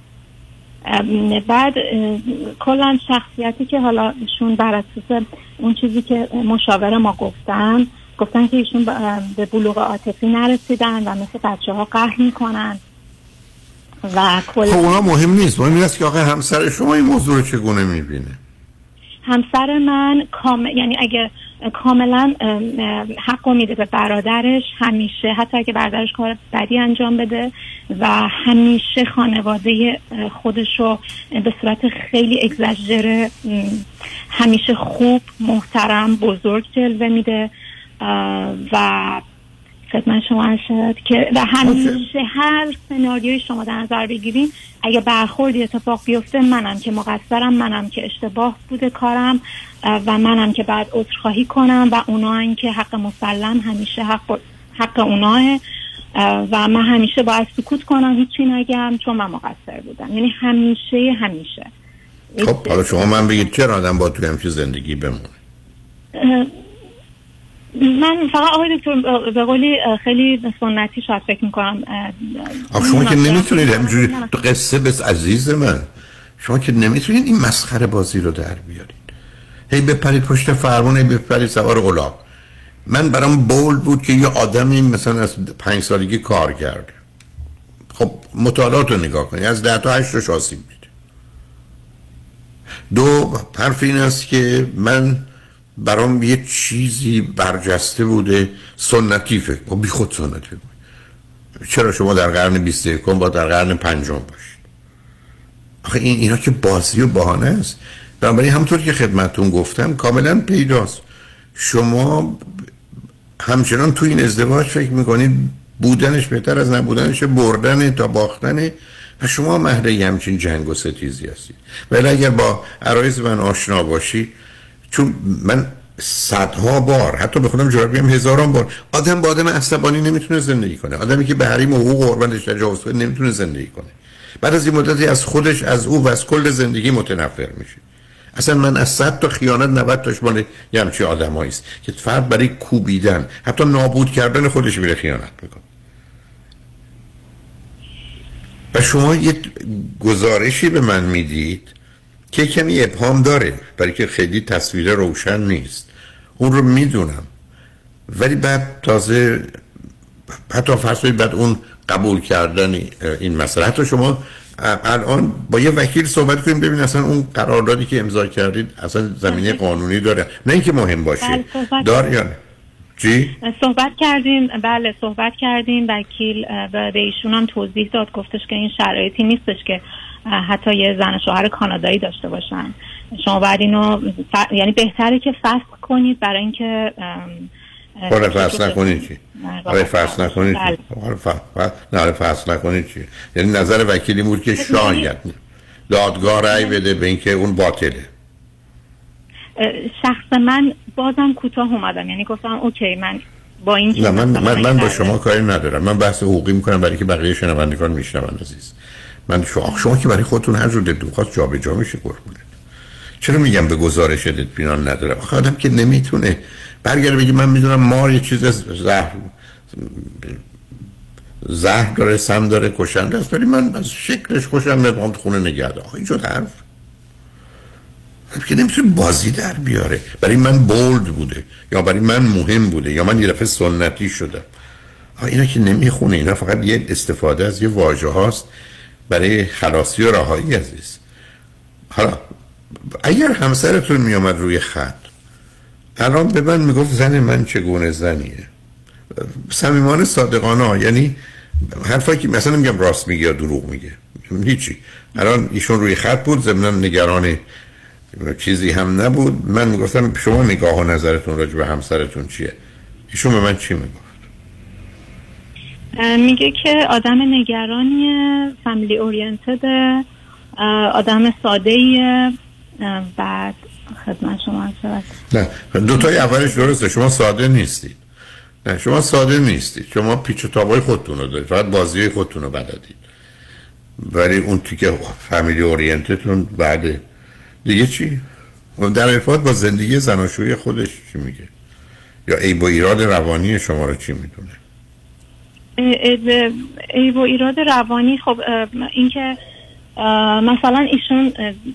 بعد کلا شخصیتی که حالا ایشون بر اساس اون چیزی که مشاور ما گفتن گفتن که ایشون به بلوغ عاطفی نرسیدن و مثل بچه ها قهر میکنن و کلا خب اونا مهم نیست. مهم است که آقا همسر شما این موضوع رو چگونه میبینه. همسر من کام... یعنی اگه کاملا حق میده به برادرش، همیشه حتی اگه برادرش کار بدی انجام بده و همیشه خانواده خودشو به صورت خیلی اگزاجره، همیشه خوب، محترم، بزرگ جلوه میده و خدمت شما ارشد که و همیشه هر سناریوی شما در نظر بگیرین، اگه برخوردی اتفاق بیفته منم که مقصرم، منم که اشتباه بوده کارم و منم که بعد عذرخواهی کنم و اونا که حق مسلم همیشه حق حق اوناه و من همیشه باید سکوت کنم، هیچی نگم چون من مقصر بودم. یعنی همیشه همیشه. خب حالا شما من بگید چرا آدم با توی همچین زندگی بمونه؟ من فقط آقای دکتر به قولی خیلی سنتی شاید فکر میکنم. آخه شما که نمیتونید همینجوری تو قصه بس عزیز من، شما که نمیتونید این مسخره بازی رو در بیارید. هی بپرید پشت فرمون، هی بپرید سوار الاغ. من برام بولد بود که یه آدمی مثلا از پنج سالگی کار کرده. خب مطالعات رو نگاه کنید، از ده تا هشت رو آسیب میده. دو، حرف این است که من برام یه چیزی برجسته بوده سنتی فکر و بی خود سنتی بود. چرا شما در قرن بیست و یکم با در قرن پنجم باشید؟ آخه این اینا که بازی و بهانه است. بنابراین همونطور که خدمتتون گفتم کاملا پیداست شما همچنان تو این ازدواج فکر میکنید بودنش بهتر از نبودنش، بردن تا باختنه و شما مهره همچین جنگ و ستیزی هستید. ولی اگر با عرایض من آشنا باشی، چون من صدها بار حتی به خودم جرأت میگم هزاران بار آدم با آدم عصبانی نمیتونه زندگی کنه. آدمی که به حریم و حقوق و حرمتش تجاوز کنه نمیتونه زندگی کنه. بعد از این مدتی از خودش، از او و از کل زندگی متنفر میشه. اصلا من از صد تا خیانت نود تاش مال یه همچین آدمایی است که فرد برای کوبیدن، حتی نابود کردن خودش میره خیانت میکنه. و شما یه گزارشی به من میدید که کمی ابهام داره برای که خیلی تصویر روشن نیست، اون رو میدونم، ولی بعد تازه حتی فرض کنید بعد اون قبول کردن این مسئله، حتی شما الان با یه وکیل صحبت کنیم ببین اصلا اون قراردادی که امضا کردید اصلا زمینه قانونی داره، نه اینکه مهم باشه داره یا نه. چی؟ صحبت کردیم، بله صحبت کردیم، وکیل به ایشون هم توضیح داد، گفتش که این شرایطی نیستش که حتی یه زن شوهر کانادایی داشته باشن. شما باید اینو ف... یعنی بهتره که فسخ کنید برای اینکه آره فسخ نکنید چی؟ آره فسخ نکنید چی؟ آره فسخ نکنید چی؟ یعنی نظر وکیلی بود که شاید دادگاه رأی بده به اینکه اون باطله. شخص من بازم کوتاه اومدم، یعنی گفتم اوکی من با این نه من من, من با شما کاری ندارم، من بحث حقوقی میکنم برای که بقیه شنوندگان میشنون عزیز. من شما شما که برای خودتون هر جور دلتون خواست جابجا میشه قربونت. چرا میگم به گزارش اطمینان ندارم؟ آخه آدم که نمیتونه برگرده بگه من میدونم مار یه چیز زهر زهر داره، سم داره، کشنده است، ولی من از شکلش خوشم نمیاد خونه نگرده. آخه اینجور حرف که نمیتونه بازی در بیاره. برای من بولد بوده یا برای من مهم بوده یا من یه دفعه سنتی شدم. اینا که نمیخونه، اینا فقط یه استفاده از یه واژه هاست برای خلاصی و رهایی عزیز. حالا اگر همسرتون میامد روی خط الان به من میگفت زن من چگونه زنیه، صمیمانه صادقانه، یعنی حرفایی که مثلا میگم راست میگه یا دروغ میگه، هیچی. الان ایشون روی خط بود، ضمن نگران چیزی هم نبود. من میگفتم شما نگاه و نظرتون راجع به همسرتون چیه؟ ایشون به من چی میگفت؟ میگه که آدم نگرانیه، فامیلی اورینتد، آدم ساده‌ایه. بعد خدمت شما هستم. نه دوتای اولش درسته، شما ساده نیستید. نه شما ساده نیستید، شما پیچ و تابای خودتون رو دارید، فقط بازی خودتون رو بلدید. ولی اون تیکه فامیلی اورینتدتون بعد دیگه چی؟ در ارتباط با زندگی زناشویی خودش چی میگه؟ یا عیب و ایراد روانی شما رو چی میدونه؟ عیب و ایراد روانی، خب این که مثلا ایشون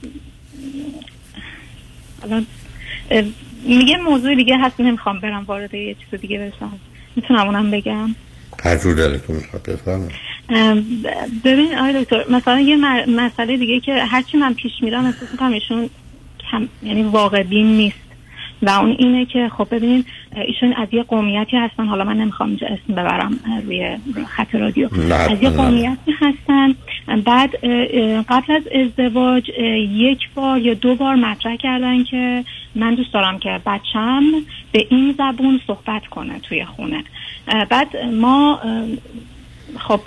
الان میگه موضوع دیگه هست، نمیخوام برم وارد یه چیز دیگه بشم، میتونم اونم بگم؟ هر جور دلتون میخواد بفرمایید. ببین آقای دکتر، مثلا یه مسئله دیگه که هرچی من پیش میرم احساس میکنم ایشون کم، یعنی واقع بین نیست، و اون اینه که خب ببینید ایشون از یه قومیتی هستن، حالا من نمیخوام اینجا اسم ببرم روی خط رادیو، از یه قومیتی هستن. بعد قبل از ازدواج یک بار یا دو بار مطرح کردن که من دوست دارم که بچم به این زبون صحبت کنه توی خونه. بعد ما خب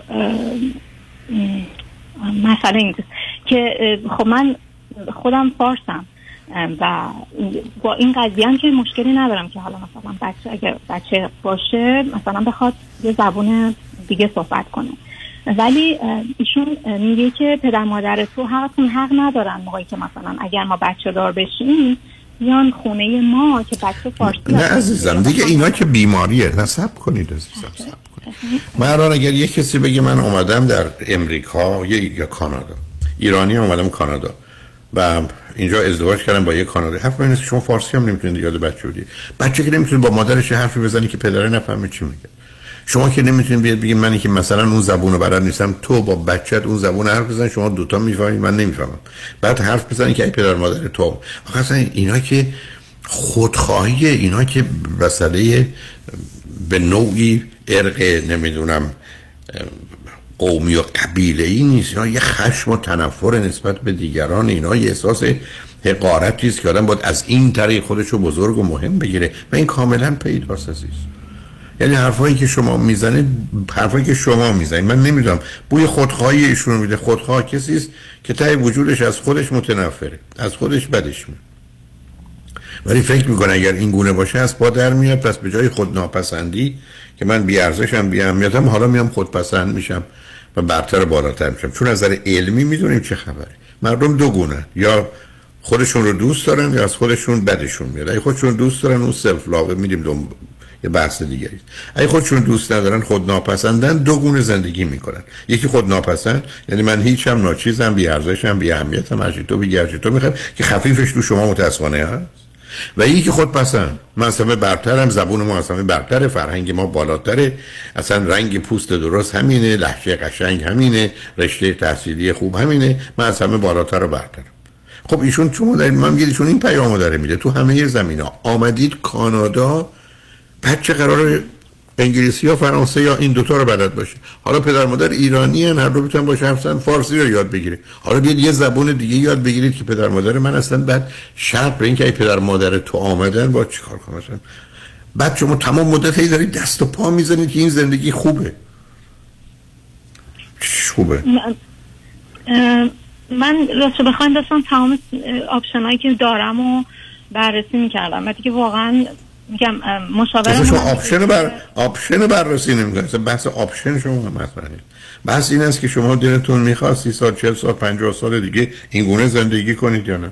مسئله این که خب من خودم فارسم و با این قضیه هم که مشکلی ندارم که حالا مثلا بچه اگر بچه باشه مثلا بخواد یه زبون دیگه صحبت کنه، ولی ایشون میگه که پدر مادر تو حقتون حق ندارن موقعی که مثلا اگر ما بچه دار بشیم بیان خونه ما که بچه فارسی. نه عزیزم دیگه اینا که بیماریه، نصب کنید عزیزم، صبر کنید. من الان اگر یه کسی بگه من اومدم در امریکا یا کانادا، ایرانی اومدم کانادا و اینجا ازدواج کردم با یه کانادایی، حرف من اینه شما فارسی هم نمیتونید یاد بچه بدید. بچه که نمیتونه با مادرش حرفی بزنی که پدره نفهمه چی میگه. شما که نمیتونید بیاد بگید منی که مثلا اون زبونو بلد نیستم، تو با بچت اون زبون حرف بزن، شما دوتا میفهمید من نمیفهمم، بعد حرف بزنید که ای پدر مادر تو. آخه اصلا اینا که خودخواهیه، اینا که مسئله به نوعی ارق نمیدونم قومی و قبیله‌ای نیست، اینا یه خشم و تنفر نسبت به دیگران، اینا یه احساس حقارتی است که آدم باید از این طریق خودش رو بزرگ و مهم بگیره و این کاملا پیداست عزیز. یعنی حرفایی که شما میزنید، حرفایی که شما میزنید، من نمیدونم بوی خودخواهی ایشون میده. خودخواه کسی است که ته وجودش از خودش متنفره، از خودش بدش میاد، ولی فکر میکنه اگر این گونه باشه از پا در میاد، پس به جای خود ناپسندی که من بی ارزشم بی اهمیتم، حالا میام خودپسند میشم و برتر بالاتر میشم. چون از نظر علمی میدونیم چه خبره. مردم دو گونه، یا خودشون رو دوست دارن یا از خودشون بدشون میاد. اگه خودشون دوست دارن اون سلف لاو میدیم دو یه بحث دیگه است. اگه خودشون دوست ندارن، خود ناپسندن، دو گونه زندگی میکنن. یکی خود ناپسند یعنی من هیچم، ناچیزم، بی ارزشم، بی اهمیتم، هرچی تو بگی هرچی تو میخوام، که خفیفش تو شما متاسفانه هست. و یکی خود پسند، من اصلا برترم، زبون ما اصلا برتره، فرهنگ ما بالاتره، اصلا رنگ پوست درست همینه، لهجه قشنگ همینه، رشته تحصیلی خوب همینه، من از همه بالاتر و برترم. خب ایشون چون دارید، من میگم ایشون این پیامو داره میده تو همه زمینا. آمدید کانادا، بچه قراره انگلیسی یا فرانسه یا این دوتا رو بلد باشه. حالا پدر مادر ایرانی هن، هر دو بتونن باشه حرفن فارسی رو یاد بگیره. حالا بیاد یه زبون دیگه یاد بگیرید که پدر مادر من اصلا بعد شرط به این که ای پدر مادر تو آمدن با چیکار کنم مثلا. بعد شما تمام مدت هی دارید دست و پا میزنید که این زندگی خوبه. خوبه. من راستش بخوام داشتم تمام آپشنایی که دارم و بررسی میکردم، بعد که واقعا میگم مشاورم شما آپشن بر آپشن بررسی نمی‌کنید. بحث آپشن شما هم مطرحه. بحث این است که شما دلتون میخواد سی سال، چهل سال، پنجاه سال دیگه این گونه زندگی کنید یا نه.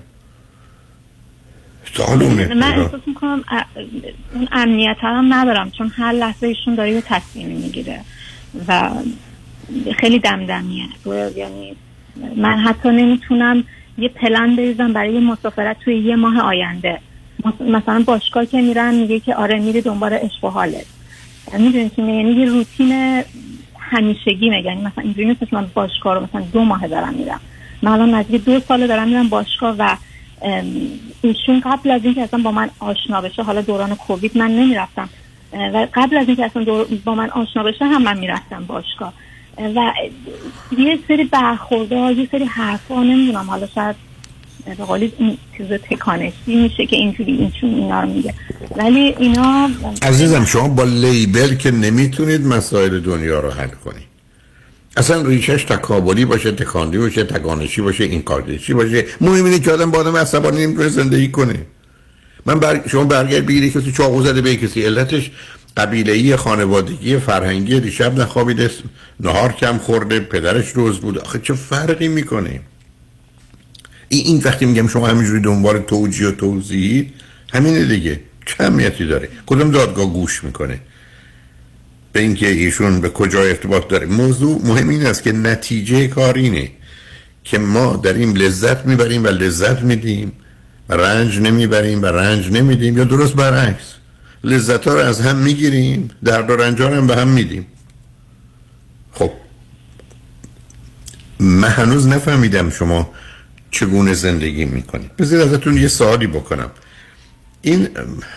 سوالونه. من احساس میکنم اون امنیت هم ندارم، چون هر لحظه ایشون داره یه تصمیمی میگیره و خیلی دمدمیه. یعنی من حتی نمیتونم یه پلن بریزم برای مسافرت توی یه ماه آینده. مثلا باشگاه که میرن میگه که آره میری دنبال عشق و حالت، میدونی که یعنی یه روتین همیشگی میگن. یعنی مثلا اینجوری نیست من باشگاه رو مثلا دو ماه دارم میرم، من الان نزدیک دو سال دارم میرم باشگاه و ایشون قبل از اینکه اصلا با من آشنا بشه، حالا دوران کووید من نمیرفتم و قبل از اینکه اصلا با من آشنا بشه هم من میرفتم باشگاه و یه سری برخوردها، یه سری حرفا، نمیدونم حالا شاید به قولی این چیز تکانشی میشه که اینجوری اینچون اینا رو میگه، ولی اینا عزیزم شما با لیبل که نمیتونید مسائل دنیا رو حل کنید. اصلا ریشش تکابلی باشه، تکاندی باشه، تکانشی باشه، این کاردشی باشه، مهم اینه که آدم با آدم عصبانی نمیتونه زندگی کنه. من بر... شما برگرد بگیری کسی چاقو زده به کسی، علتش قبیله‌ای، خانوادگی، فرهنگی، دیشب نخوابیده، نهار کم خورده، پدرش روز بود. آخه چه فرقی میکنه؟ این این وقتی میگم شما همینجوری دنبال توجیه و توضیحی، همینه دیگه. چه اهمیتی داره؟ کدوم دادگاه گوش میکنه به اینکه ایشون به کجا ارتباط داره؟ موضوع مهم این است که نتیجه کار اینه که ما داریم لذت میبریم و لذت میدیم و رنج نمیبریم و رنج نمیدیم، یا درست برعکس لذت ها رو از هم میگیریم، درد و رنج ها رو هم به هم میدیم. خب من هنوز نفهمیدم شما چگونه زندگی میکنید. بذارید ازتون یه سوالی بکنم. این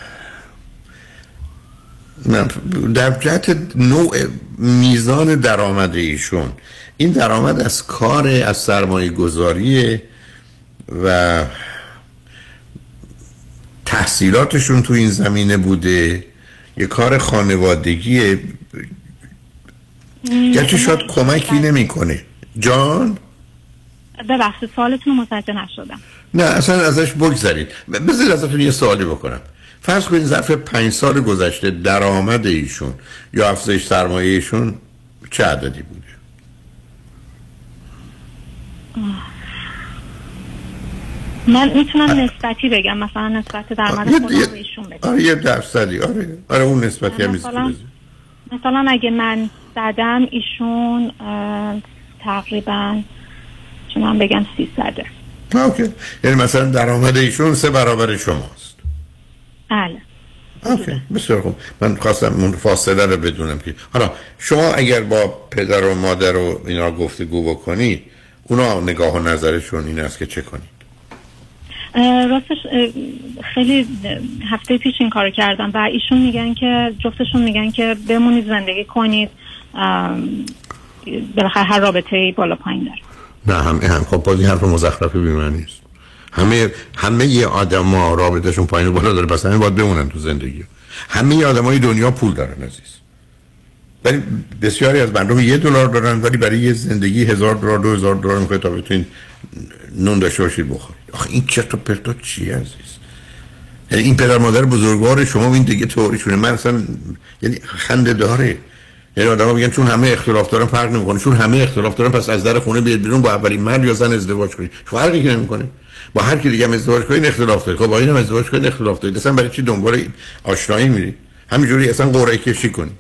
در جهت نوع میزان درآمد ایشون، این درآمد از کار، از سرمایه گذاری و تحصیلاتشون تو این زمینه بوده، یه کار خانوادگیه، گرچه شاید کمکی نمیکنه؟ جان ببخشید سوالتون رو متوجه نشدم. نه اصلا ازش بگذارید. بذارید ازتون یه سوالی بکنم. فرض کنید ظرف پنج سال گذشته درآمد ایشون یا افزایش سرمایه ایشون چه عددی بوده؟ من میتونم نسبتی بگم، مثلا نسبت درآمد خودم به ایشون بگم. آره یه درصدی. آره آره اون نسبتی هم مثلا مثلا اگه من زدم ایشون تقریبا چون من بگم سیصده. اوکی. یعنی مثلا درآمد ایشون سه برابر شماست. بله. اوکی بسیار خوب. من خواستم اون فاصله رو بدونم که حالا شما اگر با پدر و مادر و اینا گفتگو بکنید، اونا نگاه و نظرشون این است که چه کنید؟ راستش خیلی هفته پیش این کارو کردم و ایشون میگن که جفتشون میگن که بمونید زندگی کنید، بالاخره هر رابطه‌ای بالا پایین داره. نه هم هم خب باز این حرف مزخرفی بی معنی است. همه همه ی آدما رابطه‌شون پایین و بالا داره، پس همه باید بمونن تو زندگی. همه آدمای دنیا پول دارن عزیز. ولی بسیاری از مردم یه دلار دارن ولی برای یه زندگی هزار دلار دو هزار دلار میخواید تا بتونین نون داشته باشید بخورید. آخه این چرت و پرتا چیه عزیز؟ یعنی این پدر مادر بزرگوار شما این دیگه طوریشونه. من اصلا یعنی خنده داره. یعنی آدم‌ها میگن چون همه اختلاف دارن فرق نمی‌کنه، چون همه اختلاف دارن پس از در خونه بیاد بیرون با اولین مرد یا زن ازدواج کنید. فرقی که نمی‌کنه. با هر کی دیگه هم ازدواج کنید اختلاف داره. خب با اینم ازدواج کنید اختلاف داره. اصلا برای چی دنبال آشنایی میری؟ همینجوری اصلا قرعه کشی کنی.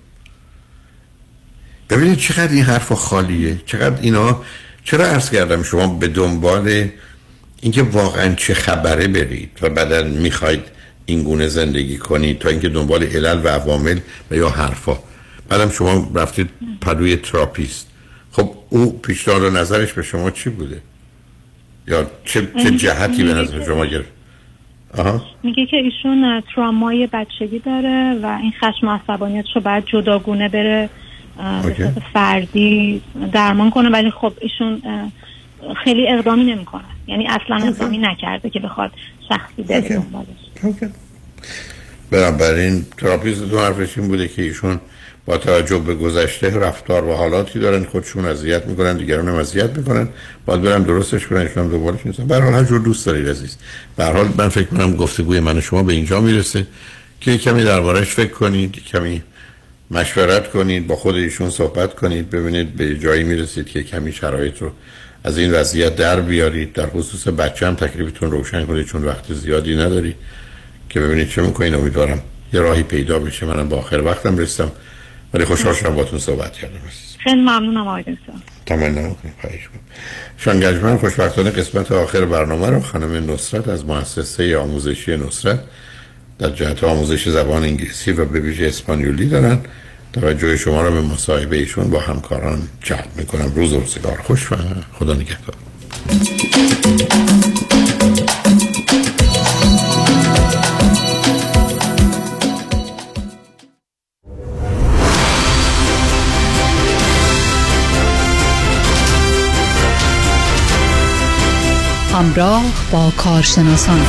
ببینید چقدر این حرفا خالیه. چقدر اینا چرا عرض کردم شما به دنبال اینکه واقعا چه خبره برید و بعداً می‌خواید این گونه زندگی کنید تا اینکه دنبال علل و عوامل و یا حرفا. بعدم شما رفتید پدوی تراپیست. خب او پیشنهاد و نظرش به شما چی بوده؟ یا چه, چه جهتی به نظر شما گرفت؟ آها. میگه که ایشون ترامای بچگی داره و این خشم و عصبانیتشو باید جداگونه بره به صورت فردی درمان کنه، ولی خب ایشون خیلی اقدامی نمیکنه، یعنی اصلا اقدامی نکرده که بخواد شخصی بره دنبالش. بنابراین تراپیستتون حرفش این بوده که ایشون با توجه به گذشته رفتار و حالاتی دارن، خودشون اذیت میکنن، دیگران هم اذیت میکنن، باید برن درستش کنن، ایشون هم دوبارش نیستن. به هر حال هر جور دوست دارید عزیز. به هر حال من فکر کنم گفتگوی من و شما به اینجا میرسه که کمی دربارش فکر کنید، کمی مشورت کنید، با خود ایشون صحبت کنید، ببینید به جایی میرسید که کمی شرایط رو از این وضعیت در بیارید. در خصوص بچه هم تکلیفتون روشن کنید چون وقت زیادی نداری که ببینید چه میکنید. امیدوارم یه راهی پیدا بشه. منم با آخر وقتم رسیدم ولی خوشحال شدم باهاتون صحبت کردم. خیلی ممنونم آقای دکتر. تمنا می‌کنم. خواهش می‌کنم. شنگجمن خوشبختانه قسمت آخر برنامه رو خانم نصرت از مؤسسه آموزشی نصرت در جهت آموزش زبان انگلیسی و به ویژه اسپانیولی دارن. توجه شما رو به مصاحبه ایشون با همکاران جلب می‌کنم. روز و روزگار خوش و خدا نگهدار. همراه با کارشناسان.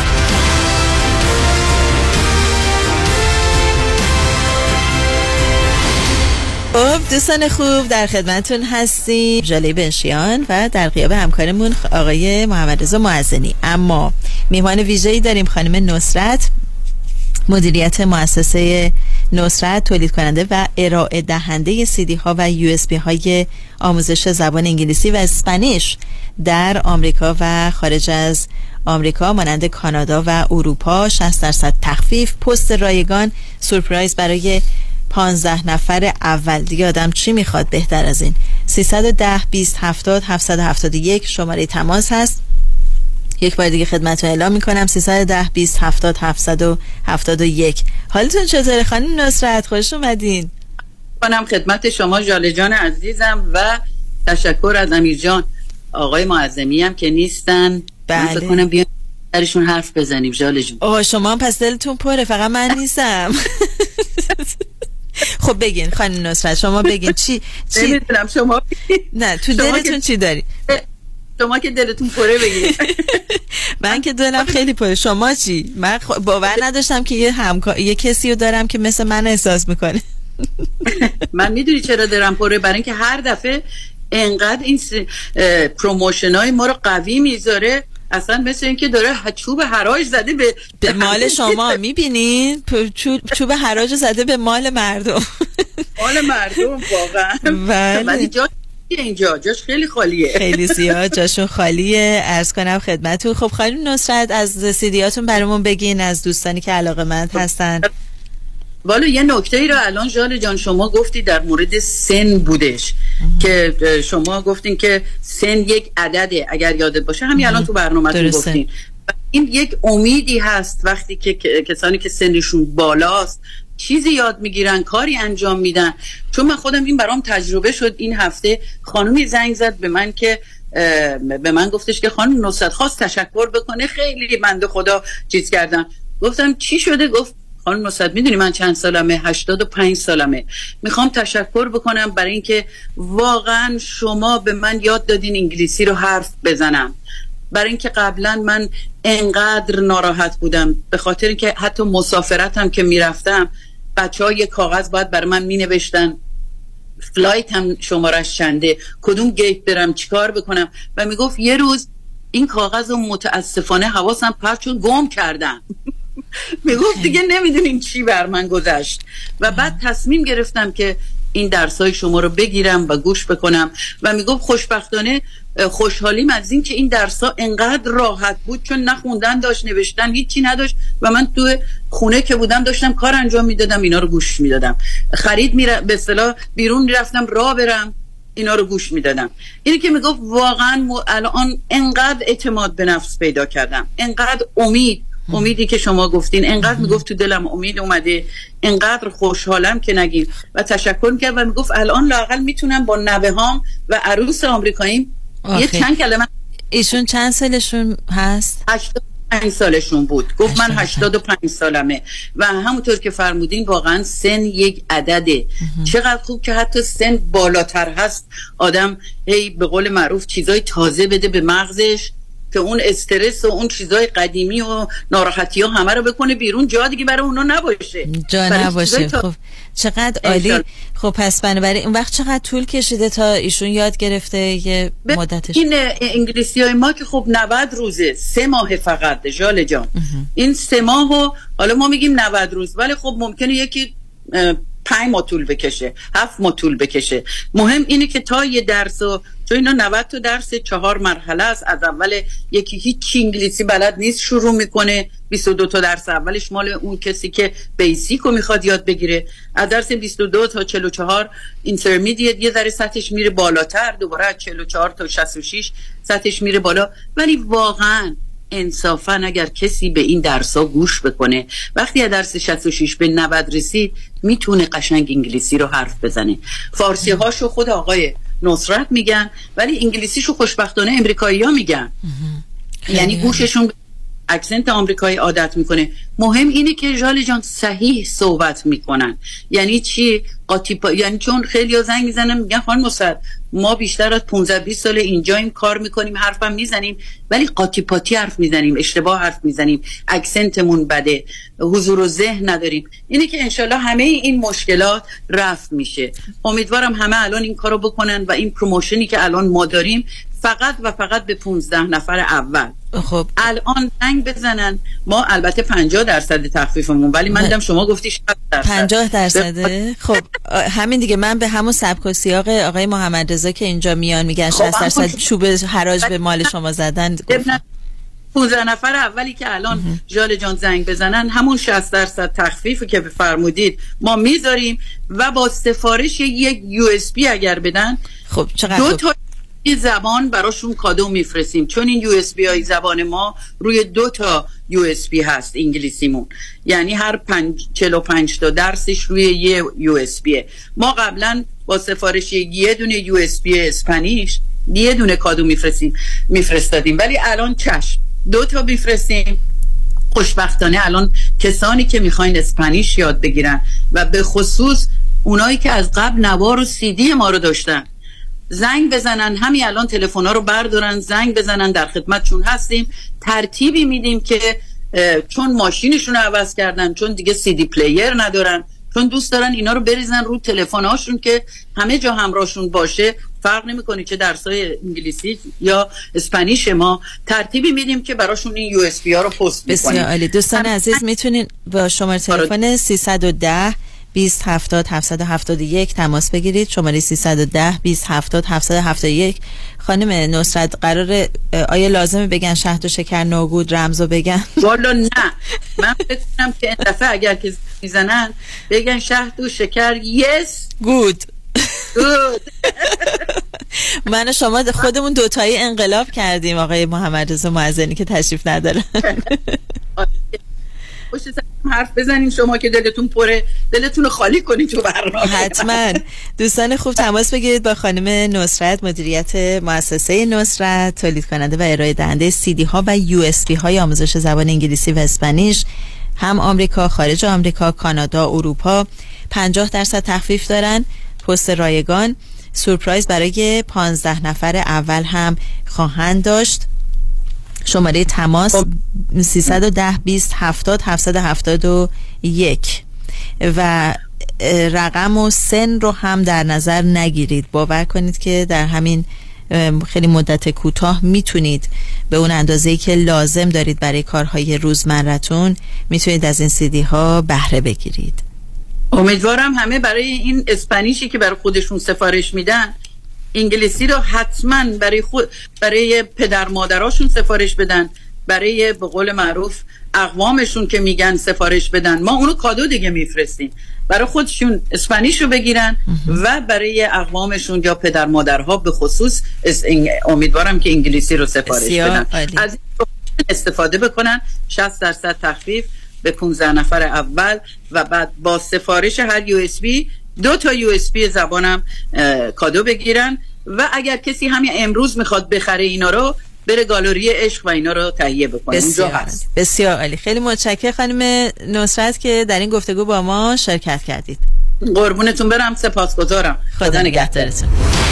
خب دوستان خوب، در خدمتون هستیم ژاله بنشیان و در غیاب همکارمون آقای محمد رضا معزنی. اما میهمان ویژه‌ای داریم، خانم نصرت، مدیریت مؤسسه نصرت، تولید کننده و ارائه دهنده سی دی ها و یو اس بی های آموزش زبان انگلیسی و اسپانیش در آمریکا و خارج از آمریکا مانند کانادا و اروپا. شصت درصد تخفیف، پست رایگان، سورپرایز برای پانزده نفر اول. دیگه آدم چی میخواد بهتر از این؟ سیصد و ده بیست هفتاد هفتصد و هفتاد و یک شماره تماس هست. یک بار دیگه خدمتتون اعلام میکنم، سیصد و ده بیست هفتاد هفتصد و هفتاد و یک. حالتون چطوره خانم نصرت؟ خوش اومدین. منم خدمت شما ژاله جان عزیزم و تشکر از امیر جان آقای معظمی هم که نیستن. بله. من فکر کنم بیان درشون حرف بزنیم ژاله جون. آه شما هم پس دلتون پره، فقط من نیستم. خب بگین خانم نصرت، شما بگین چی چی نمیدونم شما نه تو دلتون چی داری؟ شما که دلتون پره بگین. من که دلم خیلی پره. شما چی؟ من خ... باور نداشتم که یه همکار یه کسی رو دارم که مثل من احساس میکنه. من میدونی چرا دلم پره؟ برای اینکه هر دفعه انقدر این س... پروموشن های ما رو قوی میذاره، اصلا مثل اینکه داره چوب حراج زده به, به مال شما. میبینین چوب حراج زده به مال مردم. مال مردم واقعا. بله. ولی جا اینجا جاش خیلی خالیه، خیلی زیاد جاشون خالیه. عرض کنم خدمتتون. خب خانم نصرت از سیدیاتون برامون بگین، از دوستانی که علاقه‌مند هستن. والا یه نکته ای رو الان ژاله جان شما گفتی در مورد سن بودش که شما گفتین که سن یک عدده، اگر یادت باشه همین الان تو برنامه‌تون گفتین. این یک امیدی هست وقتی که کسانی که سنشون بالاست چیزی یاد میگیرن، کاری انجام میدن. چون من خودم این برام تجربه شد. این هفته خانومی زنگ زد به من که به من گفتش که خانم نصرت خواست تشکر بکنه، خیلی بنده خدا چیز کردم. گفتم چی شده؟ گفت خانم نصرت میدونی من چند سالمه؟ هشتاد و پنج سالمه. میخوام تشکر بکنم برای اینکه واقعا شما به من یاد دادین انگلیسی رو حرف بزنم. برای اینکه قبلا من انقدر ناراحت بودم به خاطر اینکه حتی مسافرتم که میرفتم بچه ها یه کاغذ باید برای من مینوشتن فلایت هم شمارش چنده، کدوم گیت برم، چیکار بکنم. و میگفت یه روز این کاغذ رو متاسفانه حواسم پرت شد گم کردم. میگفت دیگه نمیدونیم چی بر من گذشت. و بعد تصمیم گرفتم که این درسای شما رو بگیرم و گوش بکنم. و میگفت خوشبختانه خوشحالیم از این که این درسا انقدر راحت بود، چون نخوندن داشت، نوشتن هیچی نداشت و من تو خونه که بودم داشتم کار انجام میدادم، اینا رو گوش میدادم. خرید میره به اصطلاح بیرون میرفتم راه برم، اینا رو گوش میدادم. اینی که میگفت واقعا الان انقدر اعتماد به نفس پیدا کردم، انقدر امید امیدی که شما گفتین، انقدر میگفت تو دلم امید اومده، انقدر خوشحالم که نگیم. و تشکر میکرد و میگفت الان لااقل میتونم با نوه هام و عروس آمریکاییم یه چند کلمه. ایشون چند سالشون هست؟ هشتاد و پنج سالشون بود. گفت من هشتاد و پنج سالمه. و همونطور که فرمودین واقعا سن یک عدده. چقدر خوب که حتی سن بالاتر هست آدم هی به قول معروف چیزای تازه بده به مغزش که اون استرس و اون چیزای قدیمی و ناراحتی ها همه رو بکنه بیرون، جا دیگه برای اونا نباشه، جا نباشه. خب چقدر عالی. خب پس بنابراین این وقت چقدر طول کشیده تا ایشون یاد گرفته یه مدتش؟ این انگلیسی های ما که خب نود روزه، سه ماه فقط ژاله جان. این سه ماه و حالا ما میگیم نود روز، ولی خب ممکنه یکی پنج ماه طول بکشه، هفت ماه طول بکشه. مهم اینه که تا یه درس و چون اینا نود تا درس چهار مرحله است. از اول یکی هیچ انگلیسی بلد نیست شروع میکنه، بیست و دو تا درس اولش مال اون کسی که بیسیک رو میخواد یاد بگیره. از درس بیست و دو تا چهل و چهار اینترمدیت یه ذره سطحش میره بالاتر، دوباره از چهل و چهار تا شصت و شش سطحش میره بالا. ولی واقعا انصافا اگر کسی به این درس‌ها گوش بکنه، وقتی از درس شصت و شش به نود رسید میتونه قشنگ انگلیسی رو حرف بزنه. فارسی هاشو خود آقای نصرت میگن، ولی انگلیسیشو خوشبختانه امریکایی‌ها میگن. یعنی گوششون اکسنت آمریکایی عادت میکنه. مهم اینه که ژاله جان صحیح صحبت میکنن. یعنی چی؟ قاطی پا... یعنی چون خیلی‌ها زنگ میزنن میگن خانم مصعب ما بیشتر از پانزده بیست سال اینجاییم، کار میکنیم، حرفم میزنیم، ولی قاطی پاتی حرف میزنیم، اشتباه حرف میزنیم، اکسنتمون بده، حضور و ذهن نداریم. اینه که انشالله همه این مشکلات رفع میشه. امیدوارم همه الان این کارو بکنن و این پروموشنی که الان ما داریم فقط و فقط به پانزده نفر اول خب الان زنگ بزنن. ما البته پنجاه درصد تخفیفمون، ولی من دیدم شما گفتی شصت درصد. پنجاه درصده. خب همین دیگه، من به همون سبک و سیاق آقای محمد رضا که اینجا میان میگن شصت درصد چوب حراج به مال شما زدن، پانزده نفر اولی که الان ژاله جان زنگ بزنن همون شصت درصد تخفیفی که بفرمودید ما میذاریم و با سفارش یک یو اس بی اگر بدن خب چقدر دو تا زبان براشون کادو میفرستیم، چون این یو اس بی های زبان ما روی دو تا یو اس بی هست انگلیسیمون، یعنی هر پنج چهل و پنج تا درسش روی یه یو اس بیه. ما قبلا با سفارش یه دونه یو اس بی اسپانیش یه دونه کادو میفرستیم میفرستادیم، ولی الان چشم دو تا میفرستیم. خوشبختانه الان کسانی که میخواین اسپانیش یاد بگیرن و به خصوص اونایی که از قبل نوار و سی دی ما رو داشتن زنگ بزنن، همین الان تلفن‌ها رو بردارن زنگ بزنن، در خدمتشون هستیم. ترتیبی میدیم که چون ماشینشون رو عوض کردن، چون دیگه سی دی پلیر ندارن، چون دوست دارن اینا رو بریزن رو تلفن‌هاشون که همه جا همراهشون باشه، فرق نمی‌کنه چه درسای انگلیسی یا اسپانیش، ما ترتیبی میدیم که براشون این یو اس بی ها رو پست می‌کنیم. بسیار عالی. دوستان عزیز میتونین با شماره تلفن سیصد و ده بیست هفتاد هفتصد و هفتاد و یک تماس بگیرید. شماره سیصد و ده بیست هفتاد هفتصد و هفتاد و یک. خانم نصرت قراره آیا لازمه بگن شهد و شکر نوگود رمزو بگن؟ والا نه، من فکر کنم که این دفعه اگر که میزنن بگن شهد و شکر یس گود گود. من و شما خودمون دوتایی انقلاب کردیم آقای محمد رضا معزنی که تشریف نداره. پشت سر حرف بزنیم شما که دلتون پره، دلتون رو خالی کنید تو برنامه. حتما. دوستان خوب تماس بگیرید با خانم نصرت، مدیریت مؤسسه نصرت، تولید کننده و ارائه دهنده سی دی ها و یو اس بی های آموزش زبان انگلیسی و اسپانیش، هم آمریکا، خارج آمریکا، کانادا، اروپا. پنجاه درصد تخفیف دارن، پست رایگان، سورپرایز برای پانزده نفر اول هم خواهند داشت. شماره تماس سیصد و ده بیست هفتاد هفتصد و هفتاد و یک و رقم و سن رو هم در نظر نگیرید. باور کنید که در همین خیلی مدت کوتاه میتونید به اون اندازه‌ای که لازم دارید برای کارهای روزمرتون میتونید از این سیدی ها بهره بگیرید. امیدوارم همه برای این اسپانیشی که برای خودشون سفارش میدن انگلیسی رو حتما برای خود برای پدر مادراشون سفارش بدن، برای به قول معروف اقوامشون که میگن سفارش بدن. ما اونو کادو دیگه میفرستیم، برای خودشون اسپانیش رو بگیرن و برای اقوامشون یا پدر مادرها به خصوص امیدوارم که انگلیسی رو سفارش بدن. از این استفاده بکنن. شصت درصد تخفیف به پانزده نفر اول و بعد با سفارش هر یو اس بی دو تا یو اس بی زبانم کادو بگیرن و اگر کسی همین امروز میخواد بخره اینا رو بره گالری عشق و اینا رو تهیه بکنه. اونجا هست. بسیار عالی. خیلی متشکرم خانم نصرت که در این گفتگو با ما شرکت کردید. قربونتون برم، سپاسگزارم. خدا نگهدارتون.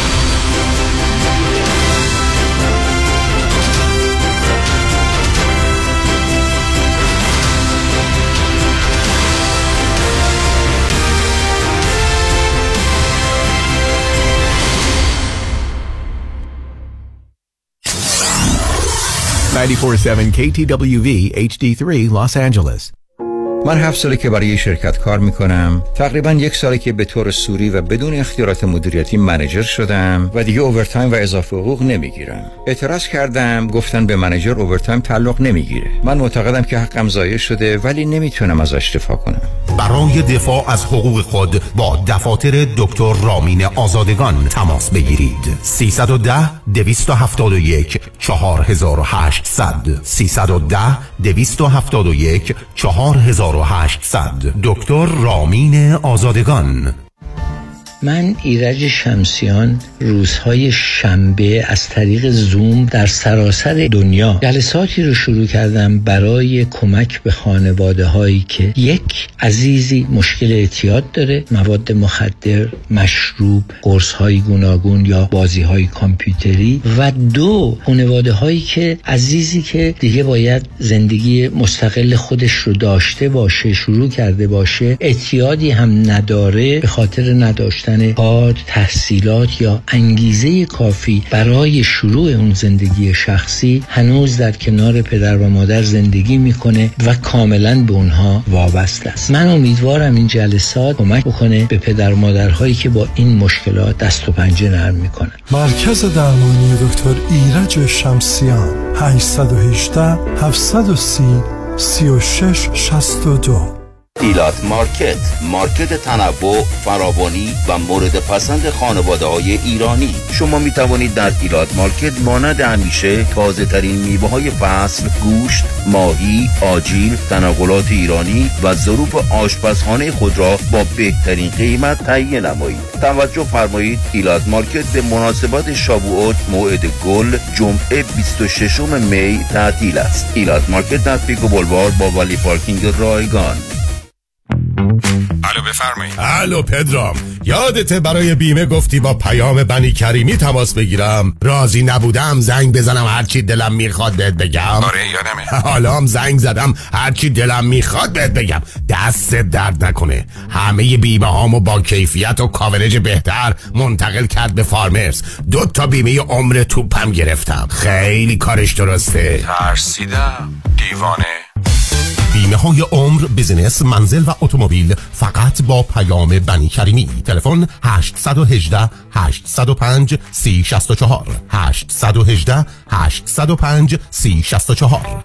نود و چهار ممیز هفت کی تی دبلیو وی اچ دی سه Los Angeles. من هفت ساله که برای شرکت کار میکنم. تقریبا یک ساله که به طور سوری و بدون اختیارات مدیریتی منیجر شدم و دیگه اوورتایم و اضافه حقوق نمیگیرم. اعتراض کردم، گفتن به منیجر اوورتایم تعلق نمیگیره. من معتقدم که حقم ضایع شده ولی نمیتونم ازش دفاع کنم. برای دفاع از حقوق خود با دفاتر دکتر رامین آزادگان تماس بگیرید. سیصد و ده دویست و هفتاد و یک چهار هزار و هشتصد سیصد و ده دویست و هفتاد و یک چهار هزار و هشتصد. دکتر رامین آزادگان. من ایرج شمسیان روزهای شنبه از طریق زوم در سراسر دنیا جلساتی رو شروع کردم برای کمک به خانواده هایی که یک عزیزی مشکل اعتیاد داره، مواد مخدر، مشروب، قرص های گوناگون یا بازی های کامپیوتری، و دو خانواده هایی که عزیزی که دیگه باید زندگی مستقل خودش رو داشته باشه، شروع کرده باشه، اعتیادی هم نداره، به خاطر نداشتن کار، تحصیلات یا انگیزه کافی برای شروع اون زندگی شخصی هنوز در کنار پدر و مادر زندگی میکنه و کاملا به اونها وابسته است. من امیدوارم این جلسات کمک بکنه به پدر و مادرهایی که با این مشکلات دست و پنجه نرم میکنن. مرکز درمانی دکتر ایرج شمسیان هشت یک هشت هفت سه صفر سه شش شش دو. ایلات مارکت، مارکت تنوع، فراوانی و مورد پسند خانواده های ایرانی. شما می توانید در ایلات مارکت مانند همیشه تازه ترین میوه های فصل، گوشت، ماهی، آجیل، تنقلات ایرانی و ظروف آشپزخانه خود را با بهترین قیمت تهیه نمایید. توجه فرمایید، ایلات مارکت به مناسبت شابوئات موعد گل جمعه بیست و ششم می تعطیل است. ایلات مارکت در پیکو بولوار با ولی پارکینگ رایگان. الو بفرمایید. الو پدرام، یادته برای بیمه گفتی با پیام بنی کریمی تماس بگیرم؟ راضی نبودم زنگ بزنم هرچی دلم میخواد بهت بگم. آره یادمه. حالا هم زنگ زدم هرچی دلم میخواد بهت بگم. دست درد نکنه، همه بیمه هامو با کیفیت و کاورج بهتر منتقل کرد به فارمرز. دو تا بیمه عمر توپم گرفتم. خیلی کارش درسته. ترسیدم دیوانه. بیمه های عمر، بزنس، منزل و اتومبیل فقط با پیام بنی کریمی. تلفن هشت یک هشت هشت صفر پنج سه شش چهار هشت یک هشت هشت صفر پنج سه شش چهار.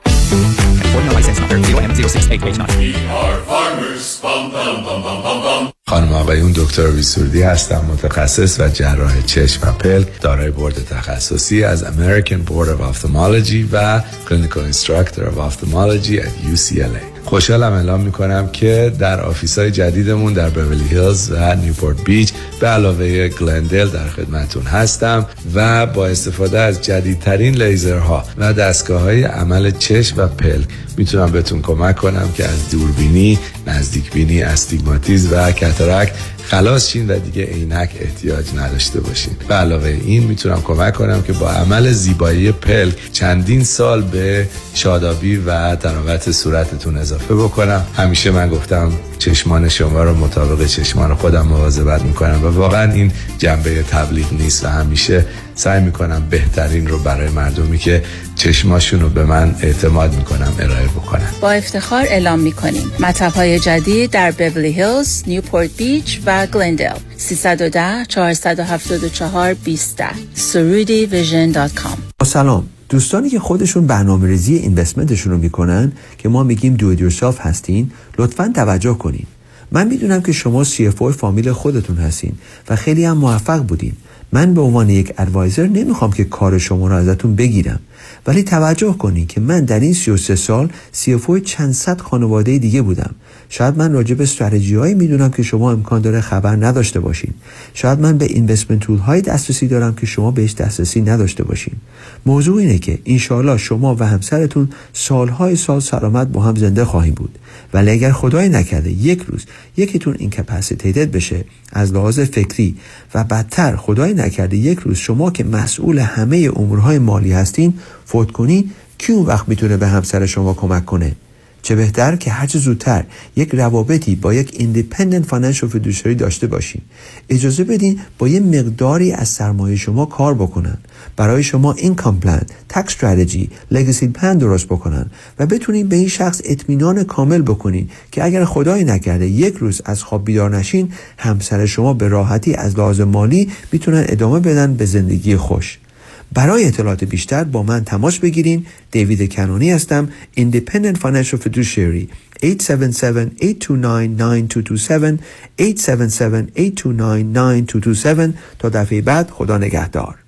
خانم آقایون، دکتر ویسوردی هستم، متخصص و جراح چشم و پلک، دارای بورد تخصصی از American Board of Ophthalmology و Clinical Instructor of Ophthalmology at یو سی ال ای. خوشحالم اعلام میکنم که در آفیس‌های جدیدمون در بیولی هیلز و نیوپورت بیچ به علاوه گلندل در خدمتون هستم و با استفاده از جدیدترین لیزرها و دستگاه‌های عمل چشم و پلک میتونم بهتون کمک کنم که از دوربینی، نزدیکبینی، استیگماتیسم و کاتاراکت خلاص شین و دیگه عینک احتیاج نداشته باشین. به علاوه این میتونم کمک کنم که با عمل زیبایی پلک چندین سال به شادابی و تراوت صورتتون اضافه بکنم. همیشه من گفتم چشمان شما رو مطابق چشمان خودم مواظبت میکنم و واقعا این جنبه تبلیغ نیست و همیشه سعی میکنم بهترین رو برای مردمی که چشماشون رو به من اعتماد میکنم ارائه بکنم. با افتخار اعلام میکنیم مطب‌های جدید در بیولی هیلز، نیوپورت بیچ و گلندل. سیصد و ده چهارصد و هفتاد و چهار بیست سرودی ویژن دات کام. سلام دوستانی که خودشون برنامه‌ریزی اینوستمنتشون رو میکنن که ما میگیم دو ایت یورسلف هستین، لطفاً توجه کنین. من میدونم که شما سی اف او فامیل خودتون هستین و خیلی هم موفق بودین. من به عنوان یک ادوایزر نمیخوام که کار شما رو ازتون بگیرم، ولی توجه کنین که من در این سی و سه سال سی اف او چند صد خانواده دیگه بودم. شاید من راجع به استراتژی هایی میدونم که شما امکان داره خبر نداشته باشین. شاید من به اینوستمنت تول های دسترسی دارم که شما بهش دسترسی نداشته باشین. موضوع اینه که انشالله شما و همسرتون سالهای سال سلامت با هم زنده خواهیم بود. ولی اگر خدای نکرده یک روز یکیتون اینکپاسیتیتد بشه از لحاظ فکری و بدتر خدای نکرده یک روز شما که مسئول همه امورهای مالی هستین فوت کنین، کی اون وقت میتونه به همسر شما کمک کنه؟ چه بهتر که هرچه زودتر یک روابطی با یک ایندیپندنت فینانشال فیدوشری داشته باشین. اجازه بدین با یه مقداری از سرمایه شما کار بکنن، برای شما اینکام پلان، تکس استراتژی، لگاسی پلان درست بکنن و بتونین به این شخص اطمینان کامل بکنین که اگر خدای نکرده یک روز از خواب بیدار نشین، همسر شما به راحتی از لحاظ مالی میتونن ادامه بدن به زندگی خوش. برای اطلاعات بیشتر با من تماس بگیرین. دیوید کنانی هستم، Independent Financial Fiduciary. هشت هفت هفت، هشت دو نه، نه دو دو هفت هشت هفت هفت، هشت دو نه، نه دو دو هفت. تا دفعه بعد، خدا نگهدار.